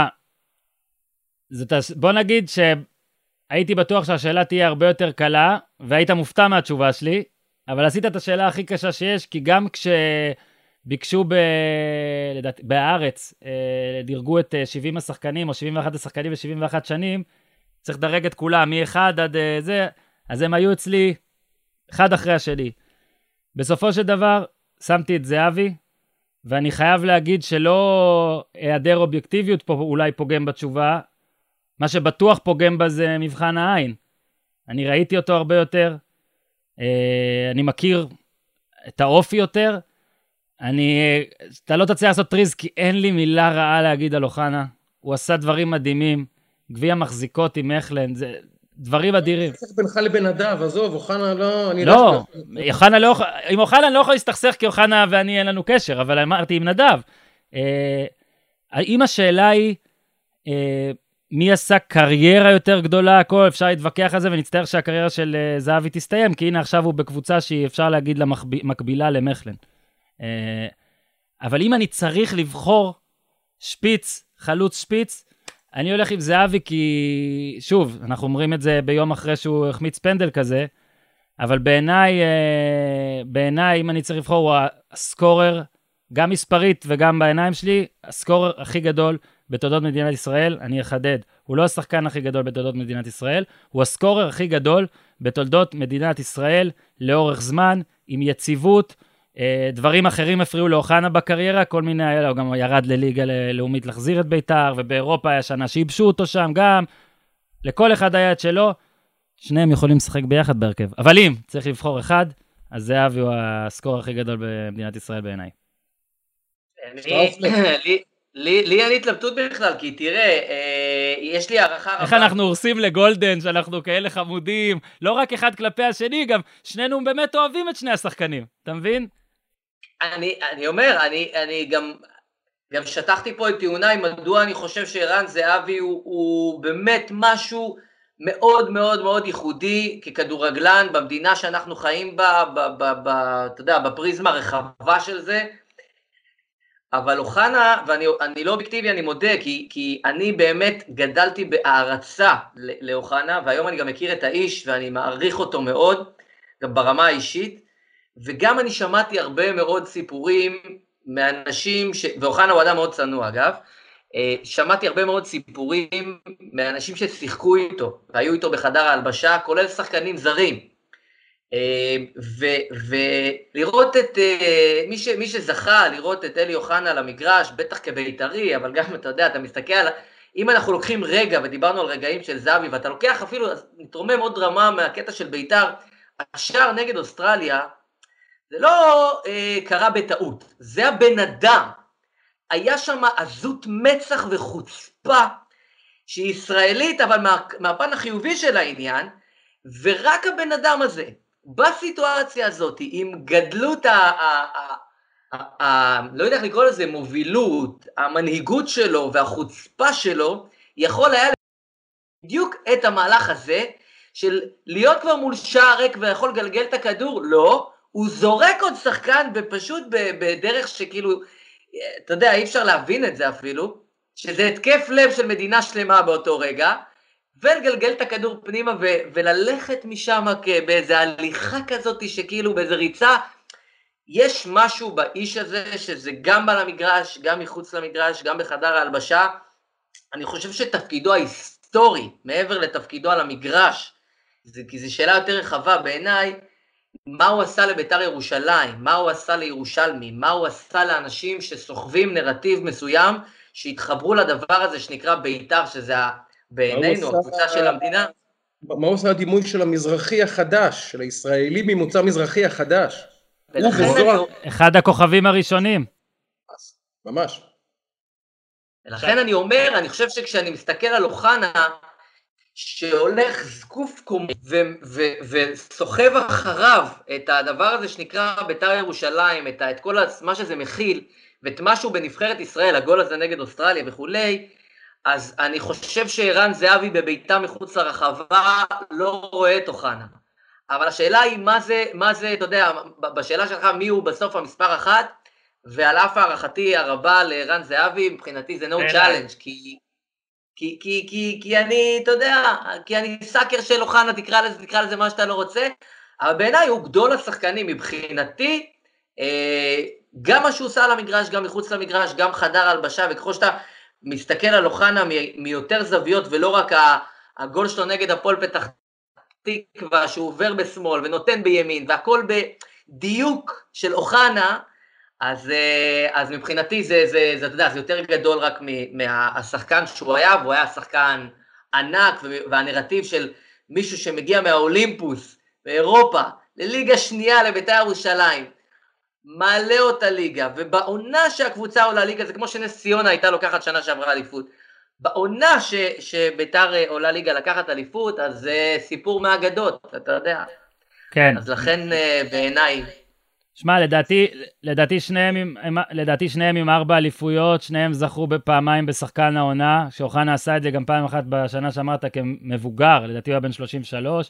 בוא נגיד שהייתי בטוח שהשאלה תהיה הרבה יותר קלה, והיית מופתע מהתשובה שלי, אבל עשית את השאלה הכי קשה שיש, כי גם כשביקשו בארץ, דרגו את 70 השחקנים, או 71 השחקנים ו-71 שנים, צריך לדרג את כולם, מ-1 עד זה, אז הם היו אצלי, אחד אחרי השני. בסופו של דבר, שמתי את זהבי, ואני חייב להגיד שלא היעדר אובייקטיביות פה אולי פוגם בתשובה, מה שבטוח פוגם בה זה מבחן העין. אני ראיתי אותו הרבה יותר, אני מכיר את האופי יותר, אתה לא תצליח לעשות טריז, כי אין לי מילה רעה להגיד על אוחנה, הוא עשה דברים מדהימים, גביע מחזיקות עם מחלן, זה דברים אדירים. צריך בינך לבן נדב, עזוב, אוחנה לא... לא, עם אוחנה אני לא יכול להסתכסך, כי אוחנה ואני אין לנו קשר, אבל אמרתי עם נדב. אם השאלה היא, מי עשה קריירה יותר גדולה, הכל אפשר להתווכח על זה, ונצטער שהקריירה של זהבי תסתיים, כי הנה עכשיו הוא בקבוצה שהיא אפשר להגיד לה מקבילה למחלן. אבל אם אני צריך לבחור שפיץ, חלוץ שפיץ, אני הולך עם זהבי כי, שוב, אנחנו אומרים את זה ביום אחרי שהוא החמיץ פנדל כזה, אבל בעיניי, אם אני צריך לבחור, הוא הסקורר, גם מספרית וגם בעיניים שלי, הסקורר הכי גדול בתולדות מדינת ישראל, אני אחדד, הוא לא השחקן הכי גדול בתולדות מדינת ישראל, הוא הסקורר הכי גדול בתולדות מדינת ישראל, לאורך זמן, עם יציבות, דברים אחרים הפריעו לאוחנה בקריירה, כל מיני, היה לו גם ירד לליגה לאומית להחזיר את ביתר, ובאירופה היה שנה שיבשו אותו שם גם, לכל אחד היה את שלו, שניהם יכולים לשחק ביחד בהרכב, אבל אם צריך לבחור אחד, אז זהבי הוא הסקורר הכי גדול במדינת ישראל בעיניי. לי אין התלבטות בכלל, כי תראה, יש לי הערכה רבה. איך אנחנו הורסים לגולדן, שאנחנו כאלה חמודים, לא רק אחד כלפי השני, גם שנינו באמת אוהבים את שני השחקנים, אתה מבין? אני אומר, אני גם שטחתי פה את טיעוניי, מדוע אני חושב שערן זהבי הוא באמת משהו מאוד מאוד מאוד ייחודי ככדורגלן, במדינה שאנחנו חיים בה, אתה יודע, בפריזמה הרחבה של זה, אבל אוחנה, ואני לא אובייקטיבי, אני מודה, כי אני באמת גדלתי בהערצה לאוחנה, והיום אני גם מכיר את האיש, ואני מעריך אותו מאוד, גם ברמה האישית, וגם אני שמעתי הרבה מאוד סיפורים מאנשים, ואוחנה הוא אדם מאוד צנוע אגב, שמעתי הרבה מאוד סיפורים מאנשים ששיחקו איתו, והיו איתו בחדר ההלבשה, כולל שחקנים זרים, ולראות את, מי שזכה לראות את אלי אוחנה על המגרש, בטח כבית"רי, אבל גם אתה יודע, אתה מסתכל על, אם אנחנו לוקחים רגע, ודיברנו על רגעים של זהבי, ואתה לוקח אפילו, נתרומם עוד רמה מהקטע של בית"ר, השער נגד אוסטרליה, זה לא קרה בטעות, זה הבן אדם, היה שם עזות מצח וחוצפה, שהיא ישראלית, אבל מהפן החיובי של העניין, ורק הבן אדם הזה, בסיטואציה הזאת, עם גדלות, לא יודע איך לקרוא לזה, מובילות, המנהיגות שלו והחוצפה שלו, יכול היה בדיוק את המהלך הזה, של להיות כבר מול שער ריק ויכול לגלגל את הכדור, לא, הוא זורק עוד שחקן ופשוט בדרך שכאילו, אתה יודע, אי אפשר להבין את זה אפילו, שזה התקף לב של מדינה שלמה באותו רגע, ולגלגל את הכדור פנימה וללכת משם באיזו הליכה כזאת שכאילו באיזו ריצה, יש משהו באיש הזה שזה גם על המגרש, גם מחוץ למגרש, גם בחדר ההלבשה, אני חושב שתפקידו ההיסטורי, מעבר לתפקידו על המגרש, כי זו שאלה יותר רחבה בעיניי, מה הוא עשה לבית"ר ירושלים, מה הוא עשה לירושלמי, מה הוא עשה לאנשים שסוחבים נרטיב מסוים, שהתחברו לדבר הזה שנקרא בית"ר, שזה בעינינו הקבוצה של המדינה. מה הוא עושה הדימוי של המזרחי החדש, של הישראלי ממוצא מזרחי החדש? אחד הכוכבים הראשונים. ממש. ולכן אני אומר, אני חושב שכשאני מסתכל על אוחנה, שהולך זקוף קום וסוחב אחריו את הדבר הזה שנקרא בית"ר ירושלים, את כל מה שזה מכיל, ואת משהו בנבחרת ישראל, הגול הזה נגד אוסטרליה וכולי, אז אני חושב שערן זהבי בביתה מחוץ לרחבה לא רואה את אוחנה. אבל השאלה היא מה זה, אתה יודע, בשאלה שלך מי הוא בסוף המספר אחת, ועל אף הערכתי הרבה לערן זהבי, מבחינתי זה no challenge, כי אני, אתה יודע, כי אני סאקר של אוחנה, תקרא לזה מה שאתה לא רוצה, אבל בעיניי הוא גדול השחקנים, מבחינתי, גם מה שהוא עושה על המגרש, גם מחוץ למגרש, גם חדר הלבשה, וככל שאתה מסתכל על אוחנה מיותר זוויות, ולא רק הגול שלו נגד הפועל פתח תקווה, שהוא עובר בשמאל ונותן בימין, והכל בדיוק של אוחנה, אז מבחינתי זה, אתה יודע, זה יותר גדול רק מהשחקן שהוא היה, והוא היה שחקן ענק, והנרטיב של מישהו שמגיע מהאולימפוס, באירופה, לליגה שנייה לבית"ר ירושלים, מעלה אותה ליגה, ובעונה שהקבוצה עולה ליגה, זה כמו שנס ציונה הייתה לוקחת שנה שעברה אליפות, בעונה שבית"ר עולה ליגה לקחת אליפות, אז זה סיפור מהאגדות, אתה יודע. כן. אז לכן בעיניי, שמע, לדעתי שניהם עם 4 אליפויות, שניהם זכו בפעמיים בשחקן העונה, שאוחנה עשה את זה גם פעם אחת בשנה שאמרת כמבוגר, לדעתי הוא היה בן 33.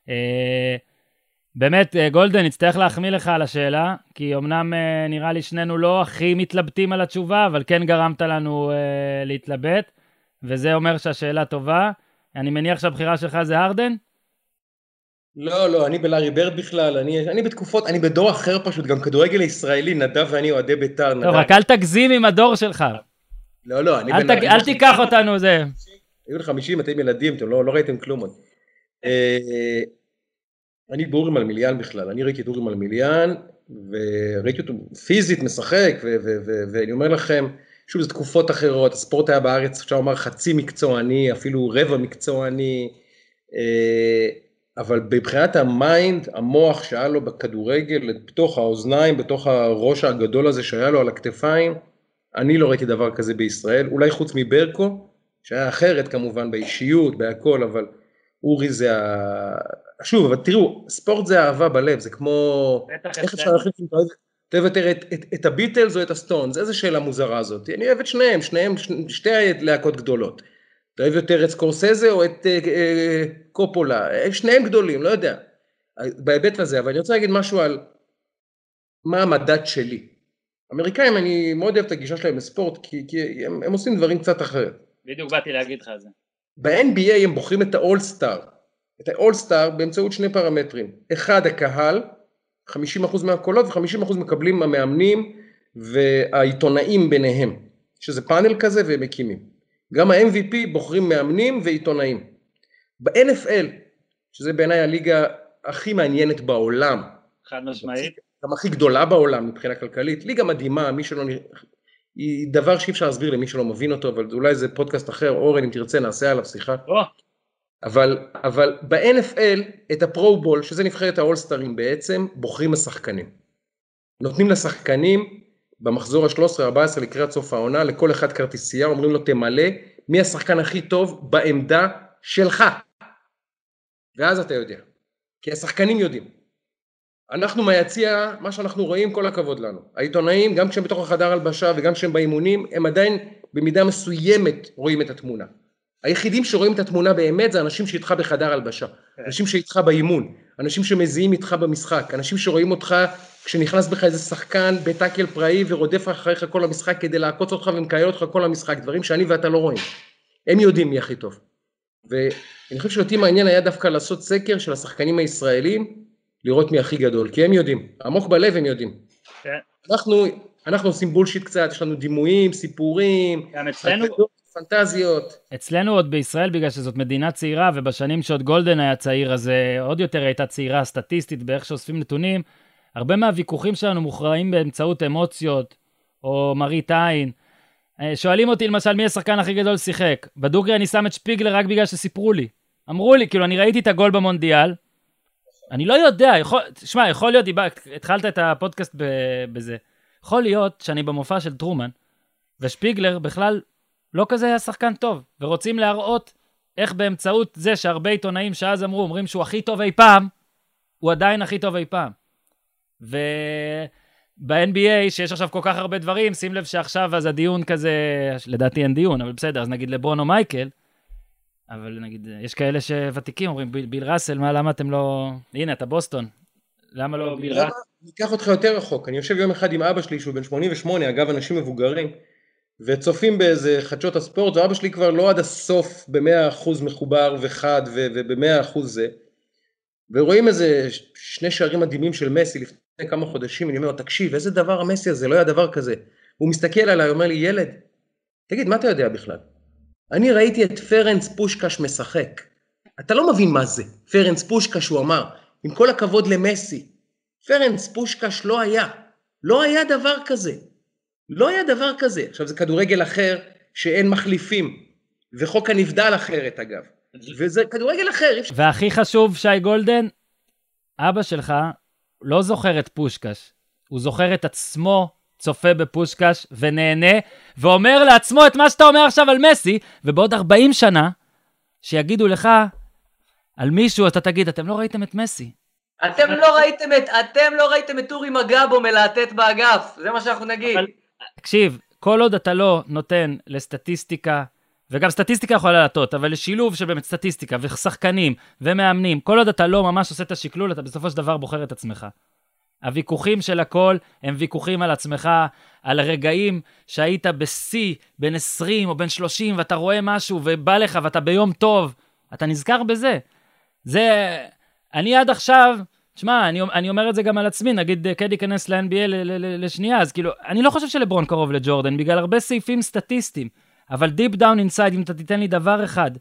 באמת, גולדן, נצטרך להחמיא לך על השאלה, כי אמנם נראה לי שנינו לא הכי מתלבטים על התשובה, אבל כן גרמת לנו להתלבט, וזה אומר שהשאלה טובה. אני מניח שהבחירה שלך זה הרדן? לא, אני בלארי ברד בכלל, אני בתקופות, אני בדור אחר פשוט, גם כדורגל הישראלי, נדב ואני אוהדי בית"ר. טוב, רק אל תגזים עם הדור שלך. לא, אני אל תיקח אותנו זה. היו ל-50, אתם ילדים, אתם לא ראיתם כלום עוד. אני באורי מלמיליאן בכלל, אני ראיתי את אורי מלמיליאן, וראיתי אותו פיזית משחק, ואני אומר לכם, שוב, זה תקופות אחרות, הספורט היה בארץ, אפשר לומר חצי מקצועני, אפילו רבע מקצועני, אבל בבחינת המיינד, המוח שהיה לו בכדורגל, בתוך האוזניים, בתוך הראש הגדול הזה שהיה לו על הכתפיים, אני לא ראיתי דבר כזה בישראל, אולי חוץ מברקו, שהיה אחרת כמובן באישיות, בהכל, אבל אורי זה שוב, אבל תראו, ספורט זה אהבה בלב, זה כמו, איך אפשר להחליט אם אתה אוהב יותר את הביטלס או את הסטונס, זה איזה שאלה מוזרה הזאת, אני אוהב את שניהם, שתי להקות גדולות, אתה אוהב יותר את סקורסזה או את קופולה, שניהם גדולים, לא יודע, בהיבט הזה, אבל אני רוצה להגיד משהו על מה המדד שלי. אמריקאים, אני מאוד אוהב את הגישה שלהם לספורט, כי הם עושים דברים קצת אחרת. בדיוק באתי להגיד לך את זה. ב-NBA הם בוחרים את האול-סטאר, את האולסטאר באמצעות שני פרמטרים. אחד, הקהל, 50% מהקולות, ו50% מקבלים המאמנים והעיתונאים ביניהם, שזה פאנל כזה והם מקימים. גם ה-MVP בוחרים מאמנים ועיתונאים. ב-NFL, שזה בעיניי הליגה הכי מעניינת בעולם, חד משמעית. גם הכי גדולה בעולם מבחינה כלכלית, ליגה מדהימה, היא דבר שאי אפשר להסביר למי שלא מבין אותו, אבל אולי זה פודקאסט אחר, אורן, אם תרצה נעשה עליו שיחה. אבל ב-NFL, את הפרו-בול, שזה נבחרת האולסטרים בעצם, בוחרים השחקנים. נותנים לשחקנים, במחזור ה-13-14 לקראת סוף העונה, לכל אחד כרטיסייה, אומרים לו תמלא, מי השחקן הכי טוב בעמדה שלך. ואז אתה יודע, כי השחקנים יודעים. אנחנו מהיציע, מה שאנחנו רואים, כל הכבוד לנו. העיתונאים, גם כשהם בתוך החדר הלבשה וגם כשהם באימונים, הם עדיין במידה מסוימת רואים את התמונה. היחידים שרואים את התמונה באמת זה אנשים שאיתך בחדר הלבשה, אנשים שאיתך באימון, אנשים שמזיעים איתך במשחק, אנשים שרואים אותך כשנכנס בך איזה שחקן בטאקל פראי ורודף אחריך כל המשחק כדי לעקוץ אותך ומקייל אותך כל המשחק, דברים שאני ואתה לא רואים. הם יודעים מי הכי טוב. ואני חושב שאותי מעניין היה דווקא לעשות סקר של השחקנים הישראלים, לראות מי הכי גדול, כי הם יודעים, עמוק בלב הם יודעים. אנחנו עושים בולשיט קצת, יש לנו דימויים, סיפורים, פנטזיות. אצלנו עוד בישראל, בגלל שזאת מדינה צעירה, ובשנים שעוד גולדן היה צעיר, אז עוד יותר הייתה צעירה סטטיסטית, באיך שאוספים נתונים, הרבה מהוויכוחים שלנו מוכרעים באמצעות אמוציות, או מראית עין. שואלים אותי למשל מי השחקן הכי גדול שיחק. בדוגרי אני שם את שפיגלר רק בגלל שסיפרו לי. אמרו לי, כאילו אני ראיתי את הגול במונדיאל, אני לא יודע, יכול להיות, התחלת את הפודקאסט בזה, יכול להיות שאני במופע של טרומן, ושפיגלר בכלל לא כזה היה שחקן טוב, ורוצים להראות איך באמצעות זה שהרבה עיתונאים שאז אומרים שהוא הכי טוב אי פעם, הוא עדיין הכי טוב אי פעם. וב-NBA, שיש עכשיו כל כך הרבה דברים, שים לב שעכשיו אז הדיון כזה, לדעתי אין דיון, אבל בסדר, אז נגיד לברון או מייקל, אבל נגיד, יש כאלה שוותיקים, אומרים, ביל ראסל, למה אתם לא... הנה, אתה בוסטון. למה לא ביל ראסל? אני אקח אותך יותר רחוק. אני יושב יום אחד עם אבא שלי, שהוא בן 88, אגב, אנשים מבוגרים, וצופים באיזה חדשות הספורט, ואבא שלי כבר לא עד הסוף ב-100% מחובר וחד, וב-100% זה. ורואים איזה שני שערים מדהימים של מסי לפני כמה חודשים, אני אומר לו, תקשיב, איזה דבר המסי הזה, לא היה דבר כזה. הוא מסתכל עליי, אומר לי, ילד, תגיד, מה אתה יודע בכלל? אני ראיתי את פרנס פושקש משחק. אתה לא מבין מה זה. פרנס פושקש, הוא אמר, עם כל הכבוד למסי, פרנס פושקש לא היה. לא היה דבר כזה. לא היה דבר כזה. עכשיו זה כדורגל אחר שאין מחליפים, וחוק הנבדל אחרת אגב. וזה כדורגל אחר. והכי חשוב, שי גולדן, אבא שלך לא זוכר את פושקש. הוא זוכר את עצמו, צופה בפושקש ונהנה, ואומר לעצמו את מה שאתה אומר עכשיו על מסי, ובעוד 40 שנה, שיגידו לך על מישהו, אתה תגיד, אתם לא ראיתם את מסי. אתם לא ראיתם את אורי מגבו מלהטט באגף, זה מה שאנחנו נגיד. תקשיב, כל עוד אתה לא נותן לסטטיסטיקה, וגם סטטיסטיקה יכולה להטות, אבל לשילוב של באמת סטטיסטיקה ושחקנים ומאמנים, כל עוד אתה לא ממש עושה את השקלול, אתה בסופו של דבר בוחר את עצמך. הוויכוחים של הכל הם ויכוחים על עצמך, על הרגעים שהיית בשיא, בין 20 או בין 30, ואתה רואה משהו ובא לך ואתה ביום טוב, אתה נזכר בזה. זה, אני עד עכשיו, תשמע, אני אומר את זה גם על עצמי, נגיד קדי כנס ל-NBA לשנייה, אז כאילו, אני לא חושב שלברון קרוב לג'ורדן, בגלל הרבה סעיפים סטטיסטיים, אבל deep down inside, אם אתה תיתן לי דבר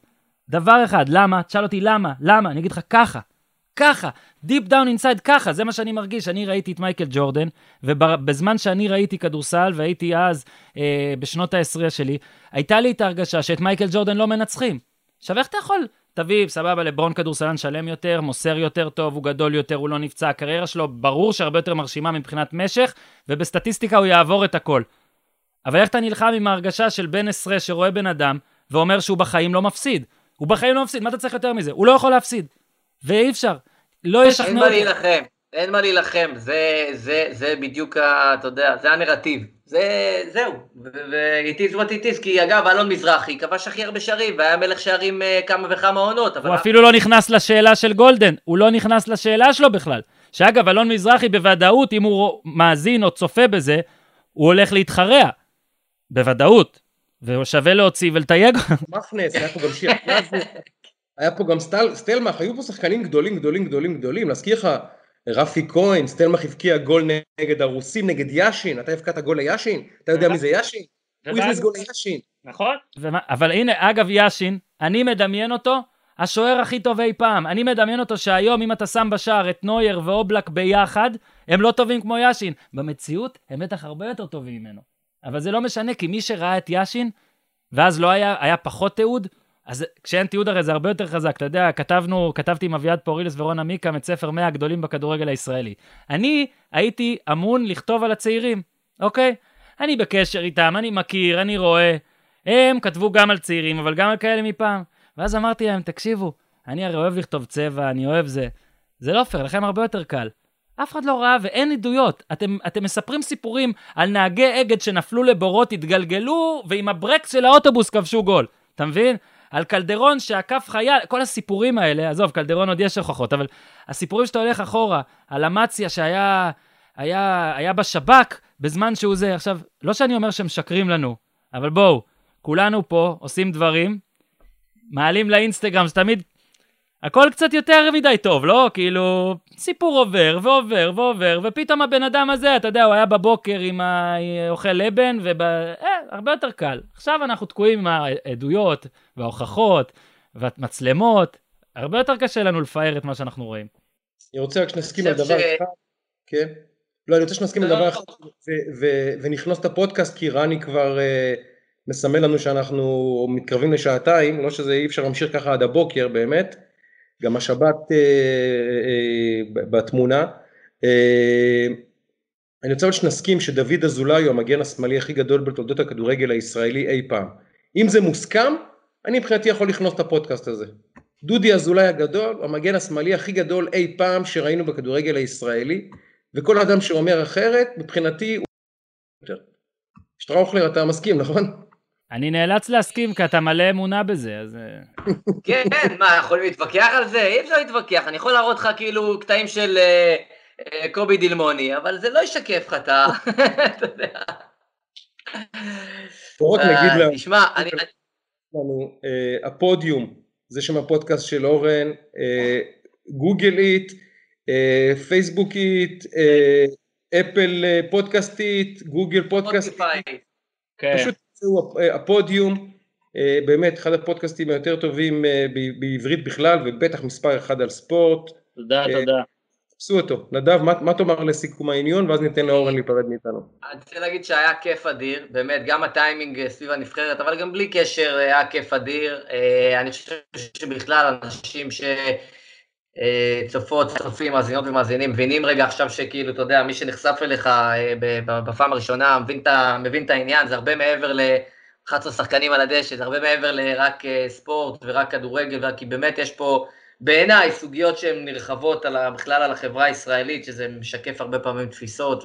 אחד, למה? תשאל אותי למה? אני אגיד לך ככה, deep down inside ככה, זה מה שאני מרגיש. אני ראיתי את מייקל ג'ורדן, ובזמן שאני ראיתי כדורסל, והייתי אז בשנות ה-10 שלי, הייתה לי את ההרגשה שאת מייקל ג'ורדן לא מנצחים. עכשיו איך אתה יכול? תביא, סבבה, לברון כדורסלן שלם יותר, מוסר יותר טוב, הוא גדול יותר, הוא לא נפצע, הקריירה שלו ברור שהרבה יותר מרשימה מבחינת משך, ובסטטיסטיקה הוא יעבור את הכל. אבל איך אתה נלחם עם ההרגשה של בן 10 שרואה בן אדם, ואומר שהוא בחיים לא מפסיד? הוא בחיים לא מפסיד, מה אתה צריך יותר מזה? הוא לא יכול להפסיד. ואי אפשר. לא ישכנע אותי. אין מה להילחם. זה בדיוק, אתה יודע, זה הנרטיב. זהו. ו-it is what it is, כי אגב, אלון מזרחי כבש הכי הרבה שערים, והיה מלך שערים כמה וכמה עונות. הוא אפילו לא נכנס לשאלה של גולדן. הוא לא נכנס לשאלה שלו בכלל. שאגב, אלון מזרחי בוודאות, אם הוא מאזין או צופה בזה, הוא הולך להתחרע. בוודאות. והוא שווה להוציא ולתייג. מכנס, אנחנו גם שיר. היה פה גם סטלמך, היו פה שחקנים גדולים, להזכיר לך, רפי כהן, סטלמך הבקיע גול נגד הרוסים, נגד ישין, אתה הבקעת גול לישין? אתה יודע מי זה ישין? הוא הכניס גול לישין. נכון? אבל הנה, אגב ישין, אני מדמיין אותו, השוער הכי טוב אי פעם, אני מדמיין אותו שהיום אם אתה שם בשער את נויר ואובלק ביחד, הם לא טובים כמו ישין, במציאות הם בטח הרבה יותר טובים ממנו, אבל זה לא משנה, כי מי שראה את ישין, ואז לא היה פחות תיעוד, אז כשאין תיעוד הרי זה הרבה יותר חזק, אתה יודע, כתבתי עם אביעד פורילס ורונה מיקה, את ספר 100 הגדולים בכדורגל הישראלי, אני הייתי אמון לכתוב על הצעירים, אוקיי? אני בקשר איתם, אני מכיר, אני רואה, הם כתבו גם על צעירים, אבל גם על כאלה מפעם, ואז אמרתי להם, תקשיבו, אני הרי אוהב לכתוב צבע, אני אוהב זה, זה לא פייר, לכם הרבה יותר קל, אף אחד לא ראה ואין עדויות, אתם מספרים סיפורים על נהגי אגד שנפלו לבורות, התגלגלו, ועם הברקס של האוטובוס כבשו גול, אתה מבין? על קלדרון שעקף חייל, כל הסיפורים האלה, עזוב, קלדרון עוד יש הוכחות, אבל הסיפורים שאתה הולך אחורה, על המציה היה בשבק, בזמן שהוא זה, עכשיו, לא שאני אומר שהם שקרים לנו, אבל בואו, כולנו פה עושים דברים, מעלים לאינסטגרם, שתמיד, הכל קצת יותר מדי טוב, לא? כאילו, סיפור עובר ועובר ועובר, ופתאום הבן אדם הזה, אתה יודע, הוא היה בבוקר עם האוכל לבן, הרבה יותר קל. עכשיו אנחנו תקועים עם העדויות, וההוכחות, והמצלמות, הרבה יותר קשה לנו לפאר את מה שאנחנו רואים. אני רוצה רק שנסכים על דבר אחד, כן? לא, אני רוצה שנסכים על דבר אחד, ונכנוס את הפודקאסט, כי רני כבר מסמל לנו שאנחנו מתקרבים לשעתיים, לא שזה אי אפשר להמשיך ככה עד הבוקר, באמת, גם השבת בתמונה. אני רוצה שנסכים שדוד אזולאי הוא המגן השמאלי הכי גדול בתולדות הכדורגל הישראלי אי פעם. אם זה מוסכם, אני מבחינתי יכול לכנוס את הפודקאסט הזה. דודי אזולאי הגדול הוא המגן השמאלי הכי גדול אי פעם שראינו בכדורגל הישראלי, וכל אדם שאומר אחרת, מבחינתי הוא... שטראוכלר, אתה מסכים, נכון? אני נאלץ להסכים, כי אתה מלא אמונה בזה, אז... כן, מה, יכולים להתווכח על זה? אי אפשר להתווכח, אני יכול להראות לך כאילו קטעים של קובי דילמוני, אבל זה לא ישקף לך את ה... אתה יודע. פה רק נגיד תשמע, לנו, הפודיום, זה שם הפודקאסט של אורן, גוגלית, פייסבוקית, אפל פודקאסטית, גוגל פודקאסטית, פשוט זהו הפודיום, באמת אחד הפודקאסטים היותר טובים בעברית בכלל, ובטח מספר אחד על ספורט. תודה. תפסו אותו. נדב, מה תאמר לסיכום העניון, ואז ניתן לאורן להיפרד מאיתנו. אני רוצה להגיד שהיה כיף אדיר, באמת, גם הטיימינג סביב הנבחרת, אבל גם בלי קשר היה כיף אדיר. אני חושב שבכלל אנשים צופים, מאזינות ומאזינים, מבינים רגע עכשיו שכאילו, אתה יודע, מי שנחשף אליך בפעם הראשונה, מבין את העניין, זה הרבה מעבר ל-11 שחקנים על הדשא, זה הרבה מעבר לרק ספורט ורק כדורגל, כי באמת יש פה, בעיניי, סוגיות שהן נרחבות בכלל על החברה הישראלית, שזה משקף הרבה פעמים תפיסות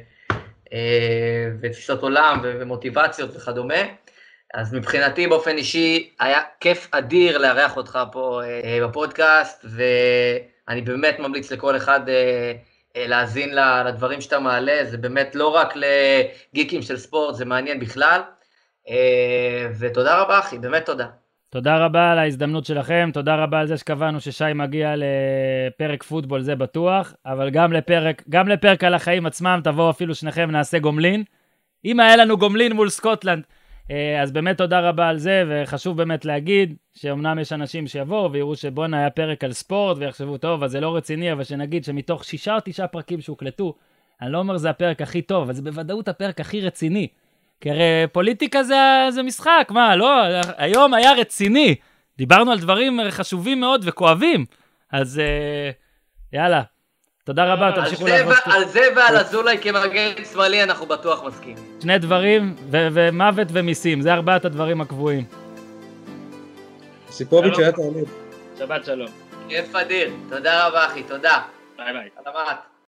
ותפיסות עולם ומוטיבציות וכדומה. אז מבחינתי באופן אישי היה כיף אדיר לארח אותך פה בפודקאסט, ואני באמת ממליץ לכל אחד להאזין לדברים שאתה מעלה, זה באמת לא רק לגיקים של ספורט, זה מעניין בכלל, ותודה רבה אחי, באמת תודה. תודה רבה על ההזדמנות שלכם, תודה רבה על זה שקבענו ששי מגיע לפרק פוטבול, זה בטוח, אבל גם לפרק על החיים עצמם, תבואו אפילו שניכם, נעשה גומלין. אם היה לנו גומלין מול סקוטלנד, אז באמת תודה רבה על זה, וחשוב באמת להגיד שאומנם יש אנשים שיבואו ויראו שבונה היה פרק על ספורט, ויחשבו טוב, אז זה לא רציני, אבל שנגיד שמתוך 6 או 9 פרקים שהוקלטו, אני לא אומר זה הפרק הכי טוב, אבל זה בוודאות הפרק הכי רציני. כי הרי פוליטיקה זה משחק, מה, לא? היום היה רציני. דיברנו על דברים חשובים מאוד וכואבים. אז יאללה. תודה רבה, תמשיכו לעבוד. על זה ועל אזולאי כמגן שמאלי אנחנו בטוח מסכים. 2 דברים, ומוות ומיסים, זה 4 הדברים הקבועים. סיפוביץ' היה תענית. שבת שלום. כיף אדיר, תודה רבה אחי, תודה. ביי ביי. סלמת.